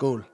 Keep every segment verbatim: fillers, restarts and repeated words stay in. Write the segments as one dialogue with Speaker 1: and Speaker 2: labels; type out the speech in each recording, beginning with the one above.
Speaker 1: Skål.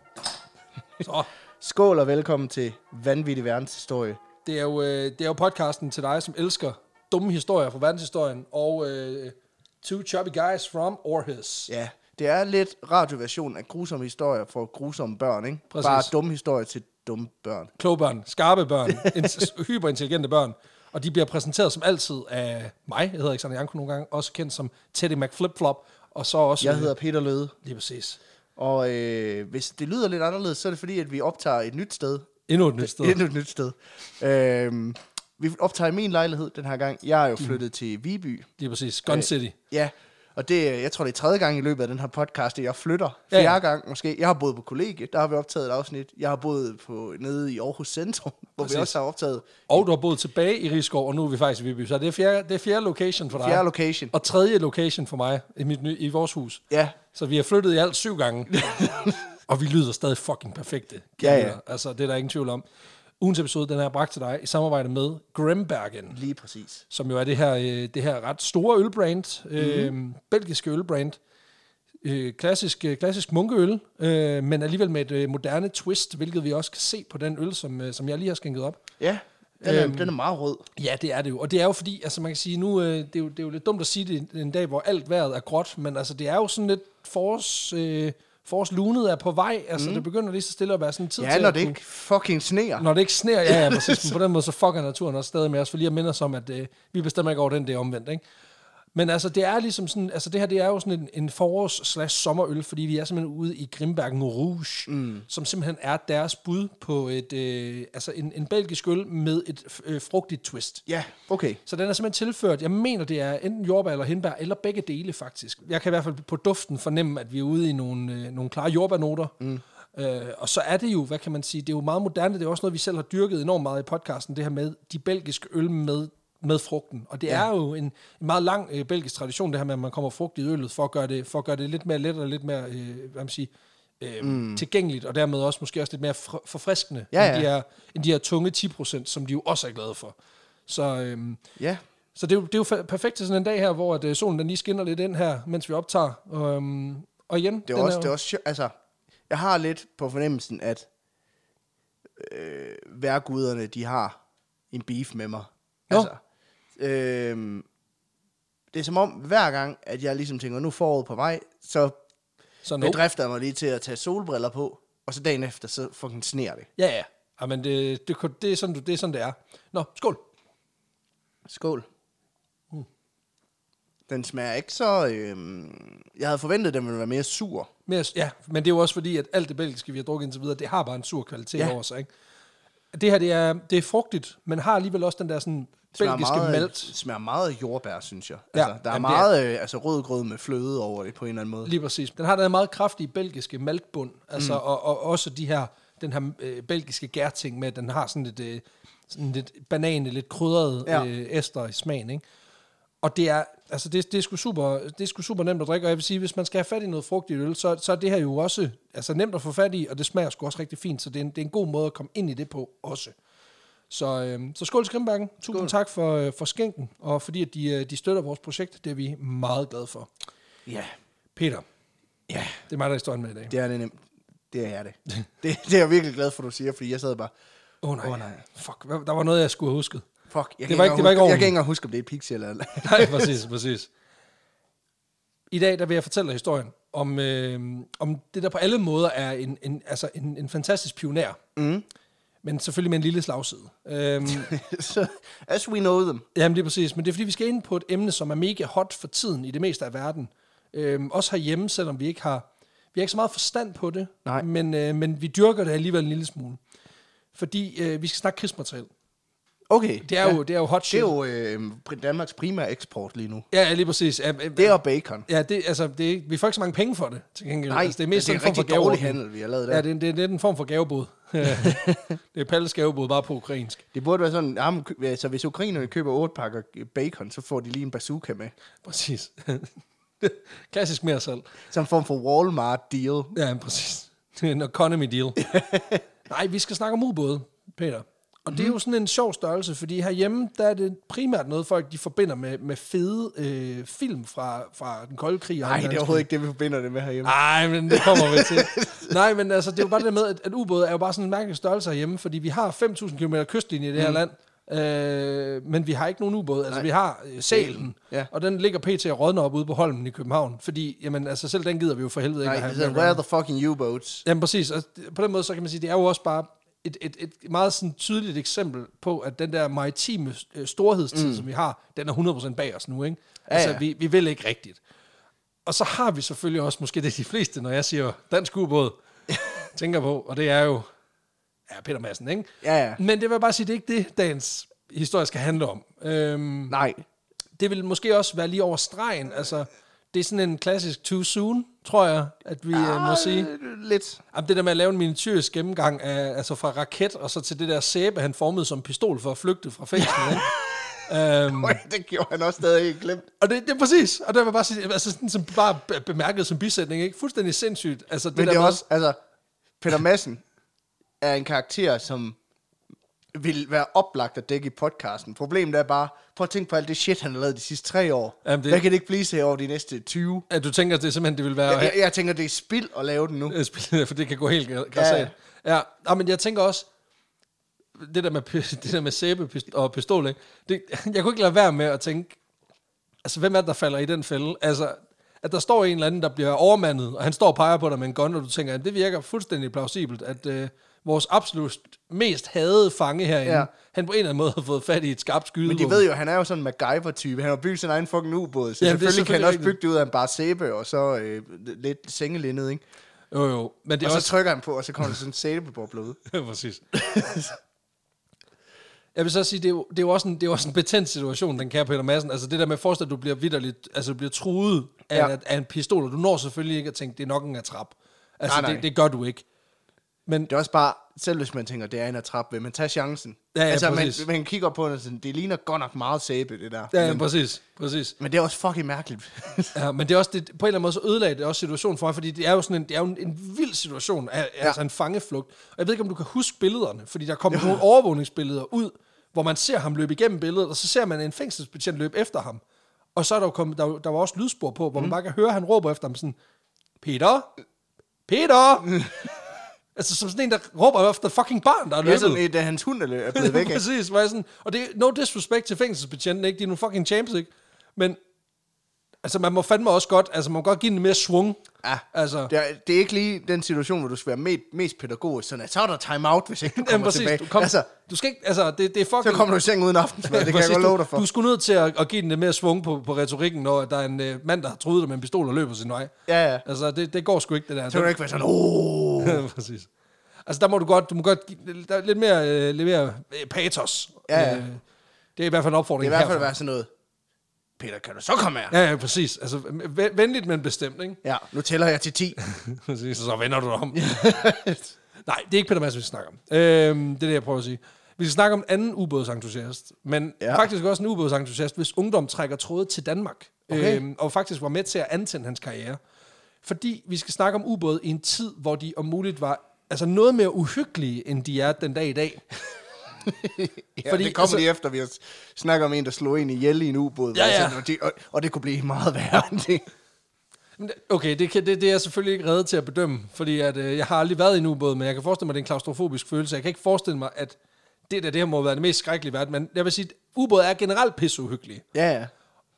Speaker 2: Så.
Speaker 1: Skål og velkommen til Vanvittig Verdenshistorie.
Speaker 2: Det er, jo, øh, det er jo podcasten til dig, som elsker dumme historier fra verdenshistorien, og øh, Two Chubby Guys from Aarhus.
Speaker 1: Ja, det er lidt radioversion af grusomme historier for grusomme børn, ikke?
Speaker 2: Præcis.
Speaker 1: Bare dumme historier til dumme børn.
Speaker 2: Kloge børn, skarpe børn, hyperintelligente børn, og de bliver præsenteret som altid af mig. Jeg hedder Alexander Janko nogle gange, også kendt som Teddy McFlipflop, og så også...
Speaker 1: Jeg hedder Peter Løde.
Speaker 2: Lige præcis.
Speaker 1: Og øh, hvis det lyder lidt anderledes, så er det fordi, at vi optager et nyt sted.
Speaker 2: Endnu et nyt sted.
Speaker 1: Endnu et nyt sted. Øh, vi optager i min lejlighed den her gang. Jeg er jo flyttet mm. til Viby.
Speaker 2: Lige præcis. Gun City.
Speaker 1: Øh, ja, og det, jeg tror, det er tredje gang i løbet af den her podcast, at jeg flytter. Fjerde ja, ja. gang måske. Jeg har boet på kollegiet, der har vi optaget et afsnit. Jeg har boet på, nede i Aarhus Centrum, hvor Præcis. vi også har optaget.
Speaker 2: Og du har boet tilbage i Rigskov, og nu er vi faktisk i Viby. Så det er fjerde, det er fjerde location for dig.
Speaker 1: Fjerde location.
Speaker 2: Og tredje location for mig i, mit, i vores hus.
Speaker 1: Ja.
Speaker 2: Så vi har flyttet i alt syv gange. Og vi lyder stadig fucking perfekte.
Speaker 1: Ja, ja.
Speaker 2: Altså, det er der ingen tvivl om. Ugens episode, den er bragt til dig i samarbejde med Grimbergen.
Speaker 1: Lige præcis.
Speaker 2: Som jo er det her, det her ret store ølbrand. Mm-hmm. Øh, belgiske ølbrand. Øh, klassisk, klassisk munkeøl, øh, men alligevel med et øh, moderne twist, hvilket vi også kan se på den øl, som, øh, som jeg lige har skænket op.
Speaker 1: Ja, den er, øhm, den er meget rød.
Speaker 2: Ja, det er det jo. Og det er jo fordi, altså man kan sige, nu, øh, det, er jo, det er jo lidt dumt at sige det en dag, hvor alt vejret er gråt, men altså det er jo sådan lidt forårs... Øh, forårslunet er på vej, altså mm. det begynder lige så stille at være sådan en tid
Speaker 1: ja,
Speaker 2: til
Speaker 1: når
Speaker 2: at
Speaker 1: det
Speaker 2: kunne,
Speaker 1: ikke fucking sneer.
Speaker 2: Når det ikke sneer, ja, ja, præcis. Men på den måde, så fucker naturen også stadig med os, for lige at minde os om, at øh, vi bestemmer ikke over den, det er omvendt, ikke? Men altså, det er ligesom sådan, altså det her, det er jo sådan en, en forårs-slash-sommerøl, fordi vi er simpelthen ude i Grimbergen Rouge, mm. som simpelthen er deres bud på et, øh, altså en, en belgisk øl med et øh, frugtigt twist.
Speaker 1: Ja, okay.
Speaker 2: Så den er simpelthen tilført, jeg mener, det er enten jordbær eller hindbær, eller begge dele faktisk. Jeg kan i hvert fald på duften fornemme, at vi er ude i nogle, øh, nogle klare jordbærnoter. Mm. Øh, og så er det jo, hvad kan man sige, det er jo meget moderne, det er også noget, vi selv har dyrket enormt meget i podcasten, det her med de belgiske øl med med frugten. Og det ja. er jo en, en meget lang øh, belgisk tradition, det her med, at man kommer frugt i øllet, for at gøre det, for at gøre det lidt mere let og lidt mere øh, hvad man siger, øh, mm. tilgængeligt, og dermed også måske også lidt mere fr- forfriskende, ja, ja. End, de her, end de her tunge ti procent, som de jo også er glade for. Så, øh,
Speaker 1: ja.
Speaker 2: så det, er jo, det er jo perfekt til sådan en dag her, hvor at, øh, solen den lige skinner lidt ind her, mens vi optager. Øh, og igen,
Speaker 1: det er, også, er jo... det er også, altså, jeg har lidt på fornemmelsen, at øh, vejrguderne, de har en beef med mig. Altså, Øhm, det er som om, hver gang, at jeg ligesom tænker, nu foråret på vej, så, så nope. bedrifter jeg mig lige til at tage solbriller på, og så dagen efter, så fucking sner det.
Speaker 2: Ja, ja. Jamen, det, det, det, er sådan, det er sådan, det er. Nå, skål.
Speaker 1: Skål. Mm. Den smager ikke så... Øhm, jeg havde forventet, at den ville være mere sur.
Speaker 2: Mere, ja, men det er jo også fordi, at alt det belgiske, vi har drukket indtil videre, det har bare en sur kvalitet ja. over sig, ikke? Det her, det er, det er frugtigt, men har alligevel også den der sådan... belgiske
Speaker 1: meget,
Speaker 2: malt.
Speaker 1: Det smager meget jordbær, synes jeg.
Speaker 2: Ja,
Speaker 1: altså, der er meget øh, altså, rødgrød med fløde over det på en eller anden måde.
Speaker 2: Lige præcis. Den har den meget kraftige belgiske maltbund, altså, mm. og, og også de her, den her øh, belgiske gærting med, at den har sådan lidt, øh, sådan lidt banane, lidt krydret ja. øh, ester i smagen, ikke? Og det er, altså det, det, er sgu super, det er sgu super nemt at drikke, og jeg vil sige, hvis man skal have fat i noget frugtigt øl, så, så er det her jo også altså, nemt at få fat i, og det smager sgu også rigtig fint, så det er en, det er en god måde at komme ind i det på også. Så, øhm, så skål til Grimbergen. Tusind skål. tak for, øh, for skænken, og fordi at de, de støtter vores projekt. Det er vi meget glade for.
Speaker 1: Ja.
Speaker 2: Peter.
Speaker 1: Ja.
Speaker 2: Det er mig, der er stående med i dag.
Speaker 1: Det er det nemt. Det er det. det. Det er jeg virkelig glad for, du siger, fordi jeg sad bare...
Speaker 2: Åh oh, nej. Oh, nej. Fuck, der var noget, jeg skulle have husket.
Speaker 1: Fuck, jeg
Speaker 2: det var ikke, det var ikke
Speaker 1: huske, jeg kan ikke engang huske, om det er et pixie eller...
Speaker 2: Nej, præcis, præcis. I dag, der vil jeg fortælle dig historien om, øh, om det, der på alle måder er en, en, altså en, en fantastisk pioner. Mm. Men selvfølgelig med en lille slagside. Øhm,
Speaker 1: so, as we know them.
Speaker 2: Jamen, det er præcis. Men det er, fordi vi skal ind på et emne, som er mega hot for tiden i det meste af verden. Øhm, også herhjemme, selvom vi ikke har, vi har ikke så meget forstand på det.
Speaker 1: Nej.
Speaker 2: Men, øh, men vi dyrker det alligevel en lille smule. Fordi øh, vi skal snakke krigsmateriel.
Speaker 1: Okay.
Speaker 2: Det er, ja. jo, det er jo hot shit.
Speaker 1: Det er jo øh, Danmarks primære eksport lige nu.
Speaker 2: Ja, lige præcis. Ja, øh,
Speaker 1: det er bacon.
Speaker 2: Ja, det, altså, det er, vi får ikke så mange penge for det, til gengæld.
Speaker 1: Nej,
Speaker 2: altså, det er mest
Speaker 1: det er
Speaker 2: en form
Speaker 1: rigtig
Speaker 2: for
Speaker 1: dårlig handel, vi har lavet der.
Speaker 2: Ja, det, det, det er en form for gavebod. Det er Palles gavebod, bare på ukrainsk.
Speaker 1: Det burde være sådan, jamen, altså, hvis ukrainerne køber otte pakker bacon, så får de lige en bazooka med.
Speaker 2: Præcis. Klassisk mere salg.
Speaker 1: Som en form for Walmart deal.
Speaker 2: Ja, præcis. En economy deal. Nej, vi skal snakke om ubåde, Peter. Og det er jo sådan en sjov størrelse, fordi herhjemme, der er det primært noget, folk de forbinder med, med fede øh, film fra, fra den kolde krig.
Speaker 1: Nej, det er overhovedet ikke det, vi forbinder det med herhjemme.
Speaker 2: Nej, men det kommer vi til. Nej, men altså, det er jo bare det med, at, at ubåde er jo bare sådan en mærkelig størrelse herhjemme, fordi vi har fem tusind kilometer kystlinje i det her mm. land, øh, men vi har ikke nogen ubåde. Altså, Nej. vi har øh, Sælen, ja. og den ligger pt. Og rådner op ude på Holmen i København, fordi, jamen, altså, selv den gider vi jo for helvede
Speaker 1: Nej,
Speaker 2: ikke
Speaker 1: at have. Nej, where the fucking U-boats?
Speaker 2: Jamen, præcis. Og på den måde, så kan man sige, det er jo også bare Et, et, et meget sådan tydeligt eksempel på, at den der maritime øh, storhedstid, mm. som vi har, den er hundrede procent bag os nu, ikke? Ja, altså, ja. Vi, vi vil ikke rigtigt. Og så har vi selvfølgelig også, måske det de fleste, når jeg siger dansk ubåd, tænker på, og det er jo ja, Peter Madsen, ikke?
Speaker 1: Ja, ja.
Speaker 2: Men det vil jeg bare sige, det er ikke det, dagens historie skal handle om. Øhm,
Speaker 1: Nej.
Speaker 2: Det vil måske også være lige over stregen, altså... Det er sådan en klassisk too soon, tror jeg, at vi ja, må sige.
Speaker 1: Lidt.
Speaker 2: Jamen, det der med at lave en miniatyrisk gennemgang af, altså fra raket, og så til det der sæbe, han formede som pistol for at flygte fra fængslet. um,
Speaker 1: Øj, det gjorde han også stadig ikke glemt.
Speaker 2: Og det, det er præcis, og det var bare sige, altså sådan som bare bemærket som bisætning, ikke? Fuldstændig sindssygt. Altså, det
Speaker 1: Men
Speaker 2: der
Speaker 1: det er
Speaker 2: med,
Speaker 1: også, altså, Peter Madsen er en karakter, som vil være oplagt at dække i podcasten. Problemet er bare, prøv at tænke på alt det shit, han har lavet de sidste tre år. Jamen det, hvad kan det ikke blive sig over de næste tyve?
Speaker 2: Ja, du tænker, det er simpelthen, det vil være...
Speaker 1: Jeg, jeg, jeg tænker, det er spild at lave den nu.
Speaker 2: For det kan gå helt græsat. Ja. Ja. Ja, men jeg tænker også, det der med, det der med sæbe og pistol, ikke? Det, jeg kunne ikke lade være med at tænke, altså hvem er det, der falder i den fælde? Altså, at der står en eller anden, der bliver overmandet, og han står og peger på dig med en gun, og du tænker, at det virker fuldstændig plausibelt, at øh, vores absolut mest hadede fange herinde, ja. han på en eller anden måde har fået fat i et skarpt skydevåben.
Speaker 1: Men de ved jo, han er jo sådan en MacGyver-type. Han har bygget sin egen fucking ubåd, så ja, selvfølgelig, selvfølgelig kan han også bygge det ud af en bare sæbe, og så øh, lidt sengelindet, ikke?
Speaker 2: Jo, jo. Men det
Speaker 1: og så
Speaker 2: også...
Speaker 1: trykker han på, og så kommer der sådan en sæbebobler ud.
Speaker 2: Ja, præcis. Jeg vil så sige, det er jo, det er jo også en, det er også en betændt situation, den kære Peter Madsen. Altså det der med at forestille, at du bliver vitterligt, altså du bliver truet af, ja. af, af en pistol, og du når selvfølgelig ikke at tænke, det er nok en atrap. Altså nej, nej. Det, det gør du ikke. Men
Speaker 1: det er også bare, selv hvis man tænker, det er en atrap, vil man tage chancen.
Speaker 2: Ja, ja,
Speaker 1: altså man, man kigger på det, og sådan, det ligner godt nok meget sæbe, det der.
Speaker 2: Ja, ja
Speaker 1: men,
Speaker 2: præcis, præcis.
Speaker 1: Men det er også fucking mærkeligt.
Speaker 2: Ja, men det er også, det, på en eller anden måde så ødelagde det også situationen for mig, fordi det er jo sådan en, det er jo en, en vild situation, af, ja. altså en fangeflugt. Og jeg ved ikke, om du kan huske billederne, fordi der kommer nogle overvågningsbilleder ud, hvor man ser ham løbe igennem billedet, og så ser man en fængselsbetjent løbe efter ham. Og så er der jo kommet, der, der var også lydspor på, hvor mm. man bare kan høre, han råber efter ham sådan, Peter! Peter! Altså som sådan en, der råber efter fucking barn, der er løbet.
Speaker 1: Ja, sådan, da hans hund er blevet væk.
Speaker 2: Præcis, var jeg sådan, og det er no disrespect til fængselsbetjenten, ikke? De er nogle fucking champs, ikke? Men altså, man må fandme også godt, altså man må godt give den mere svung.
Speaker 1: Ja,
Speaker 2: altså.
Speaker 1: det, er, det er ikke lige den situation, hvor du skal være med, mest pædagogisk, sådan at så er der time-out, hvis ikke du kommer
Speaker 2: Jamen,
Speaker 1: tilbage.
Speaker 2: Du, kom, altså, du skal ikke, altså, det, det er fucking...
Speaker 1: Så kommer du i seng uden aftensmad, det kan jeg godt love dig for.
Speaker 2: Du, du skulle nødt til at, at give den lidt mere svung på, på retorikken, når der er en uh, mand, der har truet dig med en pistol og løber sin vej.
Speaker 1: Ja, ja.
Speaker 2: Altså, det, det går sgu ikke, det der.
Speaker 1: Så kan du ikke være sådan, åh!
Speaker 2: Præcis. Altså, der må du godt, du må godt give der er lidt mere, øh, lidt mere øh, patos.
Speaker 1: Ja, ja.
Speaker 2: Øh, det er i hvert fald en opfordring.
Speaker 1: Det er i hvert fald være sådan noget, Peter, kan du så komme her?
Speaker 2: Ja, ja, præcis. Altså, venligt, men bestemt, ikke?
Speaker 1: Ja, nu tæller jeg til ti.
Speaker 2: Præcis, så vender du dig om. Nej, det er ikke Peter Madsen, vi snakker om. Øhm, det er det, jeg prøver at sige. Vi skal snakke om anden ubådsentusiast, men ja. faktisk også en ubådsentusiast, hvis ungdom trækker tråde til Danmark.
Speaker 1: Okay.
Speaker 2: Øhm, og faktisk var med til at antænde hans karriere. Fordi vi skal snakke om ubåde i en tid, hvor de om muligt var altså noget mere uhyggelige, end de er den dag i dag.
Speaker 1: Ja, fordi, det kommer altså, lige efter, vi har snakket om en, der slog en ihjel i en ubåd.
Speaker 2: Ja, ja.
Speaker 1: Altså, og, det, og, og det kunne blive meget værre end det.
Speaker 2: Okay, det, det, det er jeg selvfølgelig ikke reddet til at bedømme, fordi at, øh, jeg har aldrig været i en ubåd, men jeg kan forestille mig, at det er en klaustrofobisk følelse. Jeg kan ikke forestille mig, at det der, det her må være det mest skrækkelige verden, men jeg vil sige, at ubåd er generelt pisseuhyggelige.
Speaker 1: Ja, ja.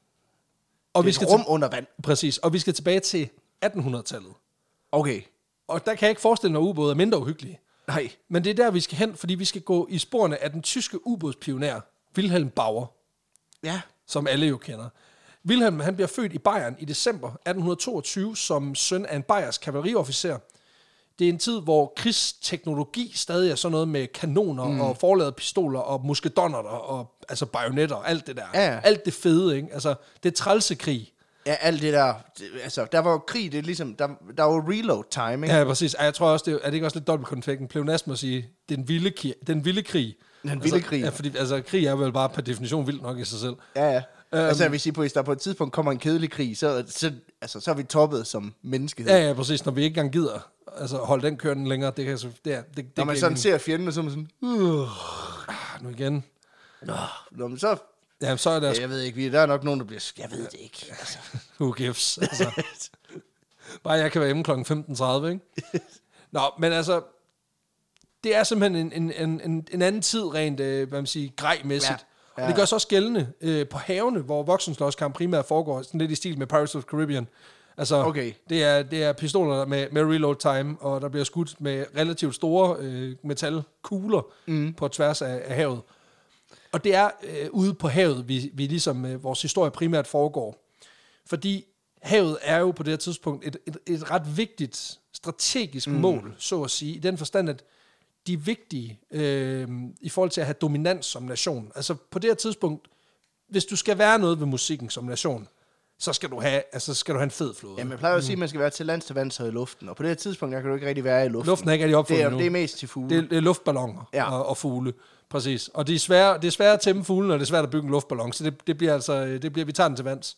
Speaker 2: Og
Speaker 1: det
Speaker 2: vi skal
Speaker 1: rum
Speaker 2: til,
Speaker 1: under vand.
Speaker 2: Præcis, og vi skal tilbage til attenhundredetallet.
Speaker 1: Okay.
Speaker 2: Og der kan jeg ikke forestille mig, at ubåde er mindre uhyggelige.
Speaker 1: Nej.
Speaker 2: Men det er der, vi skal hen, fordi vi skal gå i sporene af den tyske ubådspioner, Wilhelm Bauer.
Speaker 1: Ja.
Speaker 2: Som alle jo kender. Wilhelm, han bliver født i Bayern i december atten toogtyve som søn af en bayersk kavaleriofficer. Det er en tid, hvor krigsteknologi stadig er sådan noget med kanoner mm. og forladede pistoler og muskedonner og altså bajonetter og alt det der.
Speaker 1: Ja.
Speaker 2: Alt det fede, ikke? Altså, det er trælsekrig.
Speaker 1: Ja, alt det der, det, altså, der var jo krig, det er ligesom, der, der var reload time, ikke?
Speaker 2: Ja, præcis. Jeg tror også, det er, er det ikke også lidt dobbeltkonfekten? Pleonasmus at sige, den vilde, den vilde krig.
Speaker 1: Den vilde
Speaker 2: altså,
Speaker 1: krig.
Speaker 2: Ja, fordi altså, krig er vel bare per definition vildt nok i sig selv.
Speaker 1: Ja, ja. Um, altså, jeg vil sige, på, hvis der på et tidspunkt kommer en kedelig krig, så, så, altså, så er vi toppet som menneskehed.
Speaker 2: Ja, ja, præcis. Når vi ikke engang gider altså, holde den kørende længere, det kan så... Det er, det, det
Speaker 1: Når man sådan ser fjenden, så er man sådan... Uh.
Speaker 2: nu igen.
Speaker 1: Nå, nå men så...
Speaker 2: Jamen, så er der...
Speaker 1: Ja, jeg ved ikke, vi- der er nok nogen, der bliver... Jeg ved det ikke. Altså.
Speaker 2: Who gives? Altså. Bare jeg kan være hjemme klokken femten tredive, ikke? Nå, men altså... Det er simpelthen en, en, en, en anden tid rent, øh, hvad man siger, grejmæssigt. Ja. Ja. Og det gør sig også gældende øh, på havene, hvor voksenslåskamp primært foregår, sådan lidt i stil med Pirates of the Caribbean. Altså,
Speaker 1: okay.
Speaker 2: det, er, det er pistoler med, med reload time, og der bliver skudt med relativt store øh, metalkugler mm. på tværs af, af havet. Og det er øh, ude på havet, vi, vi ligesom øh, vores historie primært foregår. Fordi havet er jo på det her tidspunkt et, et, et ret vigtigt strategisk mm. mål, så at sige, i den forstand, at de er vigtige øh, i forhold til at have dominans som nation. Altså på det her tidspunkt, hvis du skal være noget ved musikken som nation, så skal du have, altså skal du have en fed flåde.
Speaker 1: Jamen, jeg plejer at sige, at man skal være til lands, til vands og i luften. Og på det her tidspunkt, jeg kan du ikke rigtig være i luften.
Speaker 2: Luften er ikke rigtig opfundet
Speaker 1: det er,
Speaker 2: nu.
Speaker 1: det er mest til fugle.
Speaker 2: Det er, det er luftballoner
Speaker 1: ja.
Speaker 2: og, og fugle. Præcis. Og det er svært, det er svært at tæmme fuglen, og det er svært at bygge en luftballon. Så det, det bliver altså, det bliver, vi tager den til vands.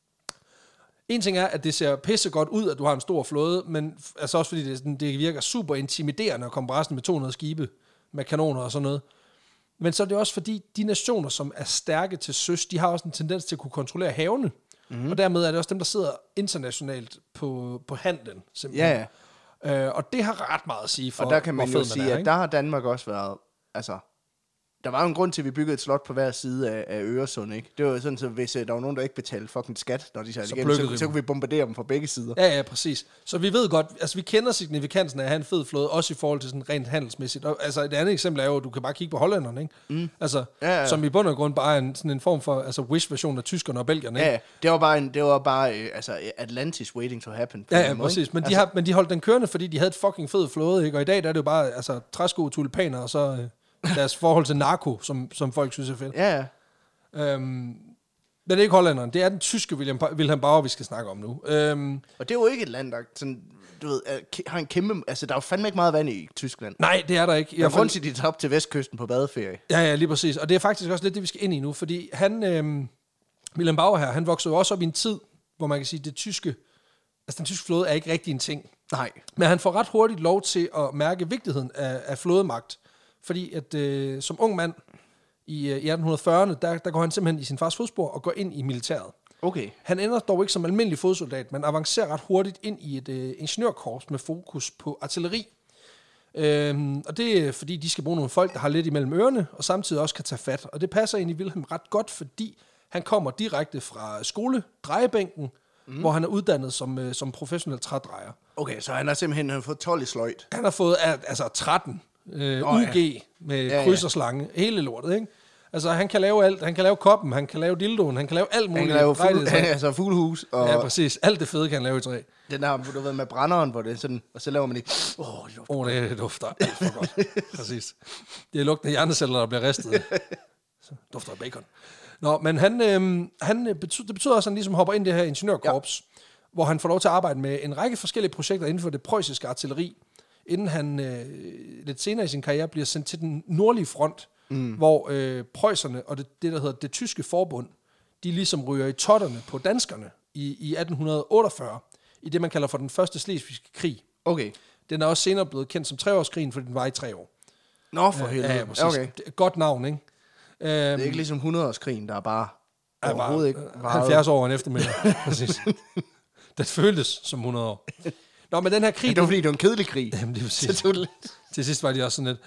Speaker 2: En ting er, at det ser pisse godt ud, at du har en stor flåde, men altså også fordi det, det virker super intimiderende at komme på resten med to hundrede skibe med kanoner og sådan noget. Men så er det også fordi, de nationer, som er stærke til søs, de har også en tendens til at kunne kontrollere havene. Mm-hmm. Og dermed er det også dem, der sidder internationalt på, på handlen, simpelthen.
Speaker 1: Ja,
Speaker 2: ja. Øh, og det har ret meget at sige for,
Speaker 1: og der kan man jo sige,
Speaker 2: er,
Speaker 1: at der har Danmark også været, altså, der var jo en grund til, at vi byggede et slot på hver side af, af Øresund, ikke? Det var sådan, så hvis uh, der var nogen, der ikke betalte fucking skat, når de sejlede igen, så, så kunne vi bombardere dem fra begge sider.
Speaker 2: Ja, ja, præcis. Så vi ved godt, altså vi kender signifikansen af at have en fed flåde, også i forhold til sådan rent handelsmæssigt. Og, altså et andet eksempel er jo, at du kan bare kigge på hollænderne, ikke? Mm. Altså, ja, ja. Som i bund og grund bare er en, sådan en form for altså wish-version af tyskerne og belgierne, ikke?
Speaker 1: Ja, det var bare, en, det var bare øh, altså Atlantis waiting to happen.
Speaker 2: Ja, ja, præcis. Men, altså, de har, men de holdt den kørende, fordi de havde et fucking fed flåde, ikke? Og i dag der er det jo bare altså, træsko, tulipaner og så... Øh, deres forhold til narko, som, som folk synes er fedt.
Speaker 1: Ja, ja.
Speaker 2: Øhm, men det er ikke hollænderen. Det er den tyske William, Wilhelm Bauer, vi skal snakke om nu. Øhm,
Speaker 1: og det er jo ikke et land, der sådan, du ved, har en kæmpe... Altså, der er jo fandme ikke meget vand i Tyskland.
Speaker 2: Nej, det er der ikke.
Speaker 1: Der er grund til, at de tager op til vestkysten på badeferie.
Speaker 2: Ja, ja, lige præcis. Og det er faktisk også lidt det, vi skal ind i nu, fordi han, øhm, Wilhelm Bauer her, han voksede jo også op i en tid, hvor man kan sige, det tyske... Altså, den tyske flåde er ikke rigtig en ting.
Speaker 1: Nej.
Speaker 2: Men han får ret hurtigt lov til at mærke vigtigheden af, af flådemagt. Fordi at øh, som ung mand i, øh, i atten fyrrerne, der, der går han simpelthen i sin fars fodspor og går ind i militæret.
Speaker 1: Okay.
Speaker 2: Han ender dog ikke som almindelig fodsoldat, men avancerer ret hurtigt ind i et øh, ingeniørkorps med fokus på artilleri. Øhm, og det er fordi, de skal bruge nogle folk, der har lidt imellem ørerne, og samtidig også kan tage fat. Og det passer ind i Wilhelm ret godt, fordi han kommer direkte fra skoledrejebænken, mm. hvor han er uddannet som, øh, som professionel trædrejer.
Speaker 1: Okay, så han har simpelthen han har fået tolv i sløjt.
Speaker 2: Han har fået altså tretten. Øh, oh, U G ja. med ja, kryds og slange, ja. Hele lortet, ikke? Altså, han kan lave alt. Han kan lave koppen, han kan lave dildoen, han kan lave alt muligt.
Speaker 1: Han kan lave fugl, altså fuglehus.
Speaker 2: Og ja, præcis. Alt det fede kan han lave i træ.
Speaker 1: Den der, du ved, med brænderen, hvor det er sådan, og så laver man ikke... Åh, oh, det,
Speaker 2: oh, det dufter alt for godt. Præcis. Det er lugten af hjerneceller, der bliver ristet. Så dufter af bacon. Nå, men han, øh, han betyder, det betyder også, at han ligesom hopper ind i det her ingeniørkorps, ja. hvor han får lov til at arbejde med en række forskellige projekter inden for det preussiske artilleri, inden han øh, lidt senere i sin karriere bliver sendt til den nordlige front, mm. hvor øh, preusserne og det, det, der hedder det tyske forbund, de ligesom ryger i totterne på danskerne i, i atten otteogfyrre, i det, man kalder for den første slesvigske krig.
Speaker 1: Okay.
Speaker 2: Den er også senere blevet kendt som treårskrigen, fordi den var i tre år.
Speaker 1: Nå, for helvede.
Speaker 2: Ja, ja, præcis. Okay. Godt navn, ikke?
Speaker 1: Det er ikke ligesom hundredårskrigen, der er bare
Speaker 2: er overhovedet ikke halvfjerds år en eftermiddag. Præcis. Det føltes som hundrede år. Nå, men den her krig...
Speaker 1: Ja, det var fordi, det var en kedelig krig.
Speaker 2: Jamen, det var sidst. Til sidst var de også sådan lidt...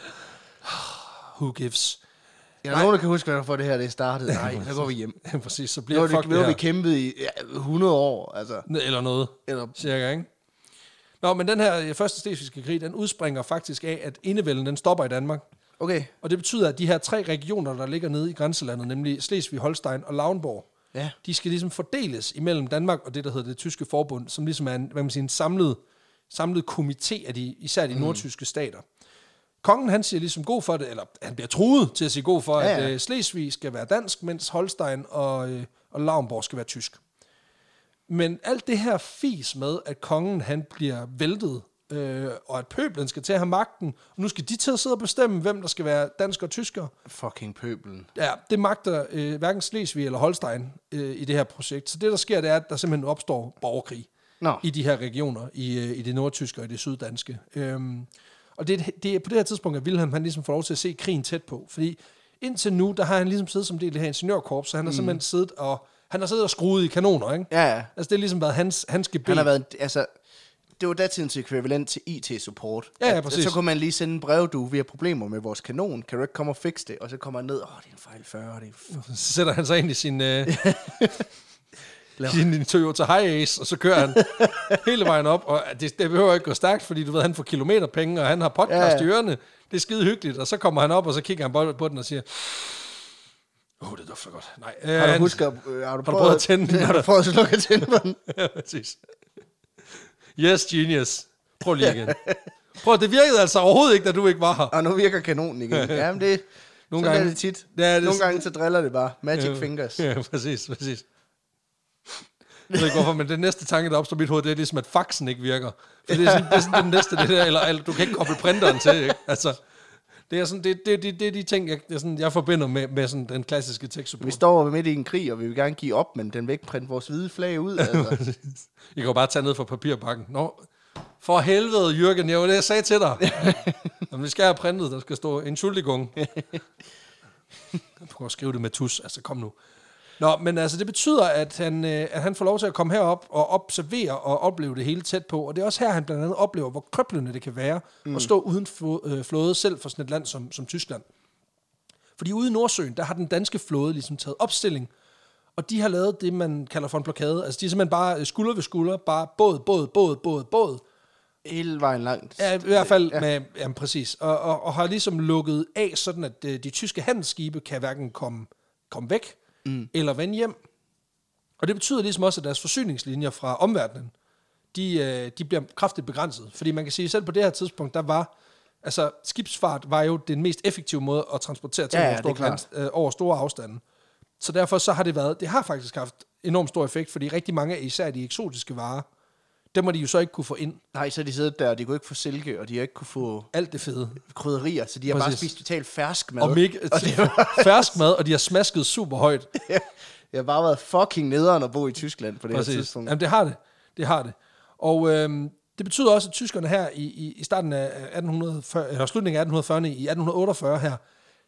Speaker 2: Who gives?
Speaker 1: Ja, der er nogen, der kan huske, hvorfor det her det startede. Nej, så går vi hjem.
Speaker 2: Ja, præcis. Så bliver
Speaker 1: det, det, det vi kæmpet i ja, hundrede år. Altså.
Speaker 2: Eller noget. Eller... Cirka, ikke? Nå, men den her første slesvigske krig, den udspringer faktisk af, at enevælden, den stopper i Danmark.
Speaker 1: Okay.
Speaker 2: Og det betyder, at de her tre regioner, der ligger nede i grænselandet, nemlig Slesvig, Holstein og Lauenborg, ja. De skal ligesom fordeles imellem Danmark og det, der hedder det tyske forbund, som ligesom er en, hvad man siger, en samlet, samlet komité af de, især de mm. nordtyske stater. Kongen, han siger ligesom god for det, eller han bliver truet til at sige god for, ja, ja. at uh, Slesvig skal være dansk, mens Holstein og, uh, og Lauenborg skal være tysk. Men alt det her fis med, at kongen han bliver væltet, øh, og at pøblen skal til at have magten, og nu skal de til at sidde og bestemme, hvem der skal være dansker og tysker.
Speaker 1: Fucking pøblen.
Speaker 2: Ja, det magter øh, hverken Slesvig eller Holstein øh, i det her projekt. Så det, der sker, det er, at der simpelthen opstår borgerkrig no. i de her regioner, i, øh, i det nordtyske og i det syddanske. Øhm, og det, det er på det her tidspunkt, at Wilhelm han ligesom får lov til at se krigen tæt på, fordi et indtil nu, der har han ligesom siddet som del af det her ingeniørkorps, så han har mm. simpelthen siddet og, han har siddet og skruet i kanoner, ikke?
Speaker 1: Ja, ja.
Speaker 2: Altså, det har ligesom været hans, hans gebet.
Speaker 1: Han har været, altså, det var datidens ekvivalent til I T-support.
Speaker 2: Ja, ja, præcis.
Speaker 1: Så kunne man lige sende en brev, du, vi har problemer med vores kanon, kan du ikke komme og fikse det? Og så kommer han ned, åh, det er en fejl fyrre, det er f-
Speaker 2: Så sætter han sig ind i sin, øh, sin Toyota Hiace, og så kører han hele vejen op, og det, det behøver ikke gå stærkt, fordi du ved, han får kilometerpenge, og han har podcast ja, ja. i ørerne. Det er skide hyggeligt, og så kommer han op, og så kigger han på, på den og siger, åh, oh, det dufter godt. Nej, øh,
Speaker 1: har du husket, øh, har du
Speaker 2: har du prøvet at tænde den?
Speaker 1: Har du prøvet at slukke at tænde på den?
Speaker 2: Ja, præcis. Yes, genius. Prøv lige igen. Prøv, det virkede altså overhovedet ikke, da du ikke var her.
Speaker 1: Og nu virker kanonen igen. Jamen, det, nogle gange, er det tit.
Speaker 2: Ja, det,
Speaker 1: nogle gange så driller det bare. Magic
Speaker 2: ja,
Speaker 1: fingers.
Speaker 2: Ja, præcis, præcis. Jeg ved ikke hvorfor, men det næste tanke, der opstår i mit hoved, det er ligesom, at faxen ikke virker. For det er sådan, det er sådan den næste, det der, eller, eller du kan ikke koble printeren til, ikke? Altså, det er sådan, det, det, det, det er de ting, jeg, jeg, sådan, jeg forbinder med, med sådan den klassiske tech-support.
Speaker 1: Vi står midt i en krig, og vi vil gerne give op, men den vil ikke printe vores hvide flag ud. Altså.
Speaker 2: I kan jo bare tage ned fra papirpakken. Nå, for helvede, Jürgen, jeg var det, jeg sagde til dig. Jamen, vi skal have printet, der skal stå en Schuldigung. Du kan skrive det med tus, altså kom nu. Nå, men altså det betyder, at han, øh, at han får lov til at komme herop og observere og opleve det hele tæt på. Og det er også her, han blandt andet oplever, hvor krøblende det kan være mm. at stå uden flåde selv for sådan et land som, som Tyskland. Fordi ude i Nordsøen, der har den danske flåde ligesom taget opstilling, og de har lavet det, man kalder for en blokade. Altså de er simpelthen bare skulder ved skulder, bare båd, båd, båd, båd, båd.
Speaker 1: Hele vejen langt.
Speaker 2: Ja, i hvert fald ja. med, jamen præcis. Og, og, og har ligesom lukket af, sådan at de, de tyske handelsskibe kan hverken komme, komme væk, Mm. eller vende hjem. Og det betyder ligesom også, at deres forsyningslinjer fra omverdenen, de, de bliver kraftigt begrænset. Fordi man kan sige, selv på det her tidspunkt, der var, altså skibsfart var jo den mest effektive måde at transportere ting ja, ja, over, store land, øh, over store afstande. Så derfor så har det været, det har faktisk haft enormt stor effekt, fordi rigtig mange af især de eksotiske varer, dem må de jo så ikke kunne få ind.
Speaker 1: Nej, så de sidder der, og de kunne ikke få silke, og de har ikke kunne få
Speaker 2: alt det fede
Speaker 1: krydderier, så de har Præcis. bare spist totalt fersk mad.
Speaker 2: Og, mega, og det var fersk mad, og de har smasket super højt.
Speaker 1: Ja, det har bare været fucking nederen at bo i Tyskland på det Præcis. her tidspunkt.
Speaker 2: Jamen det har det, det har det. Og øhm, det betyder også, at tyskerne her i, i, i starten af atten fyrre, eller slutningen af atten fyrrerne, i atten otteogfyrre her,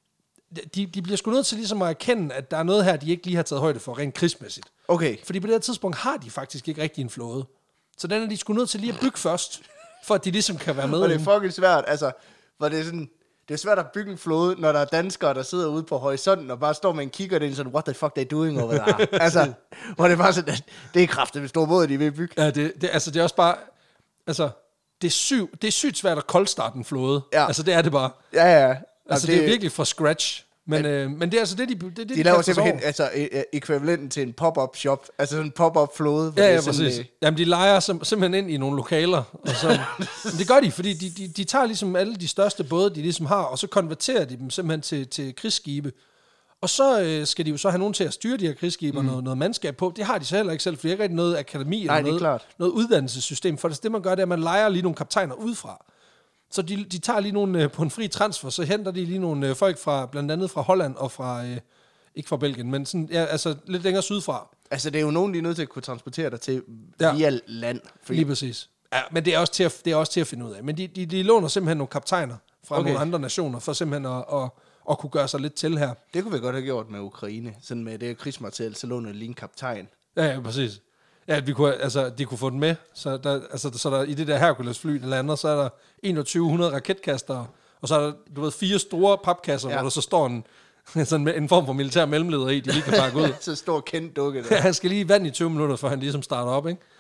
Speaker 2: de, de bliver sgu nødt til ligesom at erkende, at der er noget her, de ikke lige har taget højde for, rent krigsmæssigt.
Speaker 1: Okay.
Speaker 2: Fordi på det her tidspunkt har de faktisk ikke rigtig en flåde. Så den er de sgu nødt til lige at bygge først, for at de ligesom kan være med.
Speaker 1: Og det er fucking svært, altså, hvor det er sådan, det er svært at bygge en flåde, når der er danskere, der sidder ude på horisonten, og bare står med en kigger, det er sådan, what the fuck they doing over there? Altså, hvor det er bare sådan, det er kraftigt, hvis stor båd, de vil bygge.
Speaker 2: Ja, det, det, altså, det er også bare, altså, det er, syg, det er sygt svært at koldstarte en flåde. Ja. Altså, det er det bare.
Speaker 1: Ja, ja.
Speaker 2: Altså, det, det er virkelig fra scratch. Men, ja. øh, men det er altså det, de... Det, det,
Speaker 1: de, de laver simpelthen altså, ekvivalenten til en pop-up shop, altså sådan en pop-up flåde.
Speaker 2: Ja, ja, præcis. Det... Jamen, de leger sim- simpelthen ind i nogle lokaler. Og så, det gør de, fordi de, de, de tager ligesom alle de største både, de ligesom har, og så konverterer de dem simpelthen til, til krigsskibe. Og så øh, skal de jo så have nogen til at styre de her krigsskibe mm. og noget, noget mandskab på. Det har de så heller ikke selv, for det er ikke rigtig noget akademi
Speaker 1: Nej,
Speaker 2: eller noget, noget uddannelsessystem. For det, det, man gør, det er, at man leger lige nogle kaptajner udefra. Så de, de tager lige nogle øh, på en fri transfer, så henter de lige nogle øh, folk fra, blandt andet fra Holland og fra, øh, ikke fra Belgien, men sådan, ja, altså lidt længere sydfra.
Speaker 1: Altså det er jo nogen, de er nødt til at kunne transportere dig til ja. via land.
Speaker 2: Fordi... Lige præcis. Ja, men det er, også til at, det er også til at finde ud af. Men de, de, de låner simpelthen nogle kaptajner fra okay. nogle andre nationer, for simpelthen at, at, at kunne gøre sig lidt til her.
Speaker 1: Det kunne vi godt have gjort med Ukraine. Sådan med det krigsmateriel, så låner de lige en kaptajn.
Speaker 2: Ja, ja, præcis. Ja, vi kunne, altså, de kunne få den med, så der, altså, så der i det der Hercules-fly eller andet, så er der enogtyve hundrede raketkastere, og så er der, du ved, fire store papkasser, ja. hvor der så står en, sådan en form for militær mellemleder i, de lige kan pakke ud.
Speaker 1: Så stor kendt dukke der.
Speaker 2: Ja, han skal lige i vand i tyve minutter, før han ligesom starter op, ikke?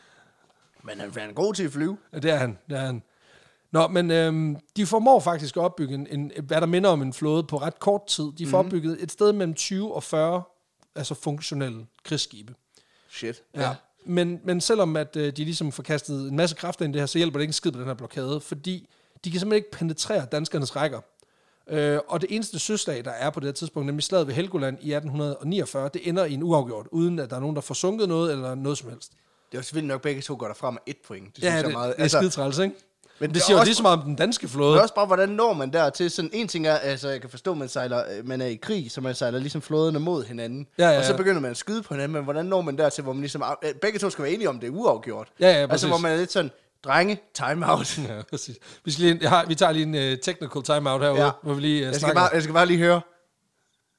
Speaker 1: Men han er god til at flyve.
Speaker 2: Ja, det er han, det er han. Nå, men øhm, de formår faktisk at opbygge en, en, hvad der minder om en flåde på ret kort tid. De får mm-hmm. opbygget et sted mellem tyve og fyrre, altså funktionelle krigsskibe.
Speaker 1: Shit.
Speaker 2: Ja. ja. Men, men selvom at øh, de ligesom får kastet en masse kræfter ind i det her, så hjælper det ikke en skid på den her blokade, fordi de kan simpelthen ikke penetrere danskernes rækker. Øh, og det eneste søslag, der er på det her tidspunkt, nemlig slaget ved Helgoland i atten niogfyrre, det ender i en uafgjort, uden at der er nogen, der får sunket noget eller noget som helst.
Speaker 1: Det er jo selvfølgelig nok begge to går derfra med et point. Det
Speaker 2: ja,
Speaker 1: synes
Speaker 2: det,
Speaker 1: jeg meget.
Speaker 2: det er altså, skidetræls, ikke? Men det, det siger jo lige så meget om den danske flåde.
Speaker 1: Det er også bare, hvordan når man der til sådan en ting er, altså jeg kan forstå, man sejler, man er i krig, så man sejler ligesom flåderne mod hinanden. Ja, ja, ja. Og så begynder man at skyde på hinanden, men hvordan når man der til, hvor man ligesom, begge to skal være enige om, det er uafgjort.
Speaker 2: Ja, ja, præcis.
Speaker 1: Altså hvor man er lidt sådan, drenge, time out.
Speaker 2: Ja, præcis. Vi, skal lige, jeg har, vi tager lige en uh, technical time out herude, ja. hvor vi lige uh,
Speaker 1: jeg
Speaker 2: snakker.
Speaker 1: Skal bare, jeg skal bare lige høre.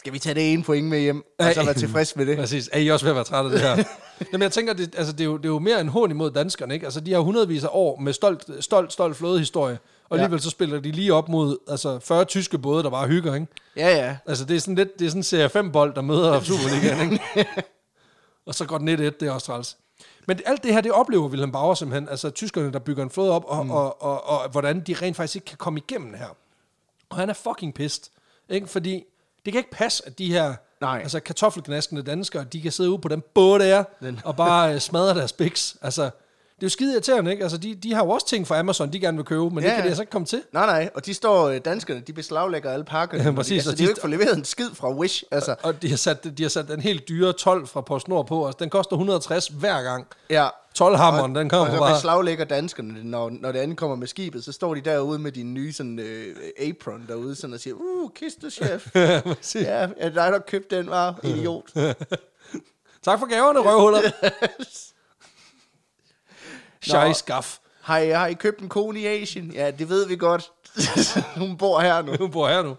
Speaker 1: Skal vi tage det ene point med hjem, og så være tilfreds med det?
Speaker 2: Præcis. Er I også ved at være trætte af det her? Jamen, jeg tænker, det, altså, det, er jo, det er jo mere en hån imod danskerne, ikke? Altså, de har hundredvis af år med stolt, stolt, stolt flådehistorie, og alligevel så spiller de lige op mod altså, fyrre tyske både, der bare hygger, ikke?
Speaker 1: Ja, ja.
Speaker 2: Altså, det er sådan lidt, det er sådan en serie fem-bold, der møder Superligaen, ikke? Og så går den et et, det er også træls. Men alt det her, det oplever Wilhelm Bauer simpelthen, altså tyskerne, der bygger en flåde op, og, mm. og, og, og, og hvordan de rent faktisk ikke kan komme igennem her. Og han er fucking pissed, ikke? Fordi det kan ikke passe, at de her
Speaker 1: Nej.
Speaker 2: altså kartoffelknaskende danskere, de kan sidde ude på den båd der, den. og bare uh, smadre deres biks. Altså, det er jo skide irriterende, ikke? Altså, de, de har jo også ting fra Amazon, de gerne vil købe, men ja, det kan de altså ikke komme til.
Speaker 1: Nej, nej, og de står, danskerne, de beslaglægger alle pakkerne.
Speaker 2: Ja, præcis.
Speaker 1: De, altså, de, de har jo ikke fået leveret en skid fra Wish, altså.
Speaker 2: Og, og de, har sat, de har sat den helt dyre tolv fra PostNord på, altså den koster et hundrede og tres hver gang.
Speaker 1: Ja.
Speaker 2: tolv-hammeren, den kommer
Speaker 1: bare.
Speaker 2: Og
Speaker 1: så beslaglægger danskerne, når, når det ankommer med skibet, så står de derude med din nye sådan, øh, apron derude, sådan og siger, uh, kiss the chef. Ja, ja, er det dig, der købte den, var idiot.
Speaker 2: Tak for gaverne, røvhuller. Scheiß gaff.
Speaker 1: Har I, har I købt en kone i Asien? Ja, det ved vi godt. Hun bor her nu.
Speaker 2: Hun bor her nu.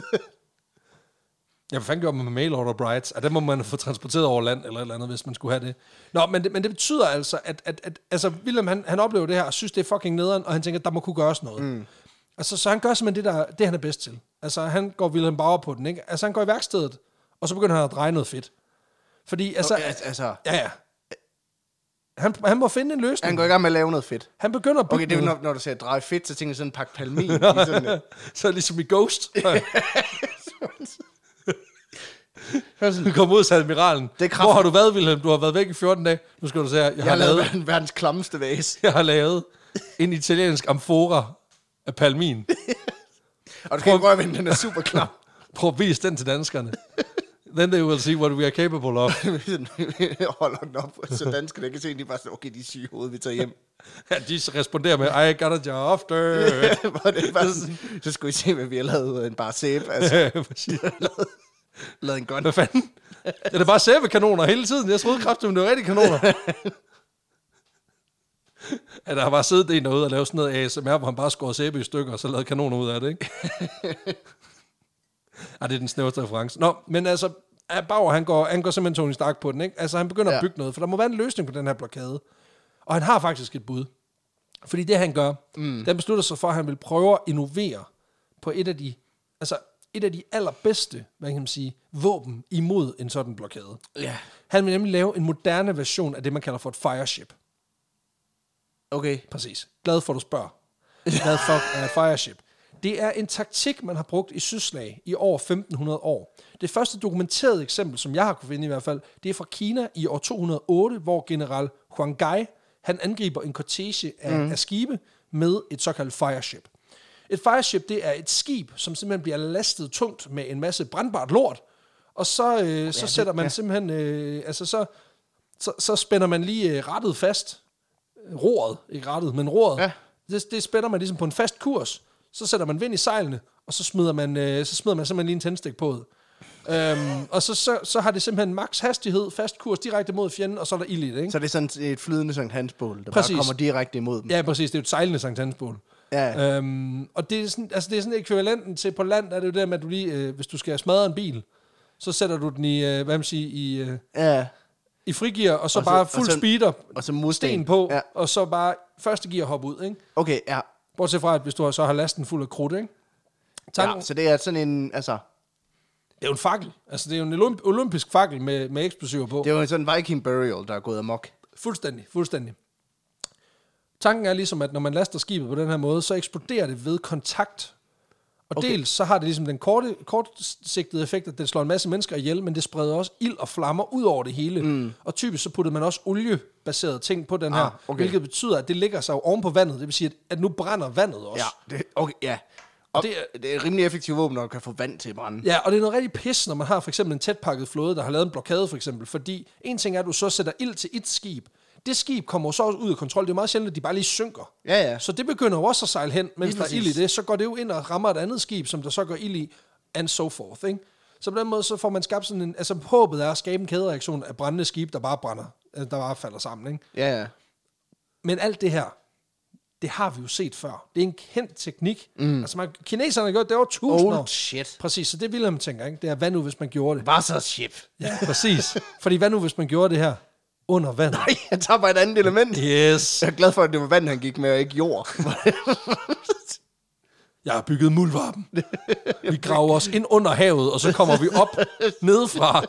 Speaker 2: Jeg vil fandme gøre med mail order brides. Og den må man få transporteret over land eller et eller andet, hvis man skulle have det. Nå, men det, men det betyder altså, at, at, at altså, Wilhelm, han, han oplever det her og synes, det er fucking nederen, og han tænker, at der må kunne gøres noget. Mm. Altså, så han gør simpelthen det, der, det, han er bedst til. Altså, han går Wilhelm Bauer på den, ikke? Altså, han går i værkstedet, og så begynder han at dreje noget fedt. Fordi, altså...
Speaker 1: Okay, altså...
Speaker 2: Ja, ja. Han, han må finde en løsning.
Speaker 1: Han går i gang med at lave noget fedt.
Speaker 2: Han begynder at bygge
Speaker 1: okay, det er jo, når, når du siger dreje fedt, så tænker jeg sådan en pakke palmin. sådan,
Speaker 2: så ligesom i Ghost. Du kommer ud til admiralen. Hvor har du været, Wilhelm? Du har været væk i fjorten dage. Nu skal du se her. Jeg, jeg har lavet,
Speaker 1: lavet verdens klammeste vase.
Speaker 2: Jeg har lavet en italiensk amfora af palmin.
Speaker 1: Og du kan ikke røre ved den, den er super klam.
Speaker 2: Prøv at vise den til danskerne. Then they will see what we are capable of.
Speaker 1: Holder den op, så danskerne kan se, at de bare siger, okay, de er syge hoved, vi tager hjem.
Speaker 2: Ja, de responderer med, I got a job,
Speaker 1: så skulle I se, hvad vi har lavet, en bare sæbe. Altså.
Speaker 2: Ja, præcis.
Speaker 1: lavet, lavet en gun.
Speaker 2: Hvad fanden? Er det bare sæbekanoner hele tiden? Jeg troede kraftigt, men det var rigtig kanoner. Ja, der har bare siddet en derude og lavet sådan noget A S M R, hvor han bare skåret sæbe i stykker, og så lavede kanoner ud af det, ikke? Ja, det er den snæveste reference. Nå, men altså, Bauer, han går, han går simpelthen Tony Stark på den, ikke? Altså, han begynder ja. at bygge noget, for der må være en løsning på den her blokade. Og han har faktisk et bud. Fordi det, han gør, mm. den beslutter sig for, at han vil prøve at innovere på et af de, altså, et af de allerbedste, hvad kan man sige, våben imod en sådan blokade.
Speaker 1: Ja.
Speaker 2: Han vil nemlig lave en moderne version af det, man kalder for et fireship.
Speaker 1: Okay.
Speaker 2: Præcis. Glad for, at du spørger. Hvad fuck er et fireship? Det er en taktik, man har brugt i Sydslag i over femten hundrede år. Det første dokumenterede eksempel, som jeg har kunne finde i hvert fald, det er fra Kina i år to hundrede og otte, hvor general Huang Gai, han angriber en kortege af, mm. af skibe med et såkaldt fireship. Et fireship, det er et skib, som simpelthen bliver lastet tungt med en masse brandbart lort, og så, øh, så ja, sætter man ja. simpelthen, øh, altså så, så, så spænder man lige øh, rettet fast, roret, ikke rettet, men roret, ja. det, det spænder man ligesom på en fast kurs, så sætter man vind i sejlene, og så smider man, øh, så smider man simpelthen lige en tændstik på det. Øhm, og så, så, så har det simpelthen maks hastighed, fast kurs direkte mod fjenden, og så er der ild i det, ikke?
Speaker 1: Så det er sådan et flydende Sankt Hansbål, der
Speaker 2: præcis.
Speaker 1: bare kommer direkte imod dem.
Speaker 2: Ja, præcis. Det er jo et sejlende Sankt Hansbål.
Speaker 1: Ja.
Speaker 2: Øhm, og det er, sådan, altså det er sådan ekvivalenten til på land, er det jo der med, at du lige, øh, hvis du skal smadre en bil, så sætter du den i, øh, hvad man siger, i, øh,
Speaker 1: ja.
Speaker 2: i frigear, og så, og så bare fuld speeder,
Speaker 1: og så
Speaker 2: sten på, ja. og så bare første gear hop ud, ikke?
Speaker 1: Okay, ja.
Speaker 2: Bortset fra, at hvis du så har lasten fuld af krudt, ikke?
Speaker 1: Tanken. Ja, så det er sådan en, altså...
Speaker 2: Det er jo en fakkel. Altså, det er jo en olymp- olympisk fakkel med, med eksplosiver på.
Speaker 1: Det er jo sådan en Viking burial, der er gået amok.
Speaker 2: Fuldstændig, fuldstændig. Tanken er ligesom, at når man laster skibet på den her måde, så eksploderer det ved kontakt. Og okay. dels så har det ligesom den korte, kortsigtede effekt, at det slår en masse mennesker ihjel, men det spreder også ild og flammer ud over det hele. Mm. Og typisk så puttede man også oliebaserede ting på den her, ah, okay. hvilket betyder, at det ligger sig oven på vandet. Det vil sige, at nu brænder vandet også.
Speaker 1: Ja, det, okay, ja. Og det er, det er et rimelig effektivt våben, når du kan få vand til at brænde.
Speaker 2: Ja, og det er noget rigtig pis, når man har for eksempel en tætpakket flåde, der har lavet en blokade for eksempel. Fordi en ting er, at du så sætter ild til et skib. Det skib kommer så også ud af kontrol. Det er meget sjældent, at de bare lige synker.
Speaker 1: Ja, ja.
Speaker 2: Så det begynder jo også at sejle hen, mens der er ild i det. Så går det jo ind og rammer et andet skib, som der så går ild i, and so forth, ikke? Så på den måde, så får man skabt sådan en... Altså, håbet er at skabe en kædereaktion af brændende skib, der bare brænder. Der bare falder sammen, ikke?
Speaker 1: Ja, ja.
Speaker 2: Men alt det her, Det har vi jo set før. Det er en kendt teknik. Mm. Altså, man, kineserne har gjort det over tusind år.
Speaker 1: Oh, shit.
Speaker 2: Præcis, så det Wilhelm tænker, ikke? Det er, hvad nu, hvis man gjorde det?
Speaker 1: Bare så shit.
Speaker 2: Ja, præcis. Fordi hvad nu, hvis man gjorde det her under vand?
Speaker 1: Nej, han tager bare et andet element.
Speaker 2: Yes.
Speaker 1: Jeg er glad for, at det var vand, han gik med, og ikke jord.
Speaker 2: Jeg har bygget muldvarpen. Vi graver os ind under havet, og så kommer vi op nedefra.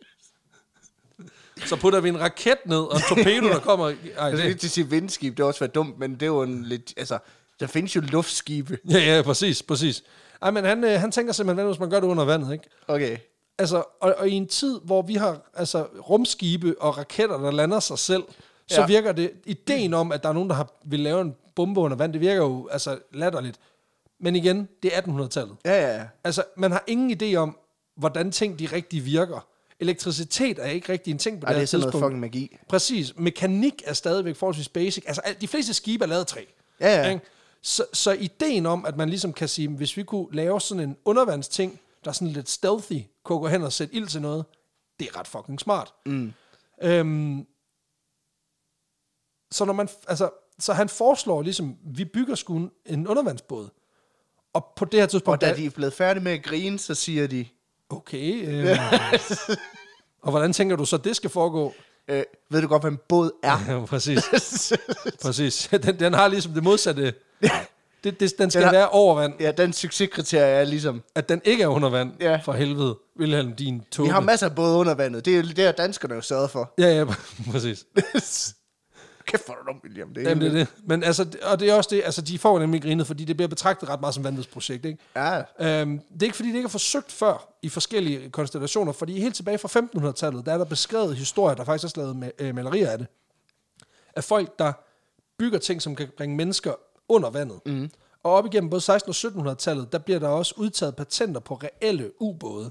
Speaker 2: Så putter vi en raket ned, og en torpedo, der kommer... Ej,
Speaker 1: det er
Speaker 2: det...
Speaker 1: lidt til at sige vindskib, det er også været dumt, men det er jo en lidt... Altså, der findes jo luftskibe.
Speaker 2: Ja, ja, præcis, præcis. Ej, men han, øh, han tænker simpelthen, hvad hvis man gør det under vandet, ikke?
Speaker 1: Okay.
Speaker 2: Altså, og, og i en tid, hvor vi har altså, rumskibe og raketter, der lander sig selv, så
Speaker 1: Ja.
Speaker 2: virker det... Ideen om, at der er nogen, der har, vil lave en bombe under vand, det virker jo altså latterligt. Men igen, det er attenhundredetallet.
Speaker 1: Ja, ja, ja.
Speaker 2: Altså, man har ingen idé om, hvordan ting de rigtig virker. Elektricitet er ikke rigtig en ting på
Speaker 1: Ej,
Speaker 2: det her
Speaker 1: det er sådan
Speaker 2: tidspunkt.
Speaker 1: noget fucking magi.
Speaker 2: Præcis. Mekanik er stadigvæk forholdsvis basic. Altså, al- de fleste skibe er lavet af træ.
Speaker 1: Ja, ja.
Speaker 2: Ikke? Så, så ideen om, at man ligesom kan sige, hvis vi kunne lave sådan en undervandsting, der er sådan lidt stealthy, kunne gå hen og sætte ild til noget, det er ret fucking smart.
Speaker 1: Mm.
Speaker 2: Øhm, så når man, altså, så han foreslår ligesom, vi bygger sgu en- en undervandsbåd. Og på det her tidspunkt...
Speaker 1: Og da
Speaker 2: der-
Speaker 1: de er blevet færdige med at grine, så siger de...
Speaker 2: Okay. Øh, og hvordan tænker du så, det skal foregå?
Speaker 1: Øh, ved du godt, hvad en båd er?
Speaker 2: Ja, præcis. præcis. Den, den har ligesom det modsatte. Det, det, den skal
Speaker 1: Den har-
Speaker 2: være over vand.
Speaker 1: Ja, den succeskriterie er ligesom...
Speaker 2: At den ikke er under vand.
Speaker 1: Ja.
Speaker 2: For helvede. Wilhelm, din tåbe.
Speaker 1: Vi har masser af både under vandet. Det er jo det, er danskerne jo sørget for.
Speaker 2: Ja, ja, præcis.
Speaker 1: Kæft for dig, William. Det er,
Speaker 2: Jamen, det er det. Men altså, og det er også det, altså, de får jo nemlig grinet, fordi det bliver betragtet ret meget som vanvidsprojekt, ikke?
Speaker 1: Ja.
Speaker 2: Øhm, det er ikke, fordi det ikke er forsøgt før i forskellige konstellationer, fordi helt tilbage fra femtenhundredetallet, der er der beskrevet historier, der faktisk også lavet med, øh, malerier af det, af folk, der bygger ting, som kan bringe mennesker under vandet. Mm. Og op igennem både seksten- og syttenhundredetallet, der bliver der også udtaget patenter på reelle ubåde.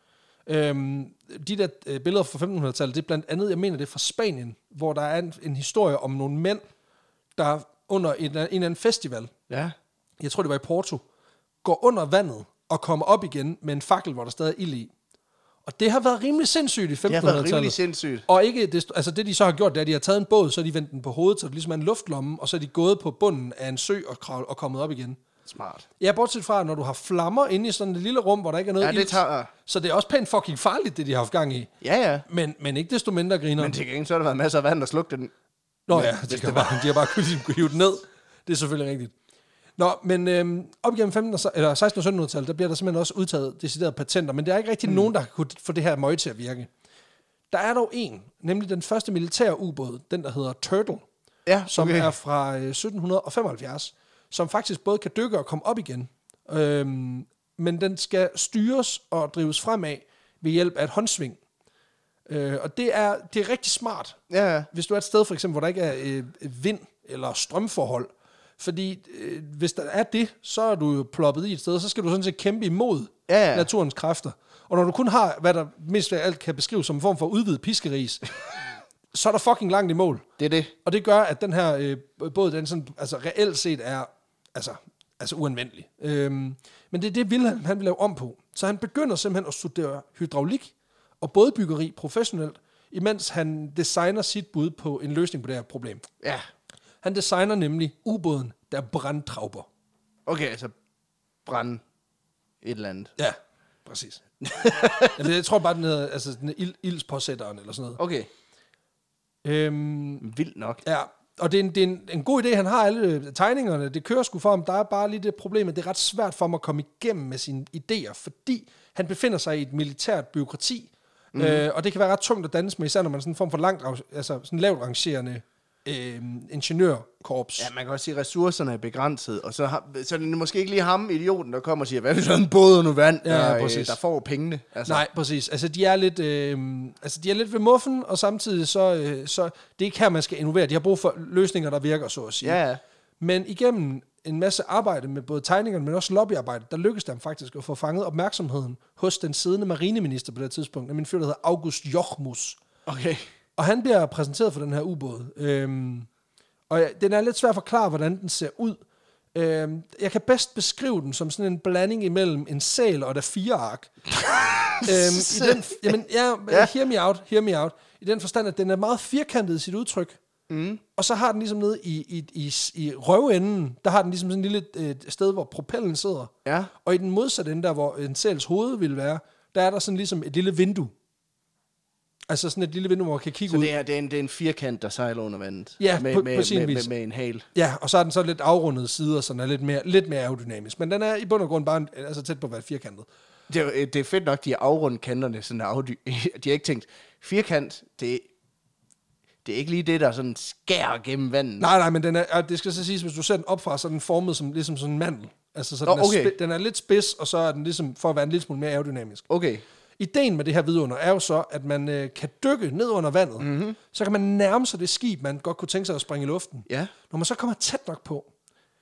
Speaker 2: Øhm, de der øh, billeder fra femtenhundredetallet, det er blandt andet, jeg mener det er fra Spanien, hvor der er en, en historie om nogle mænd, der under en, en eller anden festival,
Speaker 1: Ja.
Speaker 2: jeg tror det var i Porto, går under vandet og kommer op igen med en fakkel, hvor der stadig er ild i. Og det har været rimelig sindssygt i
Speaker 1: Det har været
Speaker 2: femtenhundredetallet.
Speaker 1: rimelig sindssygt.
Speaker 2: Og ikke, det, altså det de så har gjort, det er, at de har taget en båd, så har de vendt den på hovedet, så det ligesom er en luftlomme, og så er de gået på bunden af en sø og, kravl, og kommet op igen.
Speaker 1: Smart.
Speaker 2: Ja, bortset fra, når du har flammer inde i sådan et lille rum, hvor der ikke er noget
Speaker 1: Ja, det
Speaker 2: ilt,
Speaker 1: tager...
Speaker 2: så det er også pænt fucking farligt, det de har haft gang i.
Speaker 1: Ja, ja.
Speaker 2: Men, men ikke desto mindre griner.
Speaker 1: Men til gengæld så har der været masser af vand, der slugte den.
Speaker 2: Nå
Speaker 1: Men
Speaker 2: ja,
Speaker 1: hvis
Speaker 2: det kan
Speaker 1: det
Speaker 2: bare, de har bare kunnet ligesom hive den ned. Det er selvfølgelig rigtigt. Nå, men øhm, op igennem femten, eller seksten- og syttenhundredetallet, der bliver der simpelthen også udtaget deciderede patenter, men der er ikke rigtig mm. nogen, der har kunnet få det her møg til at virke. Der er dog en, nemlig den første militære ubåd, den der hedder Turtle,
Speaker 1: Ja,
Speaker 2: som
Speaker 1: okay.
Speaker 2: er fra øh, sytten femoghalvfjerds, som faktisk både kan dykke og komme op igen. Øhm, men den skal styres og drives fremad ved hjælp af et håndsving. Øh, og det er, det er rigtig smart,
Speaker 1: Ja, ja.
Speaker 2: hvis du er et sted, for eksempel, hvor der ikke er øh, vind eller strømforhold. Fordi øh, hvis der er det, så er du jo ploppet i et sted, så skal du sådan set kæmpe imod
Speaker 1: Ja, ja.
Speaker 2: naturens kræfter. Og når du kun har, hvad der mest af alt kan beskrives som en form for udvidet piskeris, så er der fucking langt i mål.
Speaker 1: Det er det.
Speaker 2: Og det gør, at den her øh, båd, den sådan, altså reelt set er altså, altså uanvendelig. Øhm, men det er det, Wilhelm, han vil lave om på. Så han begynder simpelthen at studere hydraulik og bådbyggeri professionelt, imens han designer sit bud på en løsning på det her problem.
Speaker 1: Ja.
Speaker 2: Han designer nemlig ubåden, der brandtrauber.
Speaker 1: Okay, altså brænde et eller andet.
Speaker 2: Ja, præcis. Eller jeg tror bare, den hedder altså, den er ild, ildspåsætteren eller sådan noget.
Speaker 1: Okay.
Speaker 2: Øhm,
Speaker 1: Vildt nok.
Speaker 2: ja, og det er, en, det er en, en god idé, han har alle tegningerne. Det kører sgu for ham. Der er bare lige det problem, at det er ret svært for ham at komme igennem med sine idéer, fordi han befinder sig i et militært byråkrati. Mm. Øh, og det kan være ret tungt at danse med, især når man er sådan en form for langt, altså sådan lavt rangerende øh, ingeniørkorps.
Speaker 1: Ja, man kan også sige, at ressourcerne er begrænset, og så, har, så er det måske ikke lige ham, idioten, der kommer og siger, hvad er det sådan en båd under vand,
Speaker 2: Ja,
Speaker 1: der,
Speaker 2: præcis.
Speaker 1: øh, der får pengene? Altså.
Speaker 2: Nej, præcis. Altså, de er lidt, øh, altså, de er lidt ved muffen, og samtidig så, øh, så det er ikke her, man skal innovere. De har brug for løsninger, der virker, så at sige.
Speaker 1: Ja, ja.
Speaker 2: Men igennem en masse arbejde med både tegningerne, men også lobbyarbejde, der lykkedes dem faktisk at få fanget opmærksomheden hos den siddende marineminister på det tidspunkt, nemlig en fyr, der hedder August Jochmus.
Speaker 1: Okay.
Speaker 2: Og han bliver præsenteret for den her ubåd. Øhm, og ja, den er lidt svær at forklare, hvordan den ser ud. Øhm, jeg kan bedst beskrive den som sådan en blanding imellem en sæl og et A fire ark. øhm, i den, jamen, ja,
Speaker 1: Ja.
Speaker 2: hear me out, hear me out. I den forstand, at den er meget firkantet i sit udtryk. Mm. Og så har den ligesom nede i, i, i, i røvenden, der har den ligesom sådan et lille øh, sted, hvor propellen sidder.
Speaker 1: Ja.
Speaker 2: Og i den modsatte ende, der hvor en sæls hoved ville være, der er der sådan ligesom et lille vindue. Altså sådan et lille vindue, hvor man kan kigge
Speaker 1: så
Speaker 2: ud.
Speaker 1: Så det er, det, er en, det er en firkant, der sejler under vandet?
Speaker 2: Ja,
Speaker 1: med,
Speaker 2: på,
Speaker 1: med,
Speaker 2: på sin
Speaker 1: med,
Speaker 2: vis.
Speaker 1: med, med en hal?
Speaker 2: Ja, og så er den så lidt afrundet sider, så den er lidt mere, lidt mere aerodynamisk. Men den er i bund og grund bare en, altså tæt på at være firkantet.
Speaker 1: Det er, det er fedt nok, de har afrundet kanterne. Sådan afdy- de har ikke tænkt, firkant, det, det er ikke lige det, der sådan skærer gennem vandet.
Speaker 2: Nej, nej, men den er, det skal så siges, hvis du ser den op fra, så er den formet som, ligesom sådan en mandel. Altså, så
Speaker 1: Nå,
Speaker 2: den, er
Speaker 1: okay.
Speaker 2: spi- den er lidt spids, og så er den ligesom, for at være en lille smule mere aerodynamisk.
Speaker 1: Okay.
Speaker 2: Ideen med det her vidunder er jo så, at man øh, kan dykke ned under vandet. Mm-hmm. Så kan man nærme sig det skib, man godt kunne tænke sig at springe i luften.
Speaker 1: Ja.
Speaker 2: Når man så kommer tæt nok på,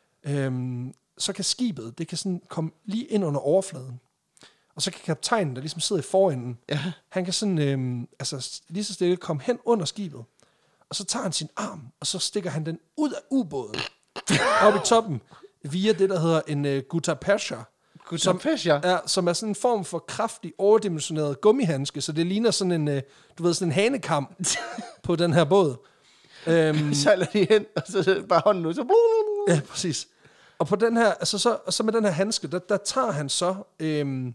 Speaker 2: øhm, så kan skibet, det kan sådan komme lige ind under overfladen. Og så kan kaptajnen, der ligesom sidder i forenden,
Speaker 1: Ja.
Speaker 2: han kan sådan, øhm, altså lige så stille komme hen under skibet. Og så tager han sin arm, og så stikker han den ud af ubåden. Op i toppen, via det, der hedder en uh, gutta-percha.
Speaker 1: Gutta-percha?
Speaker 2: Ja, som er sådan en form for kraftig, overdimensioneret gummihandske, så det ligner sådan en, uh, du ved, sådan en hanekam på den her båd. Um,
Speaker 1: Sejler de hen, og så bare hånden ud, så...
Speaker 2: ja, præcis. Og på den her, altså så, så med den her handske, der, der tager han så øhm,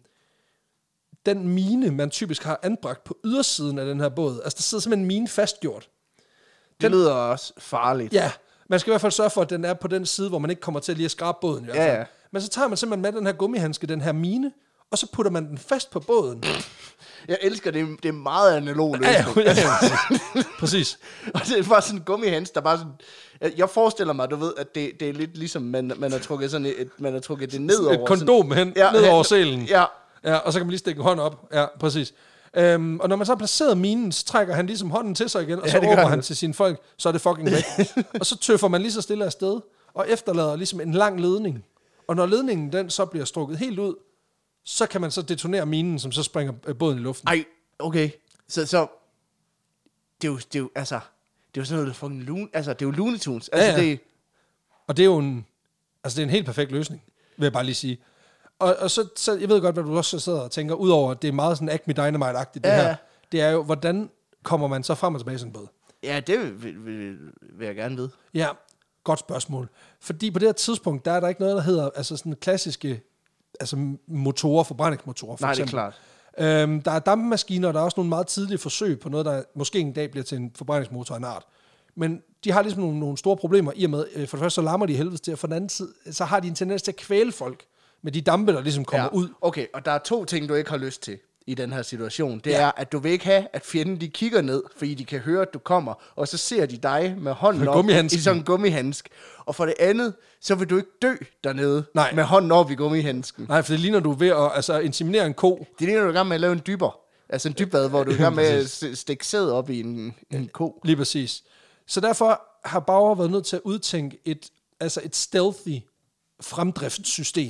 Speaker 2: den mine, man typisk har anbragt på ydersiden af den her båd. Altså der sidder simpelthen en mine fastgjort.
Speaker 1: Det lyder også farligt.
Speaker 2: Ja, man skal i hvert fald sørge for, at den er på den side, hvor man ikke kommer til lige at skrabe båden i hvert fald.
Speaker 1: Ja, ja.
Speaker 2: Men så tager man simpelthen med den her gummihandske, den her mine, og så putter man den fast på båden.
Speaker 1: Jeg elsker det. Det er meget analog
Speaker 2: Ja,
Speaker 1: løsning.
Speaker 2: ja, ja, præcis.
Speaker 1: Og det er bare sådan en gummihands, der bare sådan... Jeg forestiller mig, du ved, at det, det er lidt ligesom, man, man har trukket sådan et, man har trukket det ned over.
Speaker 2: Et kondom hen,
Speaker 1: ja,
Speaker 2: ned over
Speaker 1: ja,
Speaker 2: sælen.
Speaker 1: Ja.
Speaker 2: Ja, og så kan man lige stikke en hånd op. Ja, præcis. Øhm, og når man så har placeret minen, så trækker han ligesom hånden til sig igen, og
Speaker 1: Ja,
Speaker 2: så
Speaker 1: det gør
Speaker 2: råber
Speaker 1: han.
Speaker 2: han til sine folk, så er det fucking væk. Og så tøffer man lige så stille afsted, og efterlader ligesom en lang ledning. Og når ledningen den så bliver strukket helt ud, så kan man så detonere minen, som så springer øh, båden i luften.
Speaker 1: Ej, okay. Så, så det er jo, det er jo, altså, det er jo sådan noget, der fucking Looney, altså, det er jo Looney Tunes. Altså,
Speaker 2: Ja, ja.
Speaker 1: det
Speaker 2: Og det er jo en, altså det er en helt perfekt løsning, vil jeg bare lige sige. Og, og så, så, jeg ved godt, hvad du også sidder og tænker, udover at det er meget sådan Acme Dynamite-agtigt, det
Speaker 1: Ja,
Speaker 2: her,
Speaker 1: ja.
Speaker 2: det er jo, hvordan kommer man så frem og tilbage i sådan en båd?
Speaker 1: ja, det vil, vil, vil jeg gerne vide.
Speaker 2: Ja, godt spørgsmål. Fordi på det her tidspunkt, der er der ikke noget, der hedder altså sådan klassiske altså motorer, forbrændingsmotorer for
Speaker 1: Nej, det er
Speaker 2: eksempel.
Speaker 1: klart.
Speaker 2: Øhm, der er dampmaskiner, og der er også nogle meget tidlige forsøg på noget, der måske en dag bliver til en forbrændingsmotor af en art. Men de har ligesom nogle, nogle store problemer i og med, øh, for det første så larmer de i helvede til, og for den anden side, så har de en tendens til at kvæle folk med de dampe, der ligesom kommer
Speaker 1: Ja.
Speaker 2: ud.
Speaker 1: Okay, og der er to ting, du ikke har lyst til i den her situation. Det
Speaker 2: Ja.
Speaker 1: er, at du vil ikke have, at fjenden de kigger ned, fordi de kan høre, at du kommer, og så ser de dig med hånden
Speaker 2: Med
Speaker 1: op
Speaker 2: gummihandsken.
Speaker 1: i sådan en gummihandsk. Og for det andet, så vil du ikke dø dernede
Speaker 2: Nej.
Speaker 1: med hånden op i gummihandsken.
Speaker 2: Nej, for det ligner du er ved at altså, inseminere en ko.
Speaker 1: Det ligner, du er i gang med at lave en dyber. Altså en dybbad, hvor du er i gang med at s- stikke sæd op i en, en ko.
Speaker 2: Lige præcis. Så derfor har Bauer været nødt til at udtænke et, altså et stealthy fremdriftssystem.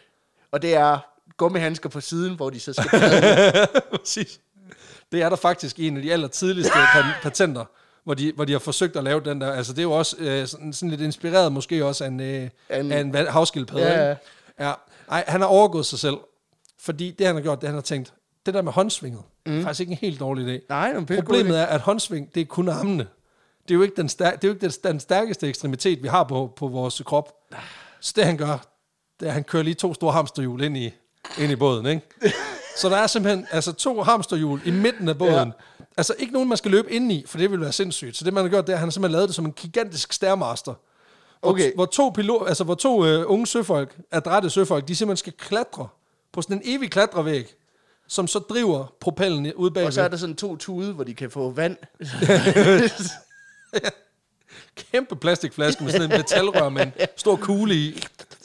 Speaker 1: Og det er gummihandsker på siden, hvor de så skal padle.
Speaker 2: Præcis. Det er der faktisk en af de aller tidligste pat- patenter, hvor de, hvor de har forsøgt at lave den der. Altså det er jo også øh, sådan, sådan lidt inspireret måske også af en, øh,
Speaker 1: En-
Speaker 2: af en vand- havskildpadde.
Speaker 1: Ja, ja.
Speaker 2: Ikke? Ja. Ej, han har overgået sig selv. Fordi det han har gjort, det han har tænkt, det der med håndsvinget, mm. er faktisk ikke en helt dårlig idé.
Speaker 1: Nej, det er en pisse god
Speaker 2: Problemet
Speaker 1: idé.
Speaker 2: er, at håndsving, det er kun armene. Det er jo ikke den, stær- det er jo ikke den, den stærkeste ekstremitet, vi har på, på vores krop. Så det han gør, det er, at han kører lige to store hamsterhjul ind i, ind i båden, ikke? Så der er simpelthen altså, to hamsterhjul i midten af båden. Ja. Altså ikke nogen, man skal løbe ind i, for det vil være sindssygt. Så det, man har gjort, det er, at han har simpelthen lavet det som en gigantisk stærmaster. Hvor,
Speaker 1: Okay.
Speaker 2: hvor to, pilot, altså, hvor to øh, unge søfolk, adrette søfolk, de simpelthen skal klatre på sådan en evig klatrevæg, som så driver propellen ud bagved.
Speaker 1: Og så er der sådan to tude, hvor de kan få vand.
Speaker 2: Kæmpe plastikflaske med sådan en metalrør med en stor kugle i.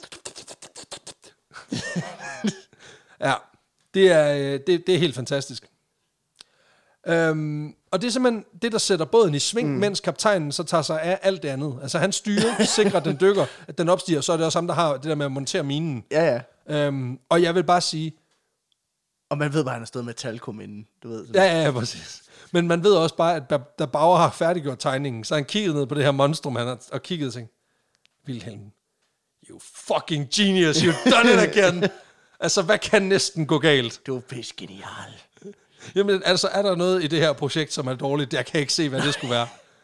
Speaker 2: Ja, det er, øh, det, det er helt fantastisk. Øhm, og det er simpelthen det, der sætter båden i sving, mm. mens kaptajnen så tager sig af alt det andet. Altså han styrer, sikrer, at den dykker, at den opstiger, så er det også ham, der har det der med at montere minen.
Speaker 1: Ja, ja.
Speaker 2: Øhm, og jeg vil bare sige,
Speaker 1: Og man ved bare, at han har stået med talkum inden, du ved. Sådan.
Speaker 2: ja, ja, ja, præcis. Men man ved også bare, at da- da Bauer har færdiggjort tegningen, så har han kigget ned på det her monstrum, han har, og kigget og tænkt, Wilhelm, you fucking genius, you've done it again. Altså, hvad kan næsten gå galt?
Speaker 1: Du er pisse genial.
Speaker 2: Jamen, altså, er der noget i det her projekt, som er dårligt? Jeg kan ikke se, hvad det skulle være.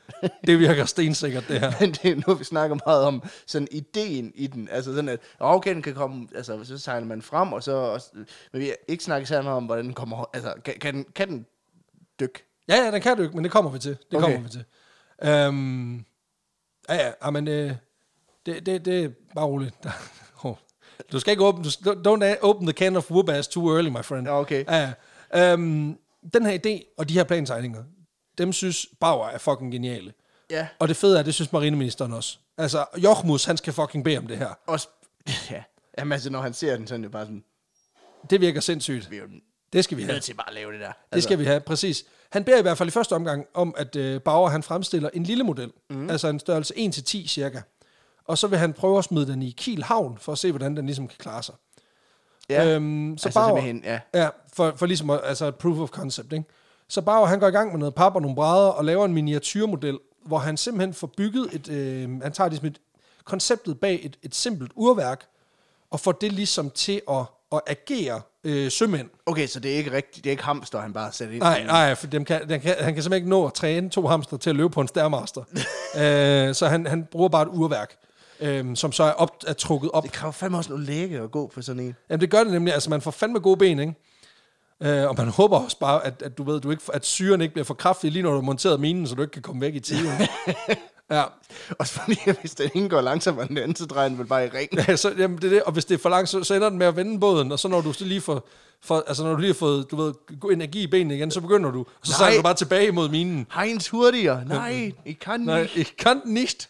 Speaker 2: Det virker stensikkert, det her.
Speaker 1: Men det er nu, vi snakker meget om sådan ideen i den. Altså sådan, at okay, den kan komme, altså så sejler man frem, og så, også, men vi har ikke snakket særlig meget om, hvordan den kommer, altså kan, kan, den, kan den dykke?
Speaker 2: Ja, ja, den kan dykke, men det kommer vi til. Det
Speaker 1: Okay.
Speaker 2: kommer vi til. Øhm, ja, ja, men øh, det, det, det er bare roligt. oh. Du skal ikke åbne, du, don't open the can of whoop ass too early, my friend.
Speaker 1: Ja, okay.
Speaker 2: Ja, ja. Øhm, den her idé og de her plantegninger, dem synes Bauer er fucking geniale.
Speaker 1: Ja.
Speaker 2: Og det fede er, det synes marineministeren også. Altså, Jochmus, han skal fucking bede om det her.
Speaker 1: Også, ja. Jamen altså, når han ser den, så er det bare sådan,
Speaker 2: Det virker sindssygt.
Speaker 1: vi er jo
Speaker 2: Det skal vi have.
Speaker 1: nødt til bare at lave det der. Altså,
Speaker 2: Det skal vi have, præcis. Han beder i hvert fald i første omgang om, at øh, Bauer han fremstiller en lille model. Mm. Altså en størrelse en til ti cirka. Og så vil han prøve at smide den i Kiel Havn, for at se, hvordan den ligesom kan klare sig.
Speaker 1: Ja,
Speaker 2: Øhm, så
Speaker 1: altså
Speaker 2: Bauer,
Speaker 1: simpelthen, ja.
Speaker 2: ja, for, for ligesom at, altså et proof of concept, ikke? Så Bauer, han går i gang med noget pap og nogle brædder, og laver en miniatyrmodel, hvor han simpelthen får bygget et, øh, han tager ligesom et, konceptet bag et, et simpelt urværk, og får det ligesom til at, at agere øh, sømænd.
Speaker 1: Okay, så det er ikke rigtigt, det er ikke hamster, han bare sætter ind.
Speaker 2: Nej, nej, for dem kan, den kan, han kan simpelthen ikke nå at træne to hamster til at løbe på en Stairmaster. øh, så han, han bruger bare et urværk, øh, som så er, op, er trukket op.
Speaker 1: Det kræver fandme også noget læge at gå på sådan en.
Speaker 2: Jamen det gør det nemlig, altså man får fandme gode ben, ikke? Øh, og man håber også bare, at, at du ved, du ikke, at syren ikke bliver for kraftig, lige når du har monteret minen, så du ikke kan komme væk i tiden. Ja.
Speaker 1: Også fordi, hvis den ene går langsommere end den anden, så drejer den vel bare i ring.
Speaker 2: Ja, så, jamen, det er det. Og hvis det er for langt, så, så ender den med at vende båden, og så når du så lige får, for, altså når du lige har fået, du ved, god energi i benene igen, så begynder du, og så sejler du bare tilbage mod minen.
Speaker 1: Heinz hurtigere. Nej, I kan
Speaker 2: Nej,
Speaker 1: ikke.
Speaker 2: ich kann nicht.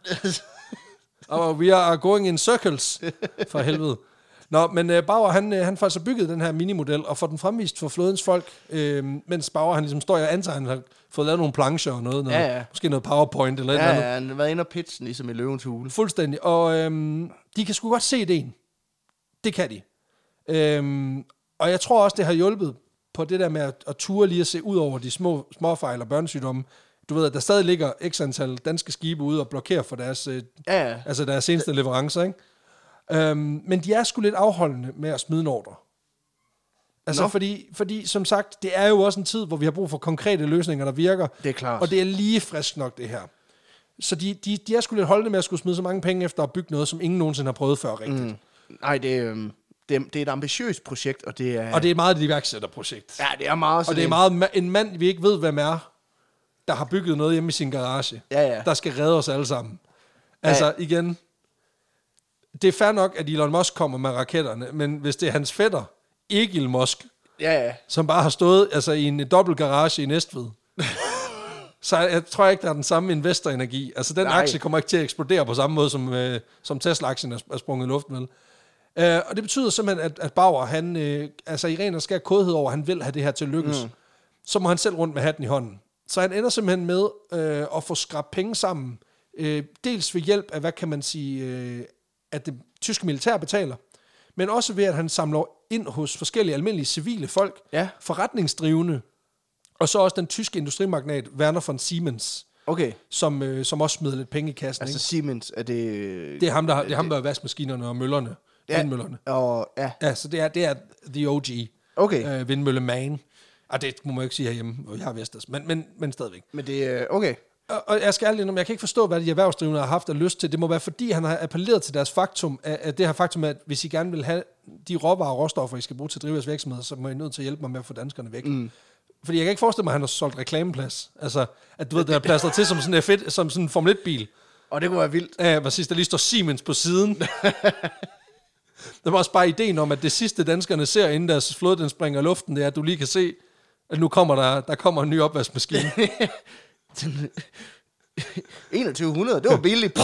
Speaker 2: Og we are going in circles, for helvede. Nå, men uh, Bauer, han, uh, han får altså bygget den her minimodel, og får den fremvist for flådens folk, øh, mens Bauer, han ligesom står, jeg antager, han har fået lavet nogle plancher og noget, noget
Speaker 1: Ja, ja.
Speaker 2: måske noget PowerPoint eller et
Speaker 1: Ja,
Speaker 2: eller andet.
Speaker 1: ja, han har været inde og pitchen, ligesom i Løvens Hule.
Speaker 2: Fuldstændig. Og øhm, de kan sgu godt se ideen. Det kan de. Øhm, og jeg tror også, det har hjulpet på det der med at, at ture lige at se ud over de små småfejl og børnesygdomme. Du ved, at der stadig ligger x antal danske skibe ude og blokerer for deres, øh,
Speaker 1: Ja, ja.
Speaker 2: altså deres seneste leverancer, ikke? Øhm, men de er sgu lidt afholdende med at smide en ordre. Altså,
Speaker 1: Nå.
Speaker 2: fordi, fordi, som sagt, det er jo også en tid, hvor vi har brug for konkrete løsninger, der virker.
Speaker 1: Det er klart.
Speaker 2: Og det er lige frisk nok, det her. Så de, de, de er sgu lidt holdende med at skulle smide så mange penge efter at bygge noget, som ingen nogensinde har prøvet før rigtigt. Mm.
Speaker 1: Nej, det er, øhm, det, er, det er et ambitiøst projekt, og det er...
Speaker 2: Og det er meget et iværksætterprojekt.
Speaker 1: Ja, det er meget
Speaker 2: Og det er meget ma- en mand, vi ikke ved, hvem er, der har bygget noget hjemme i sin garage.
Speaker 1: Ja, ja.
Speaker 2: Der skal redde os alle sammen. Altså,
Speaker 1: Ja.
Speaker 2: igen, det er fair nok, at Elon Musk kommer med raketterne, men hvis det er hans fætter, Egil Musk,
Speaker 1: Ja, ja.
Speaker 2: som bare har stået altså, i en dobbelt garage i Næstved, så jeg tror ikke, der er den samme investorenergi. Altså, den
Speaker 1: Nej.
Speaker 2: aktie kommer ikke til at eksplodere på samme måde, som, øh, som Tesla-aktien er, er sprunget i luften, vel? Uh, og det betyder simpelthen, at, at Bauer, han, øh, altså i ren og skær kodhed over, at han vil have det her til at lykkes, mm. så må han selv rundt med hatten i hånden. Så han ender simpelthen med øh, at få skrabt penge sammen, øh, dels ved hjælp af, hvad kan man sige, øh, at det tyske militær betaler, men også ved, at han samler ind hos forskellige almindelige civile folk,
Speaker 1: Ja.
Speaker 2: forretningsdrivende, og så også den tyske industrimagnat Werner von Siemens,
Speaker 1: Okay.
Speaker 2: som, øh, som også smider lidt penge i kassen.
Speaker 1: Altså
Speaker 2: Altså,
Speaker 1: Siemens, er det...
Speaker 2: det er ham, der, har- det er ham, der har vaskmaskinerne og møllerne,
Speaker 1: Ja,
Speaker 2: vindmøllerne.
Speaker 1: og... Ja,
Speaker 2: Ja, så det er, det er the O G.
Speaker 1: okay.
Speaker 2: Øh, vindmølleman. Og det må man jo ikke sige herhjemme, hvor jeg har Vestas, men, men, men stadigvæk.
Speaker 1: Men det er... Okay.
Speaker 2: Og, og jeg skal ærligt indrømme, jeg kan ikke forstå, hvad de erhvervsdrivende har haft af lyst til. Det må være, fordi han har appelleret til deres faktum, at, at det her faktum, at hvis I gerne vil have de råvarer og råstoffer, I skal bruge til at drive jeres virksomheder, så må I nødt til at hjælpe mig med at få danskerne væk. Mm. Fordi jeg kan ikke forestille mig, at han har solgt reklameplads. Altså, at du ved, den er plastret til som sådan en fedt, som sådan en Formel et-bil.
Speaker 1: Og det kunne være vildt.
Speaker 2: Ja, præcis, der lige står Siemens på siden. Der var også bare ideen om, at det sidste danskerne ser, inden deres flåde den springer i luften, det er, at du lige kan se, at nu kommer der, der kommer en ny opvaskemaskine.
Speaker 1: enogtyve hundrede, det var billigt.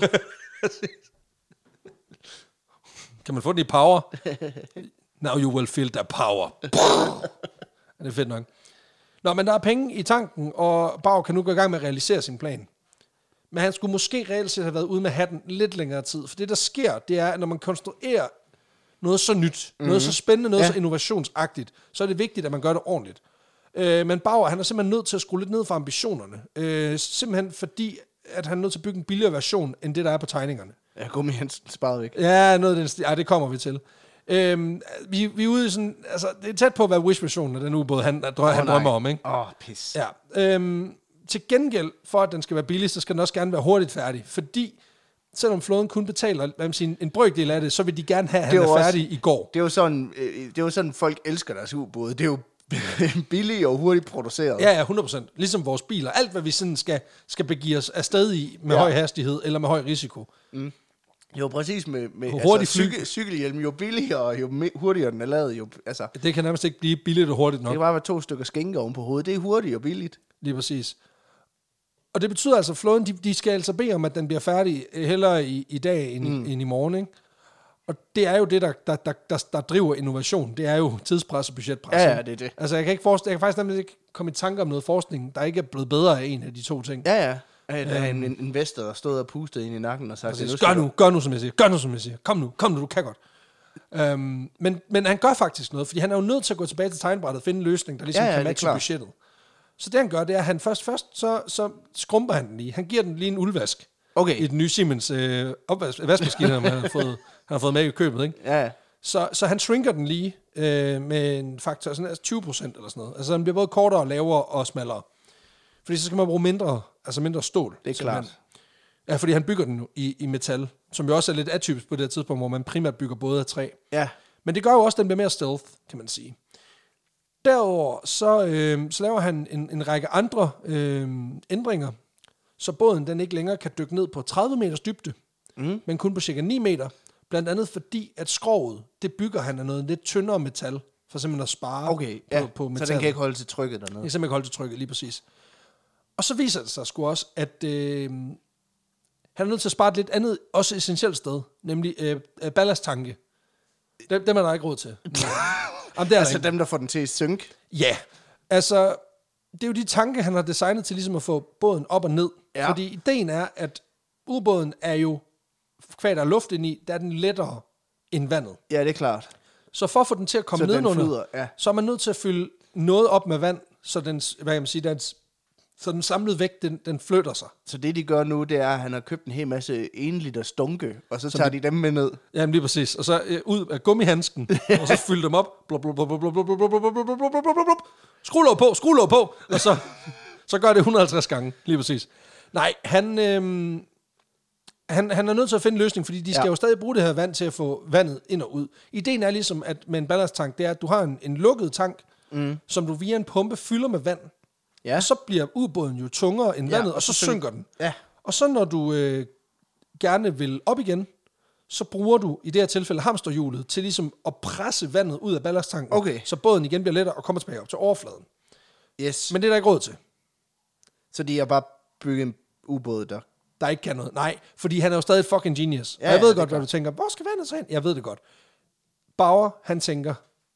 Speaker 2: Kan man få den i power? Now you will feel the power. Det er fedt nok. Nå, men der er penge i tanken, og Bauer kan nu gå i gang med at realisere sin plan. Men han skulle måske reelt set have været ude med hatten lidt længere tid. For det, der sker, det er, at når man konstruerer noget så nyt, mm-hmm. noget så spændende, noget ja. så innovationsagtigt, så er det vigtigt, at man gør det ordentligt. Øh, men Bauer, han er simpelthen nødt til at skrue lidt ned for ambitionerne. Øh, simpelthen fordi, at han er nødt til at bygge en billigere version, end det, der er på tegningerne.
Speaker 1: Ja, Gummi Hansen sparet væk.
Speaker 2: Ja, noget af den stil. Ej, det kommer vi til. Øhm, vi, vi er ude i sådan, altså, det er tæt på, hvad Wish-versionen af den ubåd, han, han, drø-
Speaker 1: oh,
Speaker 2: han drømmer om, ikke?
Speaker 1: Åh, oh, pis.
Speaker 2: Ja. Øhm, til gengæld, for at den skal være billig, så skal den også gerne være hurtigt færdig. Fordi, selvom flåden kun betaler hvad man siger, en brøkdel af det, så vil de gerne have, at han er, er færdig også, i går.
Speaker 1: Det er jo sådan, det er jo sådan folk elsker deres ubåde. Det er jo billigt og hurtigt produceret.
Speaker 2: Ja, ja, hundrede procent. Ligesom vores biler. Alt, hvad vi sådan skal, skal begive os afsted i med ja. høj hastighed eller med høj risiko.
Speaker 1: Mm. Jo, præcis med, med
Speaker 2: altså,
Speaker 1: cykel, cykelhjelm. Jo billigere og jo hurtigere den er lavet. Jo, altså.
Speaker 2: Det kan nærmest ikke blive billigt og hurtigt nok.
Speaker 1: Det kan bare være to stykker skænke oven på hovedet. Det er hurtigt og billigt.
Speaker 2: Lige præcis. Og det betyder altså, at flåden, de, de skal altså bede om, at den bliver færdig hellere i, i dag end, mm. end i morgen. Ikke? Og det er jo det, der, der, der, der, der driver innovation. Det er jo tidspres og budgetpres.
Speaker 1: Ja, ja, det er det.
Speaker 2: Altså, jeg kan, ikke forestille, jeg kan faktisk nemlig ikke komme i tanke om noget forskning, der ikke er blevet bedre af en af de to ting.
Speaker 1: Ja, ja. Der er en investor, der stod og pustede ind i nakken og sagde,
Speaker 2: gør nu, gør nu, som jeg siger. Gør nu, som jeg siger. Kom nu, kom nu, du kan godt. Um, men, men han gør faktisk noget, fordi han er jo nødt til at gå tilbage til tegnbrættet og finde en løsning, der ligesom ja, ja, kan matche budgettet. Så det han gør, det er, at han først, først så, så skrumper han den lige. Han giver den lige en uldvask.
Speaker 1: Okay.
Speaker 2: I den nye Siemens øh, opvaskemaskine, han har fået, han har fået med i købet, ikke?
Speaker 1: Ja.
Speaker 2: Så, så han shrinker den lige øh, med en faktor, sådan altså tyve procent eller sådan noget. Altså den bliver både kortere, lavere og smallere. Fordi så skal man bruge mindre, altså mindre stål.
Speaker 1: Det er klart.
Speaker 2: Man, ja, fordi han bygger den i, i metal, som jo også er lidt atypisk på det her tidspunkt, hvor man primært bygger både af træ.
Speaker 1: Ja.
Speaker 2: Men det gør jo også, at den bliver mere stealth, kan man sige. Derover så, øh, så laver han en, en række andre øh, ændringer, så båden den ikke længere kan dykke ned på tredive meters dybde, mm. men kun på cirka ni meter. Blandt andet fordi, at skroget, det bygger han af noget lidt tyndere metal, for simpelthen at spare
Speaker 1: okay,
Speaker 2: på,
Speaker 1: ja.
Speaker 2: på metal.
Speaker 1: Så den kan ikke holde til trykket dernede.
Speaker 2: Den kan simpelthen ikke holde til trykket, lige præcis. Og så viser det sig sgu også, at øh, han er nødt til at spare et lidt andet, også essentielt sted, nemlig øh, ballasttanke. Dem, dem er der ikke råd til. Jamen, det er
Speaker 1: altså dem, der får den til at synke?
Speaker 2: Ja, altså det er jo de tanke, han har designet til ligesom at få båden op og ned. Ja. Fordi ideen er, at ubåden er jo, kvad der er luft ind i, der er den lettere end vandet.
Speaker 1: Ja, det er klart.
Speaker 2: Så for at få den til at komme nedenunder,
Speaker 1: ja.
Speaker 2: så er man nødt til at fylde noget op med vand, så den, hvad kan man sige, den, så den samlede vægt, den, den flytter sig.
Speaker 1: Så det, de gør nu, det er, at han har købt en hel masse en liter stunke, og så, så tager det, de dem med ned.
Speaker 2: Jamen lige præcis. Og så øh, ud af gummihandsken, og så fylder dem op. Skruelåg på, skruelåg på. Og så, så gør det et hundrede og halvtreds gange, lige præcis. Nej, han, øh, han, han er nødt til at finde en løsning, fordi de skal ja. jo stadig bruge det her vand til at få vandet ind og ud. Ideen er ligesom, at med en ballasttank, det er, at du har en, en lukket tank, mm. som du via en pumpe fylder med vand. Ja. Og så bliver ubåden jo tungere end vandet, ja, og, og så, så synker den.
Speaker 1: Ja.
Speaker 2: Og så når du øh, gerne vil op igen, så bruger du i det her tilfælde hamsterhjulet til ligesom at presse vandet ud af ballasttanken,
Speaker 1: okay.
Speaker 2: så båden igen bliver lettere og kommer tilbage op til overfladen.
Speaker 1: Yes.
Speaker 2: Men det er der ikke råd til.
Speaker 1: Så de har bare bygget en ubåd, der...
Speaker 2: Der ikke kan noget. Nej, fordi han er jo stadig et fucking genius. Ja, og jeg ved ja, godt, hvad du tænker. Hvor skal vandet så hen? Jeg ved det godt. Bauer, han tænker,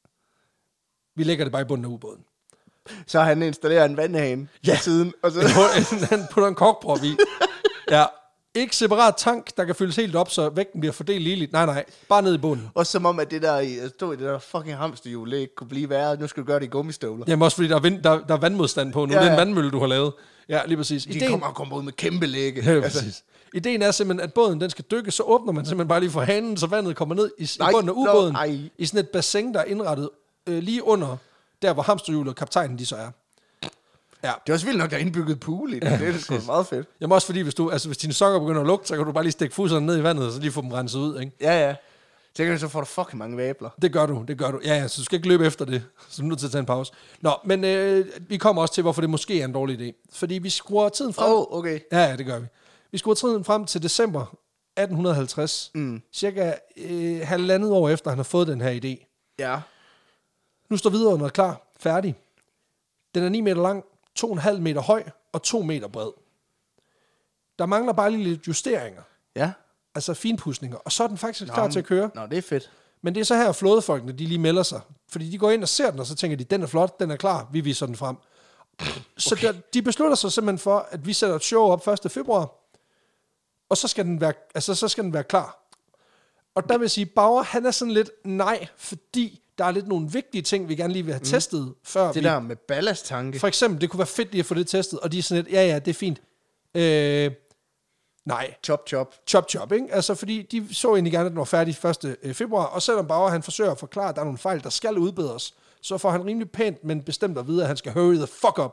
Speaker 2: vi lægger det bare i bunden af ubåden.
Speaker 1: Så han installerer en vandhane
Speaker 2: ja.
Speaker 1: på siden. Og så...
Speaker 2: han putter en korkprop i. Ja. Ikke separat tank, der kan fyldes helt op, så vægten bliver fordelt ligeligt. Nej, nej. Bare ned i bunden.
Speaker 1: Også som om, at det der, stod i det der fucking hamsterhjul, ikke kunne blive værre. Nu skal du gøre det i gummistøvler.
Speaker 2: Jamen også fordi, der er, vind, der, der er vandmodstand på nu. Ja, ja. Det er en vandmølle, du har lavet. Ja, lige præcis.
Speaker 1: De Ideen... kommer og kommer ud med kæmpe lægge.
Speaker 2: Ja, præcis. Altså. Ideen er simpelthen, at båden den skal dykke, så åbner man simpelthen bare lige for hanen, så vandet kommer ned i, nej, i bunden af ubåden. No, I sådan et bassin, der er indrettet øh, lige under, der hvor hamsterhjulet og kaptajnen de så er. Ja.
Speaker 1: Det er også vildt nok, der er indbygget pool i det. Ja, det er sgu meget fedt.
Speaker 2: Jamen også fordi, hvis, du, altså, hvis dine sokker begynder at lugte, så kan du bare lige stikke fusserne ned i vandet, og så lige få dem renset ud, ikke?
Speaker 1: Ja, ja. Så, kan du, så får du fucking mange vabler.
Speaker 2: Det gør du, det gør du. Ja, ja, så du skal ikke løbe efter det. Så du er nødt til at tage en pause. Nå, men øh, vi kommer også til, hvorfor det måske er en dårlig idé. Fordi vi skruer tiden frem...
Speaker 1: Åh, oh, okay.
Speaker 2: Ja, ja, det gør vi. Vi skruer tiden frem til december atten halvtreds. Mm. Cirka øh, halvandet år efter, han har fået den her idé.
Speaker 1: Ja.
Speaker 2: Nu står videre klar, færdig. Den er ni meter lang, to komma fem meter høj og to meter bred. Der mangler bare lige lidt justeringer.
Speaker 1: Ja.
Speaker 2: Altså finpudsninger. Og så er den faktisk
Speaker 1: nå,
Speaker 2: klar til at køre.
Speaker 1: Nå, det er fedt.
Speaker 2: Men det er så her, flådefolkene, de lige melder sig. Fordi de går ind og ser den, og så tænker de, den er flot, den er klar, vi viser den frem. Okay. Så der, de beslutter sig simpelthen for, at vi sætter et show op første februar, og så skal den være, altså, så skal den være klar. Og der vil jeg sige, Bauer, han er sådan lidt nej, fordi der er lidt nogle vigtige ting, vi gerne lige vil have testet, mm. før
Speaker 1: det
Speaker 2: vi...
Speaker 1: Det der med ballasttanke.
Speaker 2: For eksempel, det kunne være fedt lige at få det testet, og de er sådan lidt, ja ja, det er fint. Øh, nej.
Speaker 1: Chop, chop.
Speaker 2: Chop, chop, ikke? Altså, fordi de så egentlig gerne, at den var færdig første februar, og selvom Bauer, han forsøger at forklare, at der er nogle fejl, der skal udbedres, så får han rimelig pænt, men bestemt at vide, at han skal hurry the fuck up,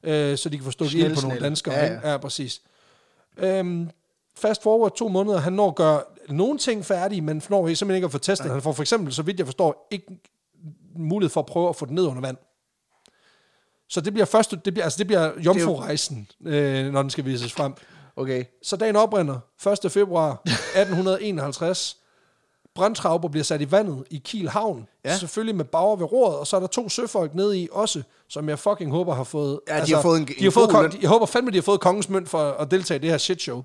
Speaker 2: øh, så de kan få stået ind på nogle danskere.
Speaker 1: Ja, ja.
Speaker 2: ja præcis. Øhm, fast forward to måneder, han når at gøre nogle ting færdige, men når simpelthen ikke at få testet. Ja. Han får for eksempel, så vidt jeg forstår, ikke mulighed for at prøve at få det ned under vand. Så det bliver første, det bliver, altså det bliver jomfru-rejsen, øh, når den skal vises frem.
Speaker 1: Okay.
Speaker 2: Så dagen oprinder første februar atten enoghalvtreds. Brandtrauber bliver sat i vandet i Kiel Havn. Ja. Selvfølgelig med Bauer ved roret, og så er der to søfolk nede i også, som jeg fucking håber har fået...
Speaker 1: Ja, de altså, har fået en,
Speaker 2: de
Speaker 1: en
Speaker 2: har fået,
Speaker 1: god...
Speaker 2: de, jeg håber fandme, de har fået kongens mønt for at deltage i det her shitshow.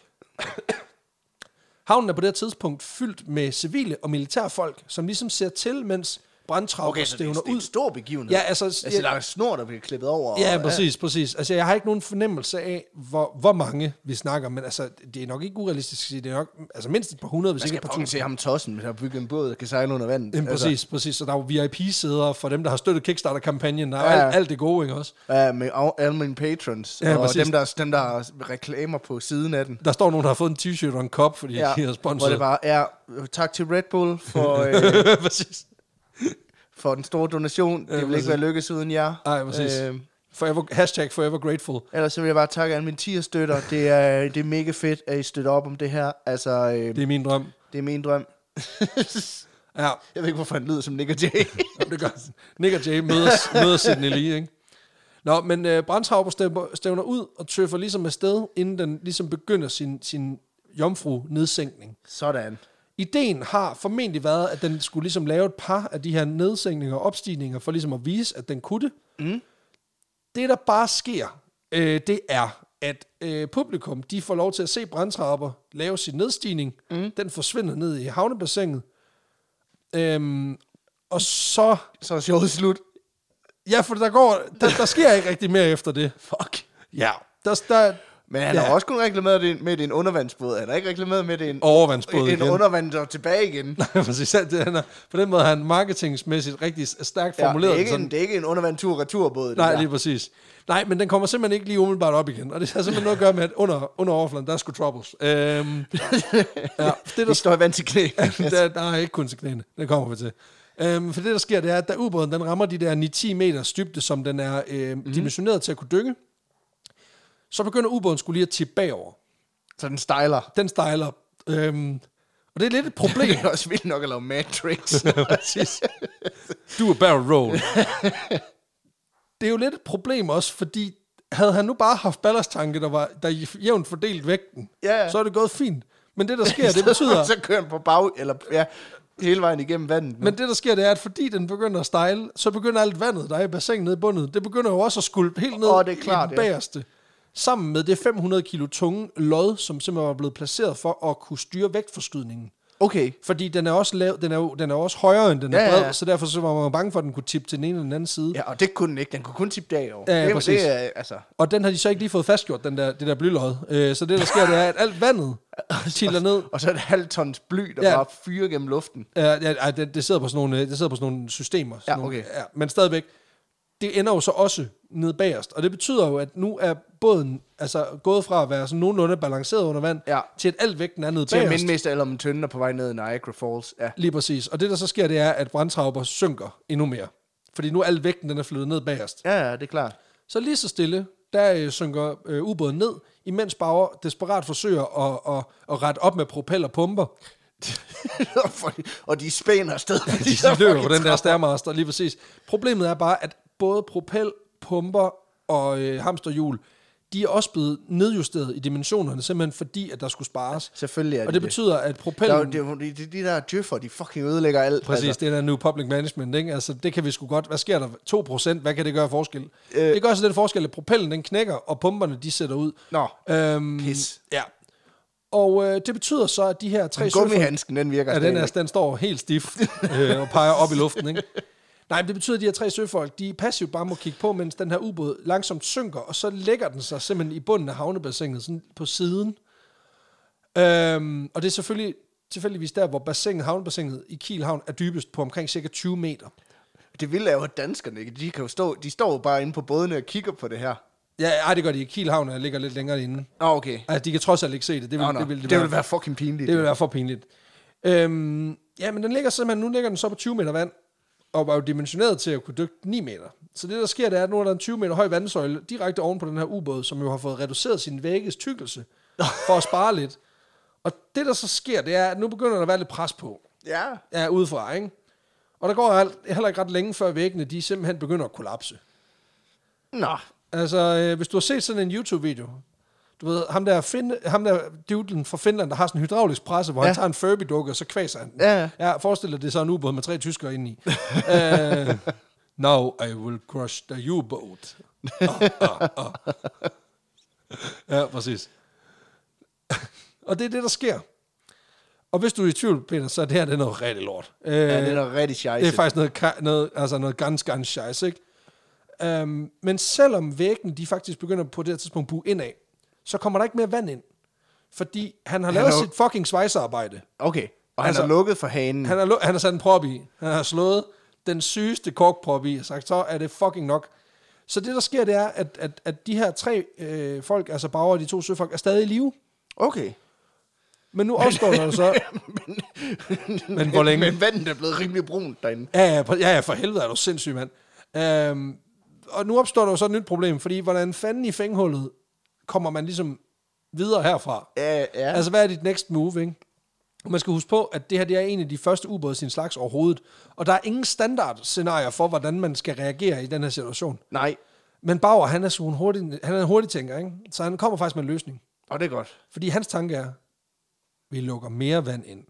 Speaker 2: Havnen er på det her tidspunkt fyldt med civile og militærfolk, som ligesom ser til, mens brandtrauber
Speaker 1: okay,
Speaker 2: stævner ud.
Speaker 1: Okay, det er en stor begivenhed.
Speaker 2: Ja, altså...
Speaker 1: Altså,
Speaker 2: jeg,
Speaker 1: der er snor, der bliver klippet over.
Speaker 2: Ja,
Speaker 1: og,
Speaker 2: præcis, ja. præcis. Altså, jeg har ikke nogen fornemmelse af, hvor, hvor mange vi snakker, men altså, det er nok ikke urealistisk at sige. Det er nok altså, mindst et par hundrede, hvis ikke et par tusind.
Speaker 1: Man skal se ham tossen, der har bygget en båd, der kan sejle under vandet.
Speaker 2: Jamen,
Speaker 1: altså.
Speaker 2: Præcis, præcis. Så der er jo V I P-sæder for dem, der har støttet Kickstarter-kampagnen. Der er ja. alt, alt det gode, ikke også?
Speaker 1: Ja, med alle mine patrons.
Speaker 2: Ja,
Speaker 1: og dem der, dem, der har reklamer på siden af den.
Speaker 2: Der står nogen, der har fået en t-shirt og en kop, fordi
Speaker 1: ja,
Speaker 2: de har sponsoret.
Speaker 1: Hvor det bare er, tak til Red Bull for... øh,
Speaker 2: præcis.
Speaker 1: For den store donation. Det ja, vil ikke være lykkes uden jer.
Speaker 2: Nej, præcis. Øh, forever, hashtag forever grateful.
Speaker 1: Ellers så vil jeg bare takke alle mine tier-støtter. Det er, det er mega fedt, at I støtter op om det her. Altså, øh,
Speaker 2: det er min drøm.
Speaker 1: Det er min drøm.
Speaker 2: ja.
Speaker 1: Jeg ved ikke, hvorfor han lyder som Nick og Jay.
Speaker 2: Jamen, det gør Nick og Jay møder, møder Sidney Lee, ikke? Nå, men øh, Brandtrauber stævner ud og tøffer ligesom afsted, inden den ligesom begynder sin, sin jomfru-nedsænkning.
Speaker 1: Sådan.
Speaker 2: Ideen har formentlig været, at den skulle ligesom lave et par af de her nedsænkninger og opstigninger, for ligesom at vise, at den kunne det. Mm. Det, der bare sker, øh, det er, at øh, publikum, de får lov til at se Brandtrauber lave sin nedstigning. Mm. Den forsvinder ned i havnebassinet. Øhm, og så...
Speaker 1: Så er showet slut.
Speaker 2: Ja, for der går... Der, der sker ikke rigtig mere efter det.
Speaker 1: Fuck.
Speaker 2: Ja. Der, der,
Speaker 1: Men han ja. har også kun reklameret det med, det en undervandsbåd. Han har ikke reklameret med, det en
Speaker 2: overvandsbåd
Speaker 1: en undervand og tilbage igen.
Speaker 2: Nej, præcis. Han er, på den måde har han marketingsmæssigt rigtig stærkt formuleret.
Speaker 1: Ja, det, er ikke en, det er ikke en undervandtur-returbåd.
Speaker 2: Nej, lige præcis. Nej, men den kommer simpelthen ikke lige umiddelbart op igen. Og det har simpelthen noget at gøre med, at under, under overfladen, der er sgu troubles. Øhm, ja,
Speaker 1: det, der, vi står i vand til knæ.
Speaker 2: der, der er ikke kun til knæene. Det kommer vi til. Øhm, for det, der sker, det er, at da ubåden den rammer de der ni til ti meters dybde, som den er øh, mm. dimensioneret til at kunne dykke, så begynder ubåden skulle lige at tippe bagover.
Speaker 1: Så den stejler.
Speaker 2: Den stejler. Øhm, og det er lidt et problem.
Speaker 1: Det er også vildt nok at lave Matrix.
Speaker 2: Præcis. Do a barrel roll. Det er jo lidt et problem også, fordi havde han nu bare haft ballasttanke, der var der jævnt fordelt vægten,
Speaker 1: ja, ja.
Speaker 2: så er det gået fint. Men det, der sker, det betyder...
Speaker 1: så kører den på bag, eller ja, hele vejen igennem vandet.
Speaker 2: Men det, der sker, det er, at fordi den begynder at stejle, så begynder alt vandet, der er i bassinet nede i bundet, det begynder jo også at skulpe helt ned oh, det er klart, i den bagerste. Ja. Sammen med det fem hundrede kilo tunge lod, som simpelthen var blevet placeret for at kunne styre vægtforskydningen.
Speaker 1: Okay.
Speaker 2: Fordi den er også lav, den er jo, den er også højere end den
Speaker 1: ja,
Speaker 2: er bred, ja,
Speaker 1: ja.
Speaker 2: Så derfor så var man bange for, at den kunne tippe til den ene eller den anden side.
Speaker 1: Ja, og det kunne den ikke. Den kunne kun tippe derover.
Speaker 2: Ja,
Speaker 1: det,
Speaker 2: præcis.
Speaker 1: Det er, altså.
Speaker 2: Og den har de så ikke lige fået fastgjort, den der, det der blylod. Øh, så det, der sker, det er, at alt vandet tiller ned.
Speaker 1: Og så er det halvt tons bly, der ja. bare fyrer gennem luften.
Speaker 2: Ja, ja det, det, sidder på sådan nogle, det sidder på sådan nogle systemer. Sådan
Speaker 1: ja, okay.
Speaker 2: Nogle, ja, men stadigvæk, det ender jo så også ned bagerst. Og det betyder jo, at nu er båden altså, gået fra at være sådan nogenlunde balanceret under vand, ja. til at alt vægten er nede
Speaker 1: til
Speaker 2: bagerst.
Speaker 1: Til at mindmeste eller om tønden er på vej ned i Niagara Falls. Ja.
Speaker 2: Lige præcis. Og det, der så sker, det er, at Brandtrauber synker endnu mere. Fordi nu er al vægten, den er flyttet ned bagerst.
Speaker 1: Ja, ja, det er klart.
Speaker 2: Så lige så stille, der øh, synker øh, ubåden ned, imens Bauer desperat forsøger at, at, at rette op med propellerpumper.
Speaker 1: Og de spænder afsted.
Speaker 2: Ja, de, de løber på den der stærmaster, lige præcis. Problemet er bare, at både propel, pumper og øh, hamsterhjul, de er også blevet nedjusteret i dimensionerne, simpelthen fordi, at der skulle spares.
Speaker 1: Selvfølgelig er det.
Speaker 2: Og det betyder, at propellen...
Speaker 1: Der, de, de, de der djøffer, de fucking ødelægger alt.
Speaker 2: Præcis, altså. Det er der new public management, ikke? Altså, det kan vi sgu godt... Hvad sker der? to procent, hvad kan det gøre forskel? Øh. Det gør så den forskel, at propellen den knækker, og pumperne, de sætter ud.
Speaker 1: Nå,
Speaker 2: øhm,
Speaker 1: pis.
Speaker 2: Ja. Og øh, det betyder så, at de her tre søfolk...
Speaker 1: Gummihandsken, den virker
Speaker 2: ja, den, er, den står helt stift øh, og peger op i luften, ikke? Nej, men det betyder, at de her tre søfolk, de passivt bare må kigge på, mens den her ubåd langsomt synker, og så lægger den sig simpelthen i bunden af havnebassinet, sådan på siden. Øhm, og det er selvfølgelig tilfældigvis der, hvor bassinet, havnebassinet i Kiel Havn er dybest på omkring cirka tyve meter.
Speaker 1: Det vilde er jo, at danskerne, de, kan jo stå, de står jo bare inde på bådene og kigger på det her.
Speaker 2: Ja, ej, det gør de ikke. Kiel Havn ligger lidt længere inde.
Speaker 1: Ah, okay.
Speaker 2: Altså, de kan trods alt ikke se det. Det vil,
Speaker 1: no, no.
Speaker 2: det vil, det
Speaker 1: det
Speaker 2: være,
Speaker 1: vil være fucking pinligt.
Speaker 2: Det vil være for pinligt. Øhm, ja, men den ligger simpelthen, nu ligger den så på tyve meter vand, og var jo dimensioneret til at kunne dykke ni meter. Så det, der sker, det er, at nu er der en tyve meter høj vandsøjle direkte oven på den her ubåd, som jo har fået reduceret sin vægges tykkelse for at spare lidt. Og det, der så sker, det er, at nu begynder der at være lidt pres på.
Speaker 1: Ja.
Speaker 2: Ja, udefra, ikke? Og der går alt, heller ikke ret længe, før væggene, de simpelthen begynder at kollapse.
Speaker 1: Nå.
Speaker 2: Altså, øh, hvis du har set sådan en YouTube-video, du ved, ham der, fin- ham der duden fra Finland, der har sådan en hydraulisk presse, hvor ja. han tager en Furby-dukke, og så kvæser han den.
Speaker 1: Ja.
Speaker 2: Ja, forestil dig, det er så en ubåd med tre tyskere inde i. uh, Now I will crush the U-boat. Oh, oh, oh. Ja, præcis. Og det er det, der sker. Og hvis du er i tvivl, Peter, så er det her det er noget rigtig lort. Uh,
Speaker 1: Ja, det er noget rigtig scheisse.
Speaker 2: Det er faktisk noget, noget, altså noget ganz, ganz scheisse, ikke? Um, men selvom væggene, de faktisk begynder på det her tidspunkt at buge indad, så kommer der ikke mere vand ind. Fordi han har lavet
Speaker 1: Han er-
Speaker 2: sit fucking svejsearbejde.
Speaker 1: Okay, og han
Speaker 2: Altså,
Speaker 1: har lukket for hanen.
Speaker 2: Han har, lu- han har sat en prop i. Han har slået den sygeste korkprop i og sagt, så er det fucking nok. Så det, der sker, det er, at, at, at de her tre øh, folk, altså Bauer og de to søfolk, er stadig i live.
Speaker 1: Okay.
Speaker 2: Men nu opstår der så... men hvor længe?
Speaker 1: Men vandet er blevet rimelig brunt derinde.
Speaker 2: Ja, ja, pr- ja, ja, for helvede er du sindssyg, mand. Øhm, og nu opstår der jo så et nyt problem, fordi hvordan fanden i fænghullet kommer man ligesom videre herfra?
Speaker 1: Ja, ja.
Speaker 2: Altså, hvad er dit next move, ikke? Og man skal huske på, at det her det er en af de første ubåde sin slags overhovedet, og der er ingen standardscenarier for, hvordan man skal reagere i den her situation.
Speaker 1: Nej,
Speaker 2: Men Bauer, han er, så en hurtig, han er en hurtig tænker, ikke? Så han kommer faktisk med en løsning.
Speaker 1: og det er godt.
Speaker 2: Fordi hans tanke er, vi lukker mere vand ind.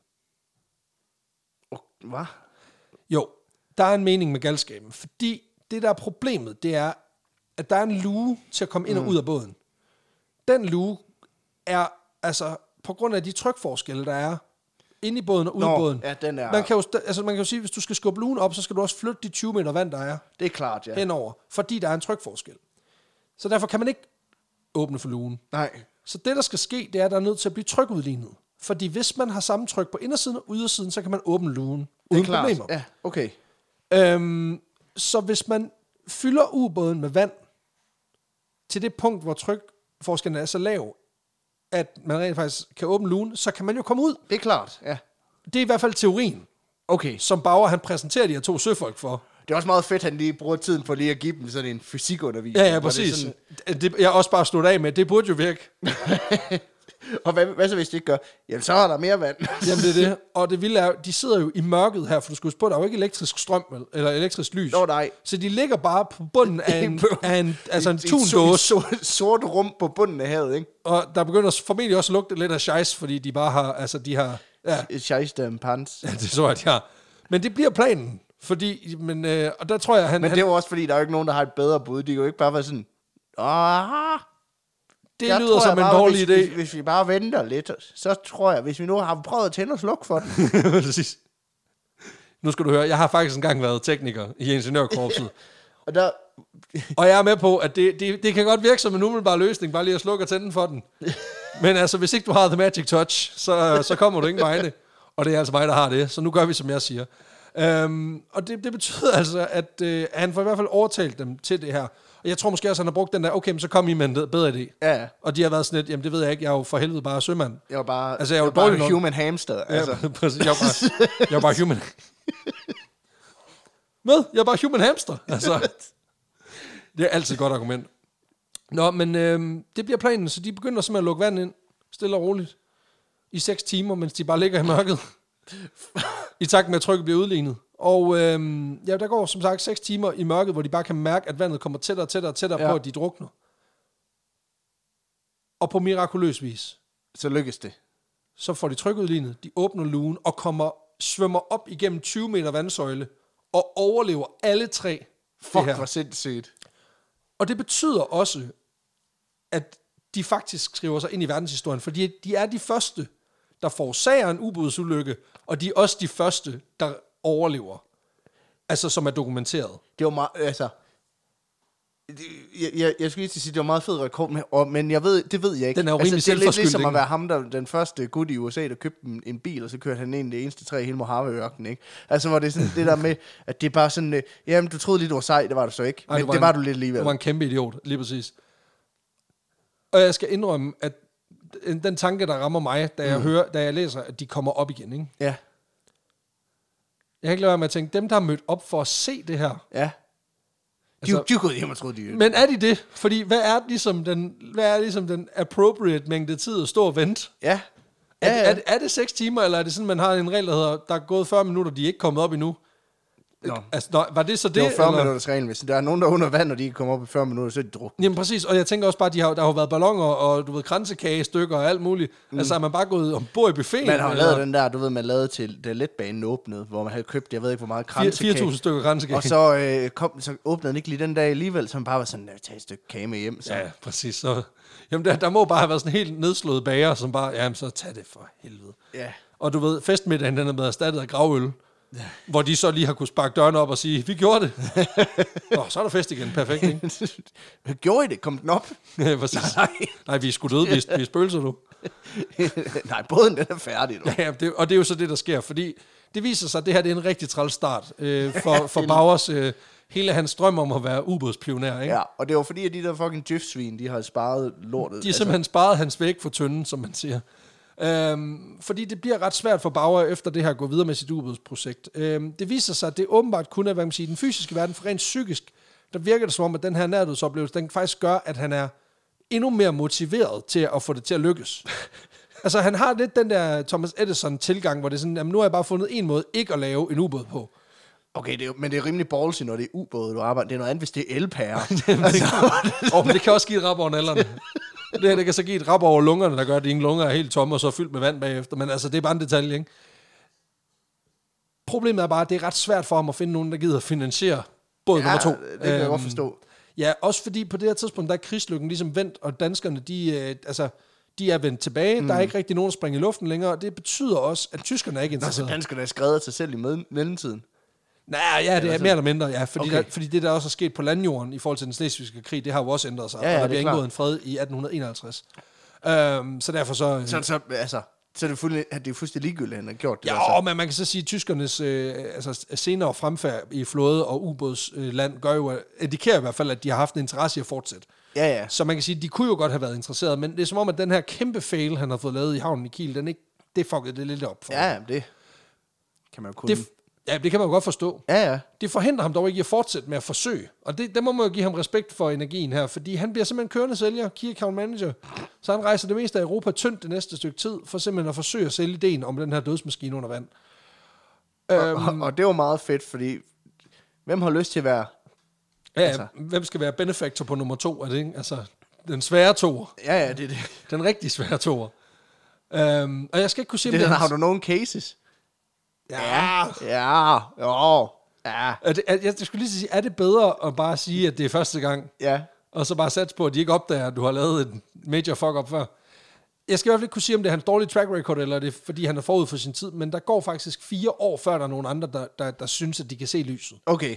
Speaker 1: Oh, hvad?
Speaker 2: Jo, der er en mening med galskaben, fordi det, der er problemet, det er, at der er en luge til at komme ind og ud af båden. Den luge er, altså, på grund af de trykforskelle, der er inde i båden og ude
Speaker 1: Nå,
Speaker 2: af båden.
Speaker 1: ja, den er...
Speaker 2: Man kan, jo, sta- altså, man kan jo sige, hvis du skal skubbe lugen op, så skal du også flytte de tyve meter vand, der er
Speaker 1: Det er klart, ja.
Speaker 2: henover, fordi der er en trykforskel. Så derfor kan man ikke åbne for lugen.
Speaker 1: Nej.
Speaker 2: Så det, der skal ske, det er, at der er nødt til at blive trykudlignet. Fordi hvis man har samme tryk på indersiden og ydersiden, så kan man åbne lugen
Speaker 1: Det
Speaker 2: uden
Speaker 1: er klart.
Speaker 2: problemer.
Speaker 1: Ja, okay.
Speaker 2: Øhm, så hvis man fylder ubåden med vand til det punkt, hvor trykforskellen er så lav, at man rent faktisk kan åbne lugen, så kan man jo komme ud.
Speaker 1: Det er klart, ja.
Speaker 2: Det er i hvert fald teorien,
Speaker 1: Okay.
Speaker 2: som Bauer han præsenterer de her to søfolk for.
Speaker 1: Det er også meget fedt, at han lige bruger tiden for lige at give dem sådan en fysikundervisning.
Speaker 2: Ja, ja,
Speaker 1: hvor det er
Speaker 2: præcis.
Speaker 1: sådan-
Speaker 2: Det, jeg er også bare sluttet af med, det burde jo virke.
Speaker 1: Og hvad, hvad så, hvis det ikke gør? Jamen, så er der mere vand.
Speaker 2: Jamen det er det. Og det vilde er, de sidder jo i mørket her, for du skal huske på, der er jo ikke elektrisk strøm, vel, eller elektrisk lys.
Speaker 1: Nå, nej.
Speaker 2: Så de ligger bare på bunden af en, af en, altså en
Speaker 1: Et- et
Speaker 2: tundåse,
Speaker 1: sort, sort rum på bunden af havet, ikke?
Speaker 2: og der begynder formentlig også at lugte lidt af scheisse, fordi de bare har, altså de har, ja,
Speaker 1: Et scheisse pants.
Speaker 2: ja det så jeg, de har. Men det bliver planen, fordi, men, øh, og der tror jeg, han,
Speaker 1: Men
Speaker 2: han
Speaker 1: det er jo også, fordi der er jo ikke nogen, der har et bedre bud. De kan jo ikke bare være sådan... Ah,
Speaker 2: det
Speaker 1: jeg
Speaker 2: lyder
Speaker 1: tror,
Speaker 2: som
Speaker 1: jeg
Speaker 2: en
Speaker 1: bare,
Speaker 2: dårlig
Speaker 1: hvis,
Speaker 2: idé.
Speaker 1: Hvis, hvis vi bare venter lidt, så tror jeg, hvis vi nu har prøvet at tænde og slukke for den.
Speaker 2: Præcis. Nu skal du høre, jeg har faktisk engang været tekniker i ingeniørkorpset,
Speaker 1: Og der...
Speaker 2: og jeg er med på, at det, det, det kan godt virke som en umiddelbar løsning, bare lige at slukke og tænde for den. Men altså, hvis ikke du har the magic touch, så, så kommer du ingen vegne. Og det er altså mig, der har det, så nu gør vi, som jeg siger. Um, og det, det betyder altså, at uh, han får i hvert fald overtalt dem til det her. Og jeg tror måske også, at han har brugt den der, okay, men så kom I med en bedre idé.
Speaker 1: Ja, ja.
Speaker 2: Og de har været sådan lidt, jamen det ved jeg ikke, jeg er jo for helvede bare sømand.
Speaker 1: Jeg var bare,
Speaker 2: Altså, jeg er jo
Speaker 1: jeg var
Speaker 2: dårlig
Speaker 1: bare
Speaker 2: nok.
Speaker 1: human hamster. Altså.
Speaker 2: Ja, præcis. Jeg er bare, jeg er bare human. Hvad? Jeg er bare human hamster. Altså, det er altid et godt argument. Nå, men øhm, det bliver planen, så de begynder simpelthen at lukke vand ind, stille og roligt, i seks timer, mens de bare ligger i mørket, i takt med, at trykket bliver udlignet. Og øhm, ja, der går som sagt seks timer i mørket, hvor de bare kan mærke, at vandet kommer tættere og tættere og tættere
Speaker 1: Ja.
Speaker 2: på, at de drukner. Og på mirakuløs vis,
Speaker 1: Så lykkes det.
Speaker 2: så får de trykudlignet, de åbner lugen og kommer, svømmer op igennem tyve meter vandsøjle og overlever alle tre.
Speaker 1: Fuck,
Speaker 2: her.
Speaker 1: hvor sindssygt.
Speaker 2: Og det betyder også, at de faktisk skriver sig ind i verdenshistorien, fordi de er de første, der forårsager en ubådsulykke, og de er også de første, der overlever. Altså, som er dokumenteret.
Speaker 1: Det var meget, altså... det- Jeg, jeg, jeg skulle lige til at sige, det var meget fed rekord, men, og, men jeg ved, det ved jeg ikke.
Speaker 2: Den er jo
Speaker 1: altså,
Speaker 2: rimelig
Speaker 1: det er lidt
Speaker 2: selvforskyldt,
Speaker 1: ligesom at
Speaker 2: ikke?
Speaker 1: være ham, der den første gut i U S A, der købte en, en bil, og så kørte han ind i det eneste træ i hele Mojave-ørkenen, ikke? Altså, hvor det er sådan det der med, at det er bare sådan, øh, jamen, du troede lige, du var sej, det var du så ikke.
Speaker 2: Ej,
Speaker 1: Men
Speaker 2: du var
Speaker 1: det
Speaker 2: en-
Speaker 1: var du lidt alligevel.
Speaker 2: Du var en kæmpe idiot, lige præcis. Og jeg skal indrømme, at den, den tanke, der rammer mig, da jeg, mm. hører, da jeg læser, at de kommer op igen, ikke?
Speaker 1: Ja.
Speaker 2: Jeg kan ikke lade være med at tænke, dem, der har mødt op for at se det her.
Speaker 1: Ja. De, altså, de er gået hjem og troede, de...
Speaker 2: Men er de det? Fordi hvad er ligesom den, hvad er ligesom den appropriate mængde tid at stå og vente?
Speaker 1: Ja.
Speaker 2: Er,
Speaker 1: ja, ja.
Speaker 2: er, er det seks timer, eller er det sådan, man har en regel, der hedder, der er gået fyrre minutter, de er ikke kommet op endnu?
Speaker 1: Nå.
Speaker 2: Altså, nå, var det så det?
Speaker 1: Det var fyrre
Speaker 2: eller?
Speaker 1: minutters regel. Hvis der er nogen, der er under vand, og de ikke kommer op i fyrre minutter, så er de druknet.
Speaker 2: Jamen præcis, og jeg tænker også bare, de har, der har jo været balloner, og du ved, kransekagestykker og alt muligt. Mm. Altså, er man bare gået ombord i buffeten?
Speaker 1: Man har jo
Speaker 2: eller?
Speaker 1: lavet den der, du ved, man lavede til, da letbanen åbnede, hvor man havde købt, jeg ved ikke, hvor meget kransekage.
Speaker 2: fire tusind stykker kransekage.
Speaker 1: Og så, øh, kom, så åbnede den ikke lige den dag alligevel, så man bare var sådan, jeg vil tage et stykke kage med hjem. Så.
Speaker 2: Ja, præcis. Så, jamen, der, der må bare have været sådan en helt nedslået bager, som bare, jamen, så tag det for helvede.
Speaker 1: Ja.
Speaker 2: Og du ved, festmiddagen, den er blevet erstattet af gravøl. Ja. Hvor de så lige har kunne sparke dørene op og sige, vi gjorde det. Nå, så er der fest igen. Perfekt, ikke?
Speaker 1: Gjorde I det? Kom den op?
Speaker 2: Ja, præcis. Nej. Nej, vi er sgu døde. Vi er, vi er spøgelser nu.
Speaker 1: Nej, båden den er færdig nu.
Speaker 2: Ja, det, og det er jo så det, der sker. Fordi det viser sig, at det her det er en rigtig træls start øh, for, for Bowers. Øh, hele hans drøm om at være ubådspioner, ikke?
Speaker 1: Ja, og det var fordi, at de der fucking djøfsvin, de har sparet lortet.
Speaker 2: De har simpelthen altså sparet hans væg for tynden, som man siger. Øhm, fordi det bliver ret svært for Bauer efter det her at gå videre med sit ubådsprojekt. Øhm, det viser sig, at det åbenbart kun er, hvad man siger, den fysiske verden, for rent psykisk, der virker det som om, at den her nærdødsoplevelse, den faktisk gør, at han er endnu mere motiveret til at få det til at lykkes. Altså, han har lidt den der Thomas Edison-tilgang, hvor det er sådan, jamen, nu har jeg bare fundet en måde ikke at lave en ubåd på.
Speaker 1: Okay, det er, men det er rimelig ballsy, når det er ubåde, du arbejder. Det er noget andet, hvis det er elpærer.
Speaker 2: altså, oh, men det kan også give et rap over nallerne. Det her, det kan så give et rap over lungerne, der gør, at dine lunger er helt tomme, og så er fyldt med vand bagefter. Men altså, det er bare en detalje, ikke? Problemet er bare, at det er ret svært for ham at finde nogen, der gider at finansiere båd
Speaker 1: ja,
Speaker 2: nummer to.
Speaker 1: det kan jeg godt forstå.
Speaker 2: Ja, også fordi på det her tidspunkt, der er krigslykken ligesom vendt, og danskerne, de, øh, altså, de er vendt tilbage. Mm. Der er ikke rigtig nogen, der springer i luften længere, og det betyder også, at tyskerne er ikke interesserede.
Speaker 1: Nå, så danskerne er skrevet sig selv i med- mellemtiden?
Speaker 2: Nej, ja, det er mere eller mindre, ja. Fordi, okay. der, fordi det, der også er sket på landjorden i forhold til den slesvigske krig, det har jo også ændret sig. Ja, ja, og der bliver indgået en fred i atten enoghalvtreds. Øhm, så derfor så...
Speaker 1: Så, så, altså, så er det, fuldstændig, det er fuldstændig ligegyldigt, at han har gjort det.
Speaker 2: Ja,
Speaker 1: altså.
Speaker 2: men man kan så sige, at tyskernes øh, altså, senere fremfærd i flåde og ubådsland øh, gør jo, indikerer i hvert fald, at de har haft en interesse i at fortsætte.
Speaker 1: Ja, ja.
Speaker 2: Så man kan sige, at de kunne jo godt have været interesseret, men det er som om, at den her kæmpe fail, han har fået lavet i havnen i Kiel, den ikke, det fuckede det lidt op for.
Speaker 1: Ja, det kan man jo kunne.
Speaker 2: Det, ja, det kan man jo godt forstå.
Speaker 1: Ja, ja. Det
Speaker 2: forhindrer ham dog ikke i at fortsætte med at forsøge. Og det, der må man jo give ham respekt for energien her, fordi han bliver simpelthen kørende sælger, key account manager. Så han rejser det meste af Europa tyndt det næste stykke tid, for simpelthen at forsøge at sælge ideen om den her dødsmaskine under vand.
Speaker 1: Og, øhm, og, og det var meget fedt, fordi hvem har lyst til at være...
Speaker 2: Ja, altså. Hvem skal være benefactor på nummer to? Er det ikke? Altså, den svære toer.
Speaker 1: Ja, ja, det er det.
Speaker 2: Den rigtig svære toer. Øhm, og jeg skal ikke kunne sige...
Speaker 1: Det, det har du nogle cases?
Speaker 2: Ja.
Speaker 1: Ja. Jo. Ja.
Speaker 2: Er det, er, jeg skulle lige sige, er det bedre at bare sige, at det er første gang?
Speaker 1: Ja.
Speaker 2: Og så bare satse på, at de ikke opdager, at du har lavet en major fuck-up før. Jeg skal i hvert fald ikke kunne sige, om det er hans dårlige track record, eller er det fordi han er forud for sin tid, men der går faktisk fire år, før der er nogen andre, der, der, der synes, at de kan se lyset.
Speaker 1: Okay.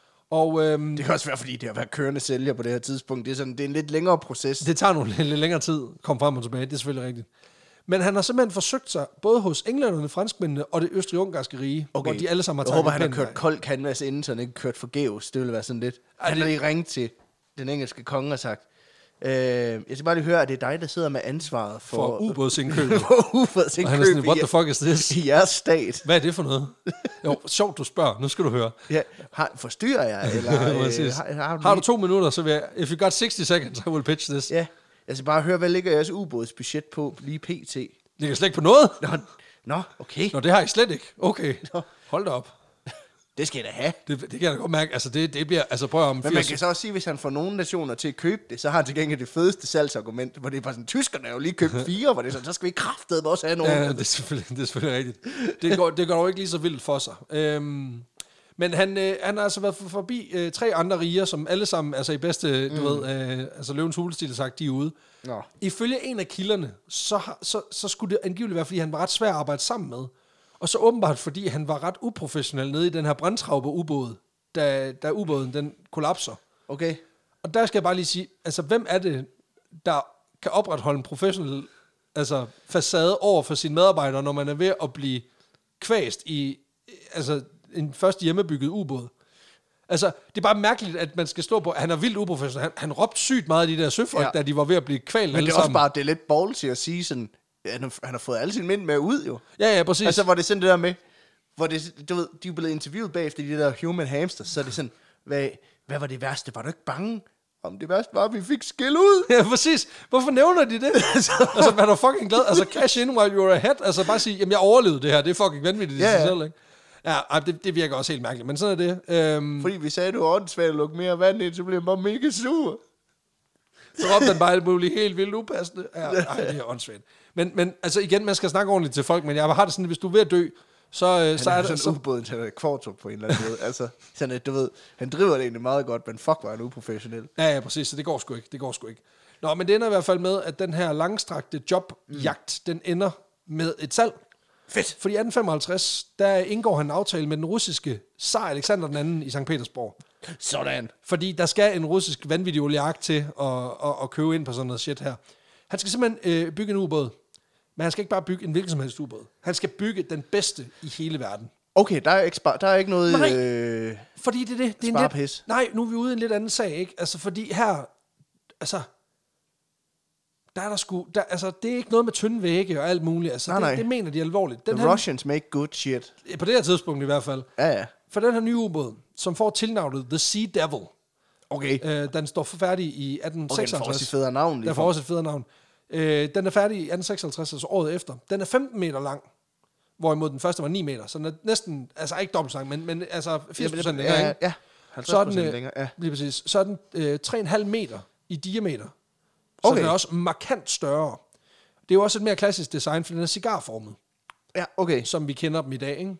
Speaker 2: Og, øhm,
Speaker 1: det kan også være, fordi det har været kørende sælger på det her tidspunkt. Det er, sådan, det er en lidt længere proces.
Speaker 2: Det tager nogle lidt længere tid at komme frem og tilbage, det er selvfølgelig rigtigt. Men han har simpelthen forsøgt sig, både hos englænderne, franskmændene og det østrig-ungarske rige, okay. hvor de alle sammen har taget.
Speaker 1: Jeg håber, han har kørt kold canvas inden, så han ikke kørt forgæves. Det ville være sådan lidt. Ej, han har lige ringet til den engelske konge og sagt, øh, jeg skal bare lige høre, at det er dig, der sidder med ansvaret for...
Speaker 2: For ubådsindkøb.
Speaker 1: for ubådsindkøb.
Speaker 2: Og han er sådan, what the fuck is this?
Speaker 1: I jeres stat.
Speaker 2: Hvad er det for noget? Jo, sjovt, du spørger. Nu skal du høre.
Speaker 1: Ja, har, forstyrrer jeg? Eller, øh,
Speaker 2: har, har, du, har du to minutter, så vil jeg... If you got sixty seconds, I will pitch this.
Speaker 1: Ja, jeg skal bare høre, hvad ligger jeres ubådsbudget på lige pt?
Speaker 2: Ligger slet ikke på noget?
Speaker 1: Nå, nå, okay.
Speaker 2: Nå, det har I slet ikke. Okay, nå. Hold da op.
Speaker 1: Det skal jeg da have.
Speaker 2: Det, det kan jeg da godt mærke. Altså, det, det bliver... Altså, prøv om
Speaker 1: Men man kan så også sige, hvis han får nogle nationer til at købe det, så har han til gengæld det fedeste salgsargument, hvor det er bare sådan, tyskerne har jo lige købt fire, hvor det er sådan, så skal vi kraftedeme også have nogen.
Speaker 2: Ja, det er selvfølgelig, det er selvfølgelig rigtigt. Det går, det går jo ikke lige så vildt for sig. Øhm, men han, øh, han har altså været forbi øh, tre andre riger, som alle sammen, altså i bedste, mm. du ved, øh, altså Løvens Hulestil sagt, de er ude.
Speaker 1: Nå.
Speaker 2: Ifølge en af kilderne, så, så, så skulle det angiveligt være, fordi han var ret svær at arbejde sammen med. Og så åbenbart, fordi han var ret uprofessionel nede i den her brandtrauber-ubåd, da, da ubåden den kollapser.
Speaker 1: Okay.
Speaker 2: Og der skal jeg bare lige sige, altså hvem er det, der kan opretholde en professionel altså, facade over for sine medarbejdere, når man er ved at blive kvæst i altså, en først hjemmebygget ubåd? Altså, det er bare mærkeligt, at man skal stå på... Han er vildt uprofessionel. Han, han råbte sygt meget af de der søfolk, ja. Da de var ved at blive kvalt.
Speaker 1: Men det er også bare, det er lidt ballsy at sige sådan... Han har, han har fået alle sine mænd med ud, jo.
Speaker 2: Ja, ja, præcis.
Speaker 1: Altså, var det sådan det der med... hvor det, du ved, de er blevet interviewet bagefter de der human hamsters, så er det sådan, hvad, hvad var det værste? Var du ikke bange? Om det værste var, at vi fik skæld ud.
Speaker 2: Ja, præcis. Hvorfor nævner de det? altså, vær du fucking glad. Altså, cash in while you're ahead. Altså, bare sige, jamen, jeg overlevede det her. Det er fucking vanvittigt i
Speaker 1: ja,
Speaker 2: sig
Speaker 1: ja.
Speaker 2: selv, ikke? Ja, det, det virker også helt mærkeligt, men sådan er det. Øhm,
Speaker 1: Fordi vi sagde, at du var åndssvagt at lukke mere vand ind, så blev jeg bare mega sur.
Speaker 2: Så råbte den bare alt muligt helt vildt upassende. Ja, ej, det er åndssvagt. Men, men altså igen, man skal snakke ordentligt til folk, men jeg har det sådan, at hvis du er ved at dø, så, øh, så
Speaker 1: er
Speaker 2: er
Speaker 1: det
Speaker 2: det...
Speaker 1: sådan en ubåd til Kvartrup på en eller anden måde. Altså, sådan at, du ved, han driver det egentlig meget godt, men fuck, var han uprofessionel.
Speaker 2: Ja, ja, præcis, så det går sgu ikke, det går sgu ikke. Nå, men det ender i hvert fald med, at den her langstrakte jobjagt, mm. den ender med et salg.
Speaker 1: Fedt.
Speaker 2: Fordi i atten femoghalvtreds, der indgår han en aftale med den russiske zar Alexander den anden i Sankt Petersborg.
Speaker 1: Sådan.
Speaker 2: Fordi der skal en russisk vanvittig oligark til at, at, at købe ind på sådan noget shit her. Han skal simpelthen øh, bygge en ubåd. Men han skal ikke bare bygge en hvilken som helst ubåd. Han skal bygge den bedste i hele verden.
Speaker 1: Okay, der er ikke, spar- der er ikke noget...
Speaker 2: Nej,
Speaker 1: øh,
Speaker 2: fordi det er det. det er en
Speaker 1: sparepis.
Speaker 2: lidt, nej, nu er vi ude i en lidt anden sag, ikke? Altså, fordi her... Altså... Der er der sgu... Der, altså, det er ikke noget med tynde vægge og alt muligt. Altså,
Speaker 1: nej,
Speaker 2: det,
Speaker 1: nej.
Speaker 2: det mener de alvorligt. Den
Speaker 1: The
Speaker 2: her,
Speaker 1: Russians make good shit.
Speaker 2: på det her tidspunkt i hvert fald.
Speaker 1: Ja, ja.
Speaker 2: For den her nye ubåd, som får tilnavnet The Sea Devil...
Speaker 1: Okay.
Speaker 2: Øh, den står færdig i atten seksoghalvtreds.
Speaker 1: Okay, den får også et federe navn.
Speaker 2: Den får også et federe navn. Øh, den er færdig i atten seksoghalvtreds, altså året efter. Den er femten meter lang, hvorimod den første var ni meter. Så den er næsten, altså ikke dobbelt så lang, men, men altså firs procent længere,
Speaker 1: ja,
Speaker 2: ikke?
Speaker 1: ja, halvtreds procent længere, ja.
Speaker 2: Lige præcis. Så er den øh, tre komma fem meter i diameter. Så
Speaker 1: okay.
Speaker 2: den er også markant større. Det er jo også et mere klassisk design, for den er cigarformet.
Speaker 1: Ja, okay.
Speaker 2: Som vi kender dem i dag, ikke?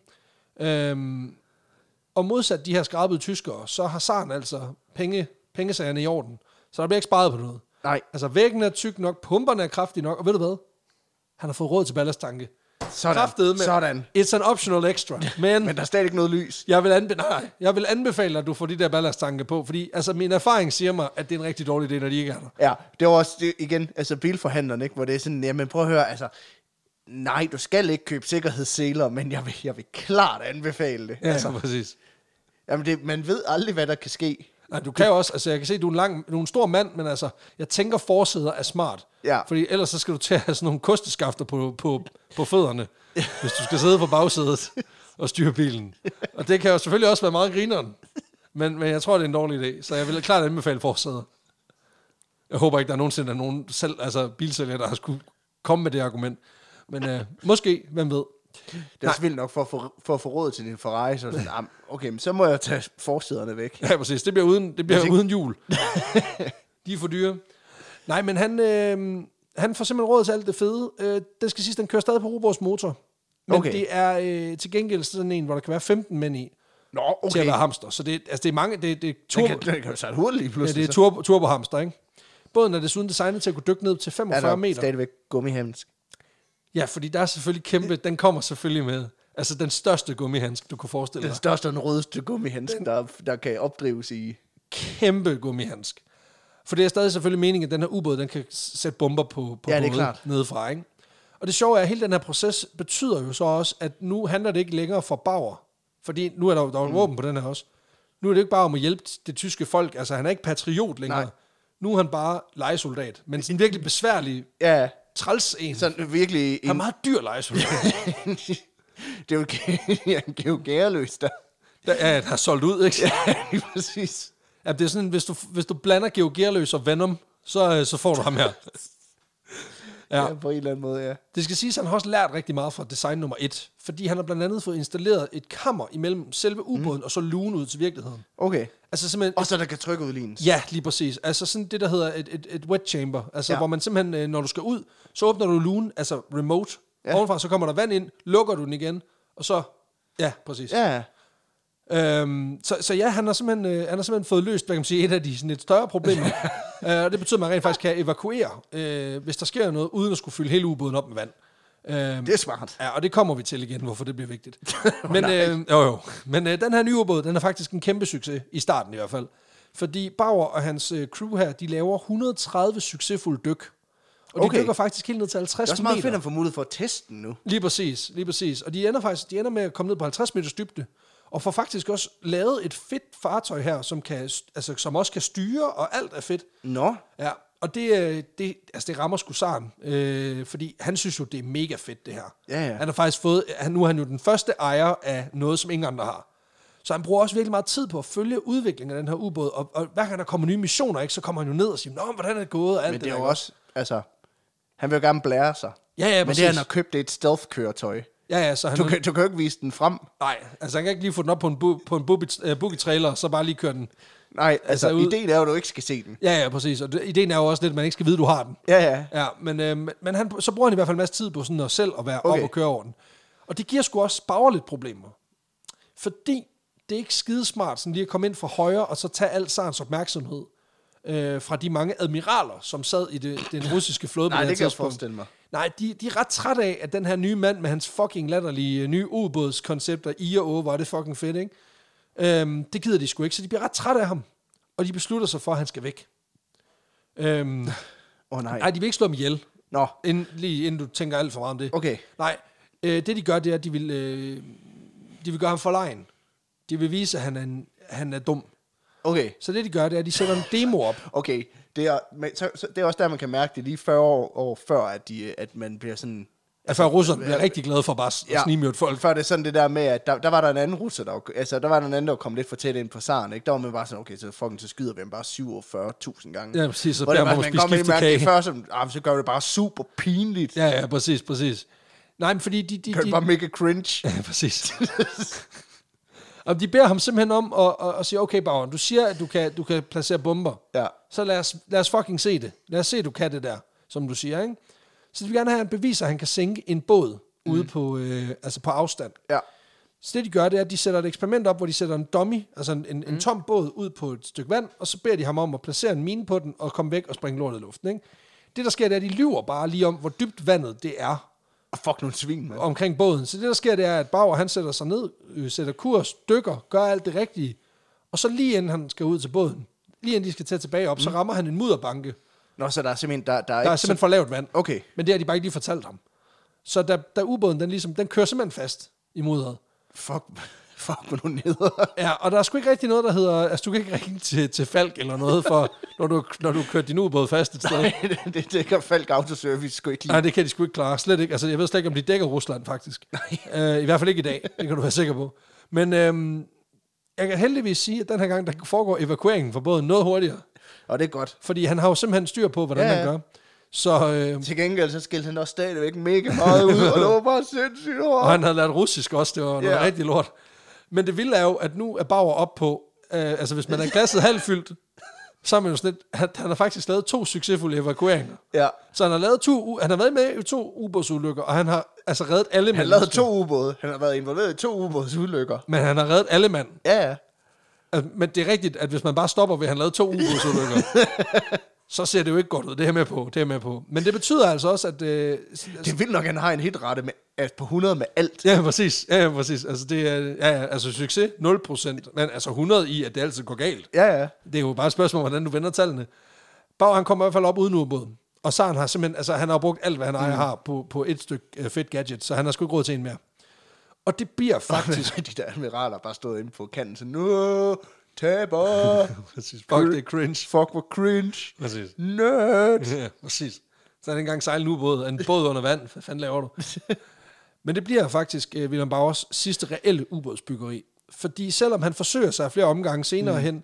Speaker 2: Øhm, og modsat de her skrabede tyskere, så har zaren altså penge, pengesagerne i orden. Så der bliver ikke sparet på noget.
Speaker 1: Nej.
Speaker 2: Altså væggen er tyk nok, pumperne er kraftige nok, og ved du hvad? Han har fået råd til ballasttanke.
Speaker 1: Sådan.
Speaker 2: Med,
Speaker 1: Sådan.
Speaker 2: It's an optional extra. Men,
Speaker 1: men der er stadig ikke noget lys.
Speaker 2: Jeg vil, anbe- nej, jeg vil anbefale dig, at du får de der ballasttanke på, fordi altså, min erfaring siger mig, at det er en rigtig dårlig idé, når de ikke er der.
Speaker 1: Ja, det var også det, igen, altså bilforhandleren, ikke, hvor det er sådan, jamen prøv at høre, altså, nej, du skal ikke købe sikkerhedsseler, men jeg vil, jeg vil klart anbefale det.
Speaker 2: Ja,
Speaker 1: altså,
Speaker 2: præcis.
Speaker 1: Jamen, det, man ved aldrig, hvad der kan ske.
Speaker 2: Nej, du kan jo også, altså jeg kan se, at du er en, lang, du er en stor mand, men altså, jeg tænker forsæder er smart.
Speaker 1: Ja.
Speaker 2: Fordi ellers så skal du til at have sådan nogle kosteskafter på, på, på fødderne, hvis du skal sidde på bagsædet og styre bilen. Og det kan jo selvfølgelig også være meget grineren, men, men jeg tror, det er en dårlig idé, så jeg vil klart anbefale forsæder. Jeg håber ikke, der er nogensinde er nogen selv, altså bilsælger, der har skulle komme med det argument. Men øh, måske, hvem ved.
Speaker 1: Det er også vildt nok for at få, for at få råd til din Ferrari, så sådan, ah, okay, men så må jeg tage forsæderne væk.
Speaker 2: Ja, præcis. Det bliver uden, det bliver
Speaker 1: tænker...
Speaker 2: uden hjul. De er for dyre. Nej, men han, øh, han får simpelthen råd til alt det fede. Øh, den skal sige, den kører stadig på robotsmotor. Men okay. Det er øh, til gengæld sådan en, hvor der kan være femten mænd i.
Speaker 1: Nå, okay.
Speaker 2: Til at være hamster. Så det, altså, det er mange... Det, det er turbo,
Speaker 1: den kan, den kan jo sætte hurtigt lige pludselig.
Speaker 2: Ja, det er turbo, turbohamster, ikke? Båden er desuden designet til at kunne dykke ned til femogfyrre
Speaker 1: er
Speaker 2: meter.
Speaker 1: Stadigvæk gummihandsk.
Speaker 2: Ja, fordi der er selvfølgelig kæmpe... Den kommer selvfølgelig med. Altså den største gummihandsk, du kunne forestille dig.
Speaker 1: Den største og den rødeste gummihandsk, der, der kan opdrives i...
Speaker 2: Kæmpe gummihandsk. For det er stadig selvfølgelig meningen, at den her ubåd, den kan sætte bomber på, på
Speaker 1: ja, det er
Speaker 2: båden
Speaker 1: klart.
Speaker 2: Nedefra, ikke? Og det sjove er, at hele den her proces betyder jo så også, at nu handler det ikke længere for Bauer. Fordi nu er der jo der er mm. våben på den her også. Nu er det ikke bare om at hjælpe det tyske folk. Altså, han er ikke patriot længere. Nej. Nu er han bare lejesoldat. Men sådan en virkelig besværlig,
Speaker 1: ja.
Speaker 2: træls en.
Speaker 1: Sådan virkelig...
Speaker 2: Han er meget dyr lejesoldat.
Speaker 1: Det er jo en geogærløs, der...
Speaker 2: der er, har solgt ud, ikke?
Speaker 1: Ja, præcis.
Speaker 2: Ja, det er sådan, hvis du, hvis du blander geogærløs og Venom, så, så får du ham her.
Speaker 1: Ja. Ja, på en eller anden måde, ja.
Speaker 2: Det skal siges, at han har også lært rigtig meget fra design nummer et, fordi han har blandt andet fået installeret et kammer imellem selve ubåden mm. og så lugen ud til virkeligheden.
Speaker 1: Okay.
Speaker 2: Altså simpelthen...
Speaker 1: Og så der kan trykke udlignes.
Speaker 2: Ja, lige præcis. Altså sådan det, der hedder et, et, et wet chamber. Altså ja. Hvor man simpelthen, når du skal ud, så åbner du lugen, altså remote. Ja. Ovenfra, så kommer der vand ind, lukker du den igen, og så... Ja, præcis.
Speaker 1: Ja.
Speaker 2: Øhm, så, så ja, han har, simpelthen, øh, han har simpelthen fået løst, hvad kan man sige, et af de sådan lidt større problemer. øh, og det betyder, at man rent faktisk kan evakuere, øh, hvis der sker noget, uden at skulle fylde hele ubåden op med vand.
Speaker 1: Øh, det er smart.
Speaker 2: Ja, og det kommer vi til igen, hvorfor det bliver vigtigt. Men, øh, jo, jo. Men øh, den her nye ubåd, den er faktisk en kæmpe succes, i starten i hvert fald. Fordi Bauer og hans øh, crew her, de laver et hundrede og tredive succesfulde dyk. Og de okay. dykker faktisk helt ned til halvtreds meter.
Speaker 1: Det er også meget fedt at få mulighed for at teste den nu.
Speaker 2: Lige præcis, lige præcis. Og de ender faktisk de ender med at komme ned på halvtreds meters dybde. Og får faktisk også lavet et fedt fartøj her, som, kan, altså, som også kan styre, og alt er fedt.
Speaker 1: Nå.
Speaker 2: Ja, og det, øh, det, altså det rammer sgu Saren, øh, fordi han synes jo, det er mega fedt, det her.
Speaker 1: Ja, ja.
Speaker 2: Han har faktisk fået, han, nu er han jo den første ejer af noget, som ingen andre har. Så han bruger også virkelig meget tid på at følge udviklingen af den her ubåd, og, og hver gang der kommer nye missioner, ikke, så kommer han jo ned og siger, nå, hvordan er det gået? Og alt
Speaker 1: Men det er
Speaker 2: det
Speaker 1: jo
Speaker 2: der,
Speaker 1: også, altså, han vil jo gerne blære sig.
Speaker 2: Ja, ja,
Speaker 1: men
Speaker 2: præcis.
Speaker 1: det, han har købt, det er et stealth-køretøj.
Speaker 2: Ja, ja, så han...
Speaker 1: Du kan, du kan jo ikke vise den frem.
Speaker 2: Nej, altså han kan ikke lige få den op på en, bu, på en uh, boogie-trailer, så bare lige køre den.
Speaker 1: Nej, altså, altså ideen er jo, at du ikke skal se den.
Speaker 2: Ja, ja, præcis. Og det, ideen er jo også lidt, at man ikke skal vide, at du har den.
Speaker 1: Ja, ja.
Speaker 2: Ja, men, øh, men han, så bruger han i hvert fald en masse tid på sådan at selv at være okay. op og køre over den. Og det giver sgu også Bauer lidt problemer. Fordi det er ikke skidesmart sådan lige at komme ind fra højre, og så tage alt Sarens opmærksomhed øh, fra de mange admiraler, som sad i det, den russiske flåde på
Speaker 1: Nej,
Speaker 2: det,
Speaker 1: det kan
Speaker 2: tidspunkt.
Speaker 1: jeg forestille mig.
Speaker 2: Nej, de, de er ret trætte af, at den her nye mand med hans fucking latterlige nye ubådskoncepter, I og O, hvor er det fucking fedt, ikke? Øhm, det gider de sgu ikke, så de bliver ret trætte af ham. Og de beslutter sig for, at han skal væk. Øhm,
Speaker 1: oh, nej.
Speaker 2: Nej, de vil ikke slå ham ihjel.
Speaker 1: Nå.
Speaker 2: Inden, lige inden du tænker alt for meget om det.
Speaker 1: Okay.
Speaker 2: Nej, øh, det de gør, det er, at de vil, øh, de vil gøre ham forlegen. De vil vise, at han er, en, han er dum.
Speaker 1: Okay.
Speaker 2: Så det de gør, det er, at de sætter en demo op.
Speaker 1: Okay, det er, men, så, så, det er også der, man kan mærke det lige fyrre år, år før, at, de, at man bliver sådan...
Speaker 2: Altså, før russerne bliver rigtig glade for bare at ja, snimjødt folk.
Speaker 1: Før det er sådan det der med, at der, der var der en anden russer, der var, altså der var der en anden, der kom lidt for tæt ind på Saren, ikke? Der var man bare sådan, okay, så fucking så skyder vi ham bare syvogfyrre tusind gange.
Speaker 2: Ja, præcis, så
Speaker 1: bliver
Speaker 2: man måske skifte kage.
Speaker 1: Før, så, ah, så gør vi det bare super pinligt.
Speaker 2: Ja, ja, præcis, præcis. Nej, men fordi de... de,
Speaker 1: kan
Speaker 2: de,
Speaker 1: det bare mega cringe.
Speaker 2: Ja, præcis. Og de beder ham simpelthen om at, at, at sige, okay, Bauer, du siger, at du kan, du kan placere bomber.
Speaker 1: Ja.
Speaker 2: Så lad os, lad os fucking se det. Lad os se, at du kan det der, som du siger, ikke? Så de vil gerne have en bevis, at han kan sænke en båd mm. ude på, øh, altså på afstand.
Speaker 1: Ja.
Speaker 2: Så det, de gør, det er, at de sætter et eksperiment op, hvor de sætter en dummy, altså en, en, mm. en tom båd, ud på et stykke vand, og så beder de ham om at placere en mine på den, og komme væk og springe lortet i luften, ikke? Det, der sker, det er, at de lyver bare lige om, hvor dybt vandet det er.
Speaker 1: Og fuck nogle svin, man.
Speaker 2: Omkring båden. Så det, der sker, det er, at Bauer, han sætter sig ned, øh, sætter kurs, dykker, gør alt det rigtige, og så lige inden han skal ud til båden, lige inden de skal tage tilbage op, mm. så rammer han en mudderbanke.
Speaker 1: Nå, så der er simpelthen... Der, der er,
Speaker 2: der er simpelthen for lavt vand.
Speaker 1: Okay.
Speaker 2: Men det har de bare ikke lige fortalt ham. Så da, da ubåden, den, ligesom, den kører simpelthen fast i mudderet.
Speaker 1: Fuck, fuck med nogle neder.
Speaker 2: Ja, og der er sgu ikke rigtig noget, der hedder... Altså, du kan ikke ringe til, til Falk eller noget, for, når, du, når du kører din ubåd fast et sted.
Speaker 1: Nej, det, det, det kan Falk Autoservice sgu ikke lide.
Speaker 2: Nej, det kan de sgu ikke klare. Slet ikke. Altså, jeg ved slet ikke, om de dækker Rusland, faktisk. Uh, I hvert fald ikke i dag. Det kan du være sikker på. Men øhm, jeg kan heldigvis sige, at den her gang, der foregår evakueringen for båden noget hurtigere.
Speaker 1: Og det er godt.
Speaker 2: Fordi han har jo simpelthen styr på, hvordan ja, ja. han gør. Så, øh,
Speaker 1: til gengæld så skældte han også stadigvæk mega meget ud, og det var bare sindssygt hårdt.
Speaker 2: Og han havde lært russisk også, det var noget yeah. rigtig lort. Men det vilde er jo, at nu er Bauer op på, øh, altså hvis man er glasset halvfyldt, så er man jo sådan lidt, han, han har faktisk lavet to succesfulde evakueringer.
Speaker 1: Ja.
Speaker 2: Så han har lavet to, han har været med i to ubådsulykker, og han har altså reddet alle mænd.
Speaker 1: Han har lavet to ubåde, han har været involveret i to ubådsulykker.
Speaker 2: Men han har reddet alle mand.
Speaker 1: Ja, ja.
Speaker 2: Altså, men det er rigtigt, at hvis man bare stopper ved, at han lavede to ubådsulykker, så ser det jo ikke godt ud. Det er med på, det er med på. Men det betyder altså også, at... Øh,
Speaker 1: det vil nok, at han har en hitrate med, altså på hundrede med alt.
Speaker 2: Ja, præcis. Ja, ja, præcis. Altså, det er, ja, ja, altså succes, nul procent. Men altså hundrede i, at det altid går galt.
Speaker 1: Ja, ja.
Speaker 2: Det er jo bare et spørgsmål, hvordan du vender tallene. Bauer, han kommer i hvert fald op uden ubåden. Og Saren har simpelthen... Altså, han har brugt alt, hvad han ejer mm. har på, på et stykke uh, fedt gadget, så han har sgu ikke råd til en mere. Og det bliver faktisk...
Speaker 1: de der admiraler bare stået inde på kanten, så nu... Taber.
Speaker 2: Præcis. Fuck, det er cringe.
Speaker 1: Fuck, hvor cringe.
Speaker 2: Præcis.
Speaker 1: Nerd.
Speaker 2: Ja, præcis. Så er det engang sejle en ubåd. En båd under vand. Hvad fanden laver du? Men det bliver faktisk uh, Wilhelm Bauers sidste reelle ubådsbyggeri. Fordi selvom han forsøger sig flere omgange senere mm. hen,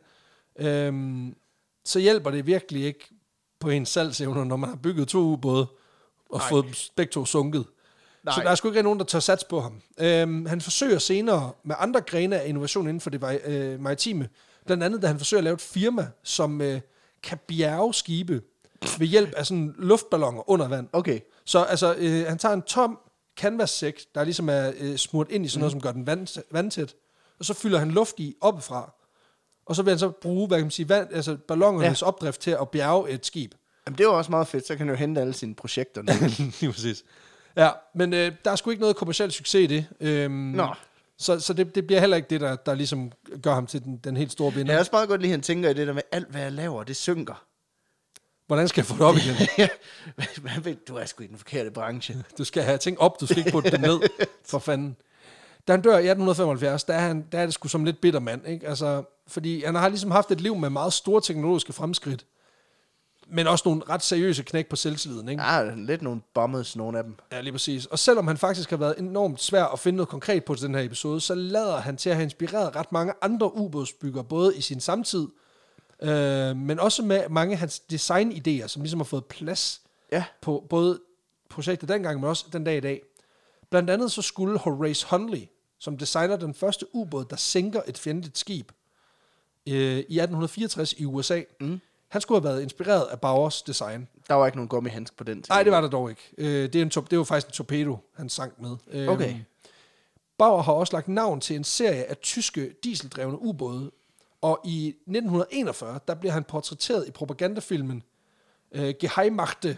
Speaker 2: øhm, så hjælper det virkelig ikke på ens salgsevner, når man har bygget to ubåde og Ej. fået begge to sunket. Nej. Så der er sgu ikke nogen, der tør satse på ham. Øhm, han forsøger senere med andre grene af innovation inden for det øh, maritime. Blandt andet, da han forsøger at lave et firma, som øh, kan bjerge skibe ved hjælp af sådan luftballoner under vand.
Speaker 1: Okay.
Speaker 2: Så altså, øh, han tager en tom canvas-sæk, der ligesom er øh, smurt ind i sådan noget, mm. som gør den vand, vandtæt. Og så fylder han luft i oppefra. Og så vil han så bruge, hvad kan man sige, vand, altså ballonernes ja. opdrift til at bjerge et skib.
Speaker 1: Jamen, det var også meget fedt, så kan han jo hente alle sine projekter.
Speaker 2: Lige præcis. Ja, men øh, der er sgu ikke noget kommerciel succes i det. Øhm,
Speaker 1: Nå.
Speaker 2: Så, så det, det bliver heller ikke det, der, der ligesom gør ham til den, den helt store vinder.
Speaker 1: Jeg er også meget godt lige, han tænker i det der med, alt hvad jeg laver, det synker.
Speaker 2: Hvordan skal jeg få det op igen?
Speaker 1: Hvad ved du, er sgu i den forkerte branche.
Speaker 2: Du skal have ting op, du skal ikke putte det ned, for fanden. Da han dør i atten femoghalvfjerds, der er, han, der er det sgu som lidt bitter mand, ikke? Altså, fordi han har ligesom haft et liv med meget store teknologiske fremskridt. men også nogle ret seriøse knæk på selvtilliden, ikke?
Speaker 1: Ja, lidt nogle bombes, nogle af dem.
Speaker 2: Ja, lige præcis. Og selvom han faktisk har været enormt svær at finde noget konkret på til den her episode, så lader han til at have inspireret ret mange andre ubådsbyggere, både i sin samtid, øh, men også med mange af hans designidéer, som ligesom har fået plads
Speaker 1: ja.
Speaker 2: på både projektet dengang, men også den dag i dag. Blandt andet så skulle Horace Hunley, som designer den første ubåd, der sænker et fjendtligt skib øh, i atten fireogtres i U S A, mm. han skulle have været inspireret af Bauers design.
Speaker 1: Der var ikke nogen gummihandsk på den tid.
Speaker 2: Nej, det var der dog ikke. Øh, det, er en to- det var faktisk en torpedo, han sank med. Øh,
Speaker 1: okay.
Speaker 2: Bauer har også lagt navn til en serie af tyske dieseldrevne ubåde, og i nitten enogfyrre, der bliver han portrætteret i propagandafilmen øh, Geheimmachte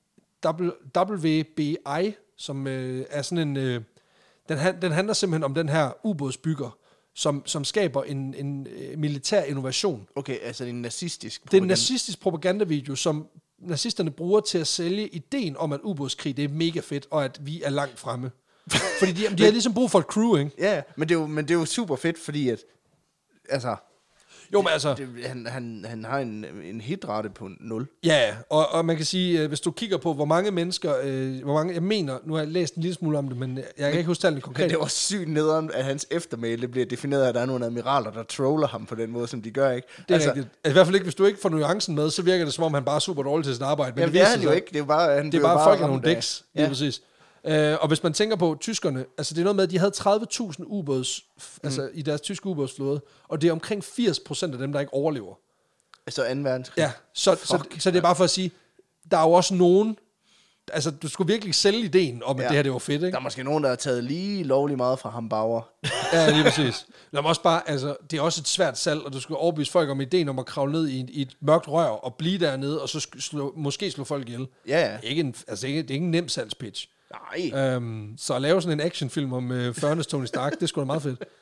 Speaker 2: W B I, som øh, er sådan en... Øh, den, den handler simpelthen om den her ubådsbygger, som, som skaber en, en øh, militær innovation.
Speaker 1: Okay, altså en nazistisk
Speaker 2: propaganda. Det er en nazistisk propagandavideo, som nazisterne bruger til at sælge ideen om, at ubådskrig det er mega fedt, og at vi er langt fremme. Fordi de, de har ligesom brug for et crew, ikke?
Speaker 1: Ja, men det er jo, men det er jo super fedt, fordi at... Altså...
Speaker 2: Jo, men altså...
Speaker 1: Det, han, han, han har en, en hitrate på nul.
Speaker 2: Ja, og, og man kan sige, hvis du kigger på, hvor mange mennesker... Øh, hvor mange, jeg mener, nu har jeg læst en lille smule om det, men jeg kan men, ikke huske tallene konkret.
Speaker 1: Men det var sygt nederen, at hans eftermæle bliver defineret af, at der er nogle admiraler, der troller ham på den måde, som de gør, ikke?
Speaker 2: Det er altså, rigtigt. Altså, i hvert fald ikke, hvis du ikke får nuancen med, så virker det, som om han bare er super dårlig til sit arbejde. Men
Speaker 1: jamen,
Speaker 2: det,
Speaker 1: det er han jo ikke. Det er bare, han
Speaker 2: det er bare, bare folk af nogle dæks.
Speaker 1: Ja.
Speaker 2: Præcis. Uh, og hvis man tænker på tyskerne, altså det er noget med, at de havde tredive tusind ubåds, mm. altså i deres tyske ubådsflåde, og det er omkring firs procent af dem, der ikke overlever.
Speaker 1: Altså anden verdenskrig?
Speaker 2: Ja, så, så, så det er bare for at sige, der er jo også nogen, altså du skulle virkelig sælge ideen om, at ja. det her det var fedt, ikke?
Speaker 1: Der er måske nogen, der har taget lige lovlig meget fra ham Bauer.
Speaker 2: Ja, lige præcis. Lad mig også bare, altså, det er også et svært salg, og du skal overbevise folk om ideen om at kravle ned i et, i et mørkt rør, og blive dernede, og så slå, måske slå folk ihjel.
Speaker 1: Ja, ja.
Speaker 2: Det er ikke en, altså, det er ikke en nem salgspitch.
Speaker 1: Nej.
Speaker 2: Øhm, så at lave sådan en actionfilm om øh, fyrreernes Tony Stark, det er sgu da meget fedt.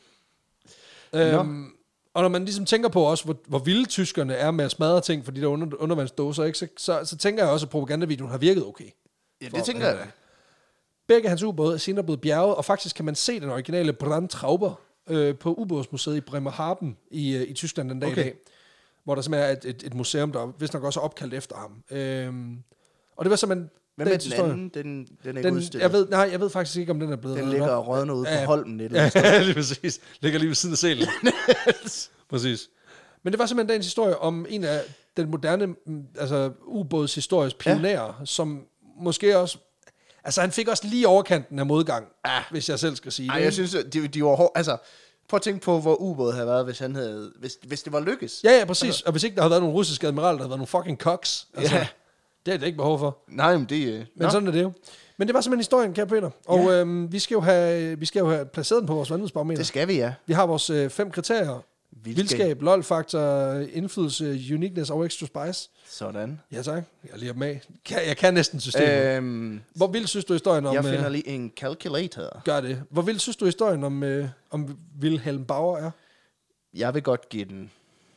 Speaker 2: øhm, og når man ligesom tænker på også, hvor, hvor vilde tyskerne er med at smadre ting for de der under, undervandsdåser, ikke? Så, så, så tænker jeg også, at propagandavideoen har virket okay.
Speaker 1: Ja, det tænker jeg da.
Speaker 2: Begge hans ubåde er senere blevet bjerget, og faktisk kan man se den originale Brandtrauber øh, på ubådsmuseet i Bremerhaven i, øh, i Tyskland den dag okay. i dag, hvor der simpelthen er et, et, et museum, der vist nok også er opkaldt efter ham. Øhm, og det var simpelthen...
Speaker 1: Hvad med den anden? Den, den er ikke udstillet.
Speaker 2: Jeg ved, nej, jeg ved faktisk ikke, om den er blevet...
Speaker 1: Den ligger og rødner ude
Speaker 2: ja,
Speaker 1: på Holmen. Et
Speaker 2: ja, ja, lige præcis. Ligger lige ved siden af sælen. Præcis. Men det var simpelthen dagens historie om en af den moderne altså, ubådshistories pionerer, ja. som måske også... Altså, han fik også lige overkanten af modgang, ja. hvis jeg selv skal sige
Speaker 1: Ej,
Speaker 2: det.
Speaker 1: jeg synes, de, de var hård... Altså, prøv at tænke på, hvor ubådet havde været, hvis han havde... Hvis, hvis det var lykkes.
Speaker 2: Ja, ja, præcis. Altså, og hvis ikke der havde været nogle russiske admiraler, der havde været nogle fucking cocks. Altså, ja. Det er det ikke behov for.
Speaker 1: Nej, men det...
Speaker 2: Men no. sådan er det jo. Men det var simpelthen historien, kære Peter. Og ja. øhm, vi, skal jo have, vi skal jo have placeret den på vores vanvidsbarometer.
Speaker 1: Det skal vi, ja.
Speaker 2: Vi har vores øh, fem kriterier. Vildskab, Vildskab lol-faktor, indflydelse, uniqueness og extra spice.
Speaker 1: Sådan.
Speaker 2: Ja, tak. Jeg lige med. Jeg kan næsten systemet. Øhm, Hvor vildt synes du historien om...
Speaker 1: Jeg finder lige en calculator.
Speaker 2: Gør det. Hvor vildt synes du historien om, øh, om Wilhelm Bauer er?
Speaker 1: Jeg vil godt give den...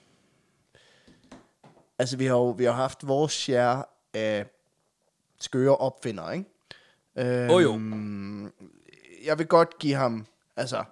Speaker 1: Altså, vi har jo vi har haft vores share af skøre opfindere, ikke? Øhm,
Speaker 2: oh, jo.
Speaker 1: Jeg vil godt give ham... Altså...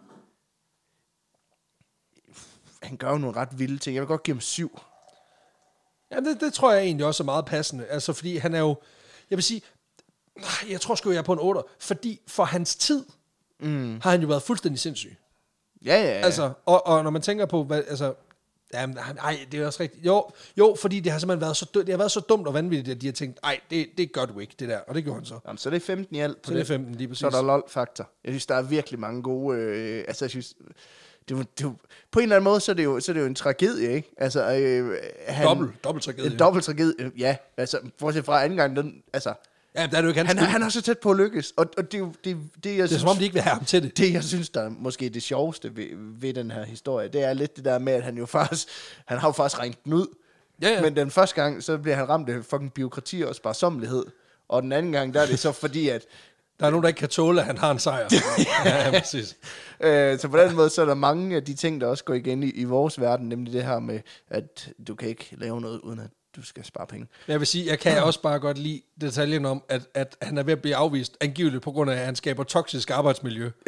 Speaker 1: Han gør jo nogle ret vilde ting. Jeg vil godt give ham syv.
Speaker 2: Ja, det, det tror jeg egentlig også er meget passende. Altså, fordi han er jo... Jeg vil sige... Jeg tror sgu, jeg er på en otter. Fordi for hans tid mm. har han jo været fuldstændig sindssyg.
Speaker 1: Ja, ja, ja.
Speaker 2: Altså, og, og når man tænker på... Hvad, altså, jamen, nej, det er også rigtigt. Jo, jo, fordi det har simpelthen været så, det har været så dumt og vanvittigt, at de har tænkt, nej, det, det gør du ikke, det der. Og det gjorde han så.
Speaker 1: Jamen, så det er femten i alt.
Speaker 2: Så det er femten, lige præcis.
Speaker 1: Så er der lol-faktor. Jeg synes, der er virkelig mange gode... Øh, altså, jeg synes... Det var, det var, på en eller anden måde, så er det jo, så er det jo en tragedie, ikke? Altså, øh, han,
Speaker 2: dobbelt, dobbelt tragedie.
Speaker 1: En dobbelt tragedie, ja. Altså, bortset fra anden gang, den, altså...
Speaker 2: Ja, der er det jo ikke
Speaker 1: han, han er så tæt på at lykkes, og, og det, det, det, det, jeg
Speaker 2: det er
Speaker 1: synes,
Speaker 2: som om, de ikke vil have ham til det.
Speaker 1: Det, jeg synes, der er måske det sjoveste ved, ved den her historie, det er lidt det der med, at han jo faktisk, han har jo faktisk regnet den ud. Ja, ja. Men den første gang, så bliver han ramt af fucking bureaukrati og sparsommelighed. Og den anden gang, der er det så fordi, at
Speaker 2: der er nogen, der ikke kan tåle, at han har en sejr. Ja, ja, præcis.
Speaker 1: øh, så på den måde, så er der mange af de ting, der også går igen i, i vores verden, nemlig det her med, at du kan ikke lave noget, uden at du skal spare penge.
Speaker 2: Jeg vil sige, jeg kan ja. også bare godt lide detaljen om, at, at han er ved at blive afvist, angiveligt på grund af, at han skaber toksisk arbejdsmiljø
Speaker 1: ja.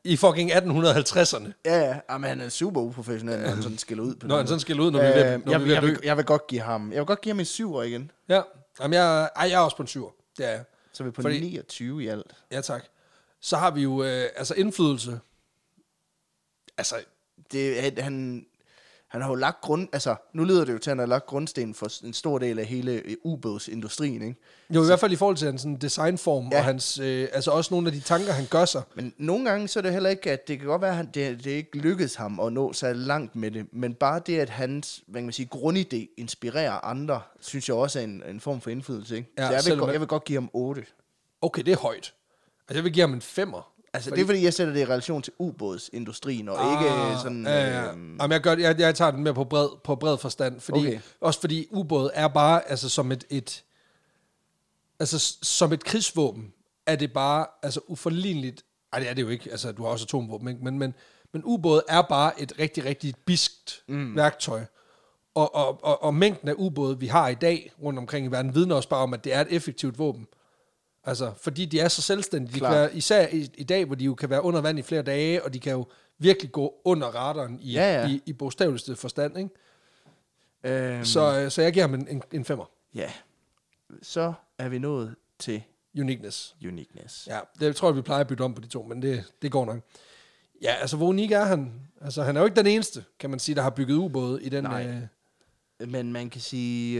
Speaker 2: i fucking atten halvtredserne.
Speaker 1: Ja, ja. Jamen, han er super uprofessionel, når han sådan skiller ud på
Speaker 2: Når han sådan skiller ud, når vi er
Speaker 1: øh,
Speaker 2: ved, når
Speaker 1: jeg,
Speaker 2: vi er ved
Speaker 1: jeg,
Speaker 2: at dø.
Speaker 1: vil, jeg vil godt give ham, jeg vil godt give ham en syver igen.
Speaker 2: Ja, jamen jeg, ej, jeg er også på en syver. Det er jeg.
Speaker 1: Så er vi på
Speaker 2: Fordi-
Speaker 1: niogtyve i alt.
Speaker 2: Ja, tak. Så har vi jo øh, altså indflydelse.
Speaker 1: Altså, det, han- han, han har jo lagt grund... Altså, nu lyder det jo til, at han har lagt grundsten for en stor del af hele øh, ubådsindustrien, ikke?
Speaker 2: Jo, i hvert fald i forhold til hans sådan, designform,
Speaker 1: Ja.
Speaker 2: og hans, øh, altså også nogle af de tanker, han gør sig.
Speaker 1: Men nogle gange så er det heller ikke, at det kan godt være, at han, det, det ikke lykkedes ham at nå så langt med det, men bare det, at hans, hvad kan man sige, grundidé inspirerer andre, synes jeg også er en, en form for indflydelse, ikke?
Speaker 2: Ja,
Speaker 1: Så jeg vil,
Speaker 2: selvom
Speaker 1: godt,
Speaker 2: at-
Speaker 1: jeg vil godt give ham otte.
Speaker 2: Okay, det er højt. Altså, jeg vil give ham en femmer.
Speaker 1: Altså, fordi, det er fordi, jeg sætter det i relation til ubådsindustrien, og ah, ikke sådan...
Speaker 2: Ja, ja.
Speaker 1: Øh,
Speaker 2: Jamen, jeg, gør, jeg, jeg tager den mere på bred, på bred forstand, fordi,
Speaker 1: Okay.
Speaker 2: også fordi ubåd er bare altså, som et, et altså s- som et krigsvåben, er det bare altså uforligneligt. Ej, det er det jo ikke. Altså, du har også atomvåben, ikke? Men, men, men ubåd er bare et rigtig, rigtig biskt mm. værktøj. Og, og, og, og mængden af ubåde, vi har i dag rundt omkring i verden, vidner også bare om, at det er et effektivt våben. Altså, fordi de er så selvstændige. De kan
Speaker 1: Klart.
Speaker 2: være, især i, i dag, hvor de jo kan være under vand i flere dage, og de kan jo virkelig gå under radaren i,
Speaker 1: Ja, ja.
Speaker 2: i, i bogstaveligste forstand, ikke?
Speaker 1: øhm,
Speaker 2: Så, øh, så jeg giver ham en, en, en femmer.
Speaker 1: Ja. Så er vi nået til
Speaker 2: Uniqueness.
Speaker 1: uniqueness.
Speaker 2: Ja, det tror jeg, vi plejer at bytte om på de to, men det, det går nok. Ja, altså, hvor unik er han? Altså, han er jo ikke den eneste, kan man sige, der har bygget ubåde i den...
Speaker 1: Nej.
Speaker 2: Øh,
Speaker 1: Men man kan sige,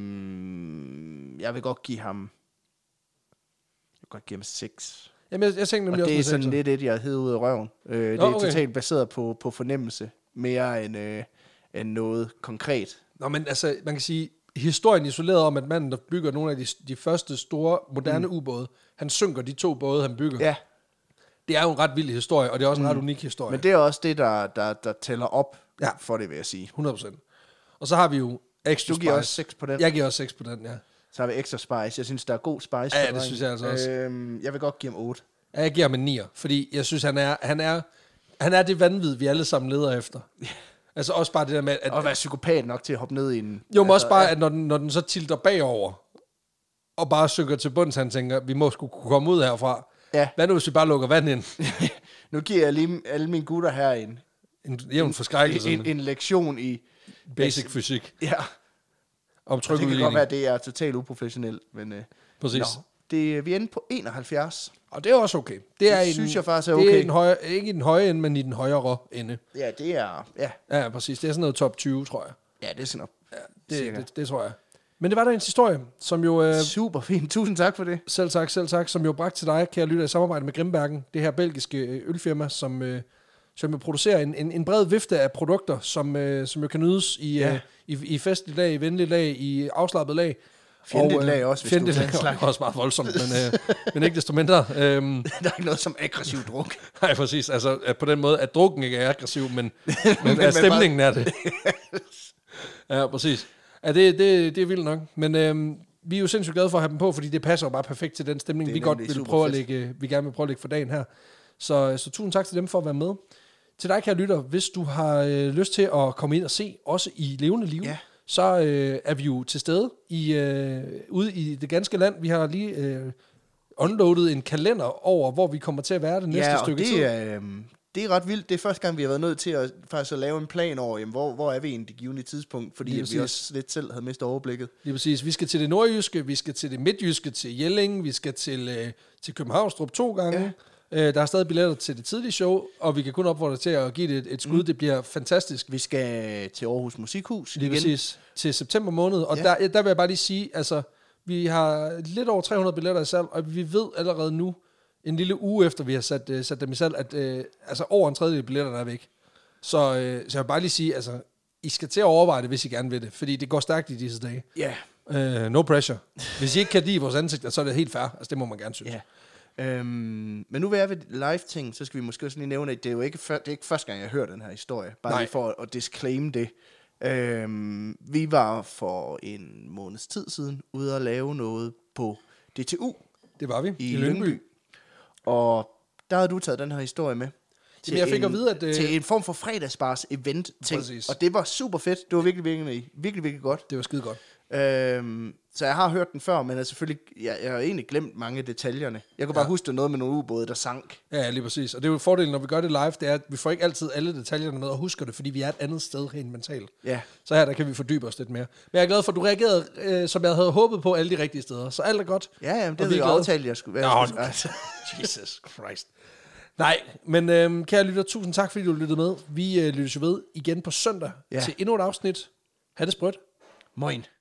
Speaker 1: øhm, jeg vil godt give ham, jeg vil godt give ham seks.
Speaker 2: jamen, jeg, jeg tænkte
Speaker 1: Og
Speaker 2: nemlig
Speaker 1: det er
Speaker 2: også...
Speaker 1: sådan
Speaker 2: med
Speaker 1: lidt et, jeg har hævet ud af røven. Øh, det
Speaker 2: Nå,
Speaker 1: er
Speaker 2: okay.
Speaker 1: totalt baseret på, på fornemmelse, mere end, øh, end noget konkret.
Speaker 2: Nå, men altså, man kan sige, historien isoleret om, at manden, der bygger nogle af de, de første store, moderne mm. ubåde, han synker de to både, han bygger.
Speaker 1: Ja,
Speaker 2: Det er jo en ret vild historie, og det er også en ret unik historie.
Speaker 1: men det er også det, der, der, der tæller op
Speaker 2: Ja.
Speaker 1: for det, vil jeg sige.
Speaker 2: hundrede procent. Og så har vi jo Extra
Speaker 1: Du giver
Speaker 2: Spice.
Speaker 1: også seks på den.
Speaker 2: Jeg giver også seks på den, ja.
Speaker 1: Så har vi Extra Spice. Jeg synes, der er god spice.
Speaker 2: Ja,
Speaker 1: på
Speaker 2: det
Speaker 1: drengen.
Speaker 2: synes jeg altså også.
Speaker 1: Øhm, jeg vil godt give ham otte.
Speaker 2: Ja, jeg giver ham en nier, fordi jeg synes, han er, han er, han er det vanvid, vi alle sammen leder efter. Altså også bare det der med, at...
Speaker 1: Og være psykopat nok til at hoppe ned i en...
Speaker 2: Jo, men også
Speaker 1: altså,
Speaker 2: bare,
Speaker 1: ja.
Speaker 2: at når den, når den så tilter bagover, og bare synker til bunds, han tænker, vi må sgu kunne komme ud herfra.
Speaker 1: Ja.
Speaker 2: Hvad nu, hvis vi bare lukker vand ind?
Speaker 1: Nu giver jeg lige alle mine gutter her en,
Speaker 2: En jævn forskrækkelse.
Speaker 1: en, en lektion i...
Speaker 2: Basic fysik.
Speaker 1: Ja,
Speaker 2: Om
Speaker 1: og det kan godt
Speaker 2: trykudligning.
Speaker 1: være, at det er totalt uprofessionelt, men... Øh,
Speaker 2: Præcis.
Speaker 1: nå. Det, vi er ende på enoghalvfjerds.
Speaker 2: Og det er også okay. Det, er
Speaker 1: Det
Speaker 2: en,
Speaker 1: synes jeg faktisk er
Speaker 2: Det er
Speaker 1: okay.
Speaker 2: en højere, ikke i den høje ende, men i den højere ende.
Speaker 1: Ja, det er... Ja,
Speaker 2: Ja, præcis. Det er sådan noget top tyve, tror jeg.
Speaker 1: ja det er sådan op.
Speaker 2: Ja, det,
Speaker 1: Cirka.
Speaker 2: det, det tror jeg. Men det var dagens historie, som jo... Øh,
Speaker 1: Super fint. Tusind tak for det.
Speaker 2: selv tak, selv tak, som jo bragt til dig, kære lytter, i samarbejde med Grimbergen, det her belgiske øh, ølfirma, som, øh, som jo producerer en, en, en bred vifte af produkter, som, øh, som jo kan nydes i,
Speaker 1: Ja.
Speaker 2: øh, i, i festligt lag, i venligt lag, i afslappet lag.
Speaker 1: Fjendtligt
Speaker 2: Og, øh,
Speaker 1: lag også, hvis
Speaker 2: fjendtligt
Speaker 1: du
Speaker 2: lag
Speaker 1: tager en slag.
Speaker 2: er også meget voldsomt, men, øh, men ikke desto mindre. Øhm,
Speaker 1: Der er ikke noget som aggressiv druk.
Speaker 2: nej, præcis. Altså at på den måde, at drukken ikke er aggressiv, men, men
Speaker 1: men
Speaker 2: at stemningen er det. Ja, præcis. Ja, det, det, det er vildt nok. Men øhm, vi er jo sindssygt glade for at have dem på, fordi det passer jo bare perfekt til den stemning,
Speaker 1: Det er
Speaker 2: vi godt
Speaker 1: nemlig
Speaker 2: vil
Speaker 1: super
Speaker 2: prøve at
Speaker 1: fedt.
Speaker 2: lægge, vi gerne vil prøve at lægge for dagen her. Så, så tusind tak til dem for at være med. Til dig, kære lytter, hvis du har øh, lyst til at komme ind og se, også i levende liv,
Speaker 1: Ja.
Speaker 2: så øh, er vi jo til stede i, øh, ude i det ganske land. Vi har lige øh, unloadet en kalender over, hvor vi kommer til at være det næste
Speaker 1: Ja, og
Speaker 2: stykke tid.
Speaker 1: det er, øhm, det er ret vildt. Det er første gang, vi har været nødt til at, faktisk at lave en plan over, jamen, hvor, hvor er vi egentlig det givende tidspunkt, fordi
Speaker 2: Lige
Speaker 1: at vi
Speaker 2: præcis.
Speaker 1: også lidt selv havde mistet overblikket.
Speaker 2: Lige præcis. Vi skal til det nordjyske, vi skal til det midtjyske, til Jelling, vi skal til, øh, til Københavnstrup to gange. Ja. Øh, der er stadig billetter til det tidlige show, og vi kan kun opfordre dig til at give det et, et skud. Mm. Det bliver fantastisk.
Speaker 1: Vi skal til Aarhus Musikhus
Speaker 2: Lige
Speaker 1: igen.
Speaker 2: præcis. Til september måned. Og
Speaker 1: Ja.
Speaker 2: der, der vil jeg bare lige sige, altså, vi har lidt over tre hundrede billetter i salg, og vi ved allerede nu, en lille uge efter vi har sat, uh, sat dem i salg, at uh, altså over en tredjedel af billetterne er væk. Så, uh, så jeg vil bare lige sige, altså, I skal til at overveje det, hvis I gerne vil det, fordi det går stærkt i disse dage.
Speaker 1: Ja.
Speaker 2: Uh, no pressure. Hvis I ikke kan lide vores ansigter, så er det helt fair. Altså, det må man gerne synes.
Speaker 1: Ja. Øhm, men nu vil jeg ved live-ting, så skal vi måske også lige nævne, at det er jo ikke, før, det er ikke første gang, jeg hører den her historie. Bare
Speaker 2: Nej.
Speaker 1: lige for at, at disclaim det. Øhm, vi var for en måneds tid siden ude at lave noget på D T U
Speaker 2: Det var vi.
Speaker 1: i, I Lyngby. Og der havde du taget den her historie med. Til,
Speaker 2: Jamen, jeg fik
Speaker 1: en,
Speaker 2: at vide, at, øh,
Speaker 1: til en form for fredagsbars event ting.
Speaker 2: Præcis.
Speaker 1: Og det var super fedt. Det var virkelig, virkelig, virkelig, virkelig godt.
Speaker 2: Det var skide godt.
Speaker 1: Øhm, så jeg har hørt den før, men jeg, selvfølgelig, jeg, jeg har egentlig glemt mange af detaljerne. Jeg kunne bare ja. huske, det noget med nogle ubåde, der sank.
Speaker 2: Ja, lige præcis. Og det er jo fordelen, når vi gør det live, det er, at vi får ikke altid alle detaljerne med og husker det, fordi vi er et andet sted rent mentalt.
Speaker 1: Ja. Så
Speaker 2: her der kan vi fordybe os lidt mere. Men jeg er glad for, at du reagerede, øh, som jeg havde håbet på, alle de rigtige steder. Så alt er godt.
Speaker 1: Ja, jamen, det havde jeg jo aftalt, jeg skulle være.
Speaker 2: Nå, altså. Jesus Christ. Nej, men øh, kære lytter, tusind tak, fordi du lyttede med. Vi øh, lyttes jo ved igen på søndag ja. til endnu et afsnit. Ha' det sprødt.
Speaker 1: Moin.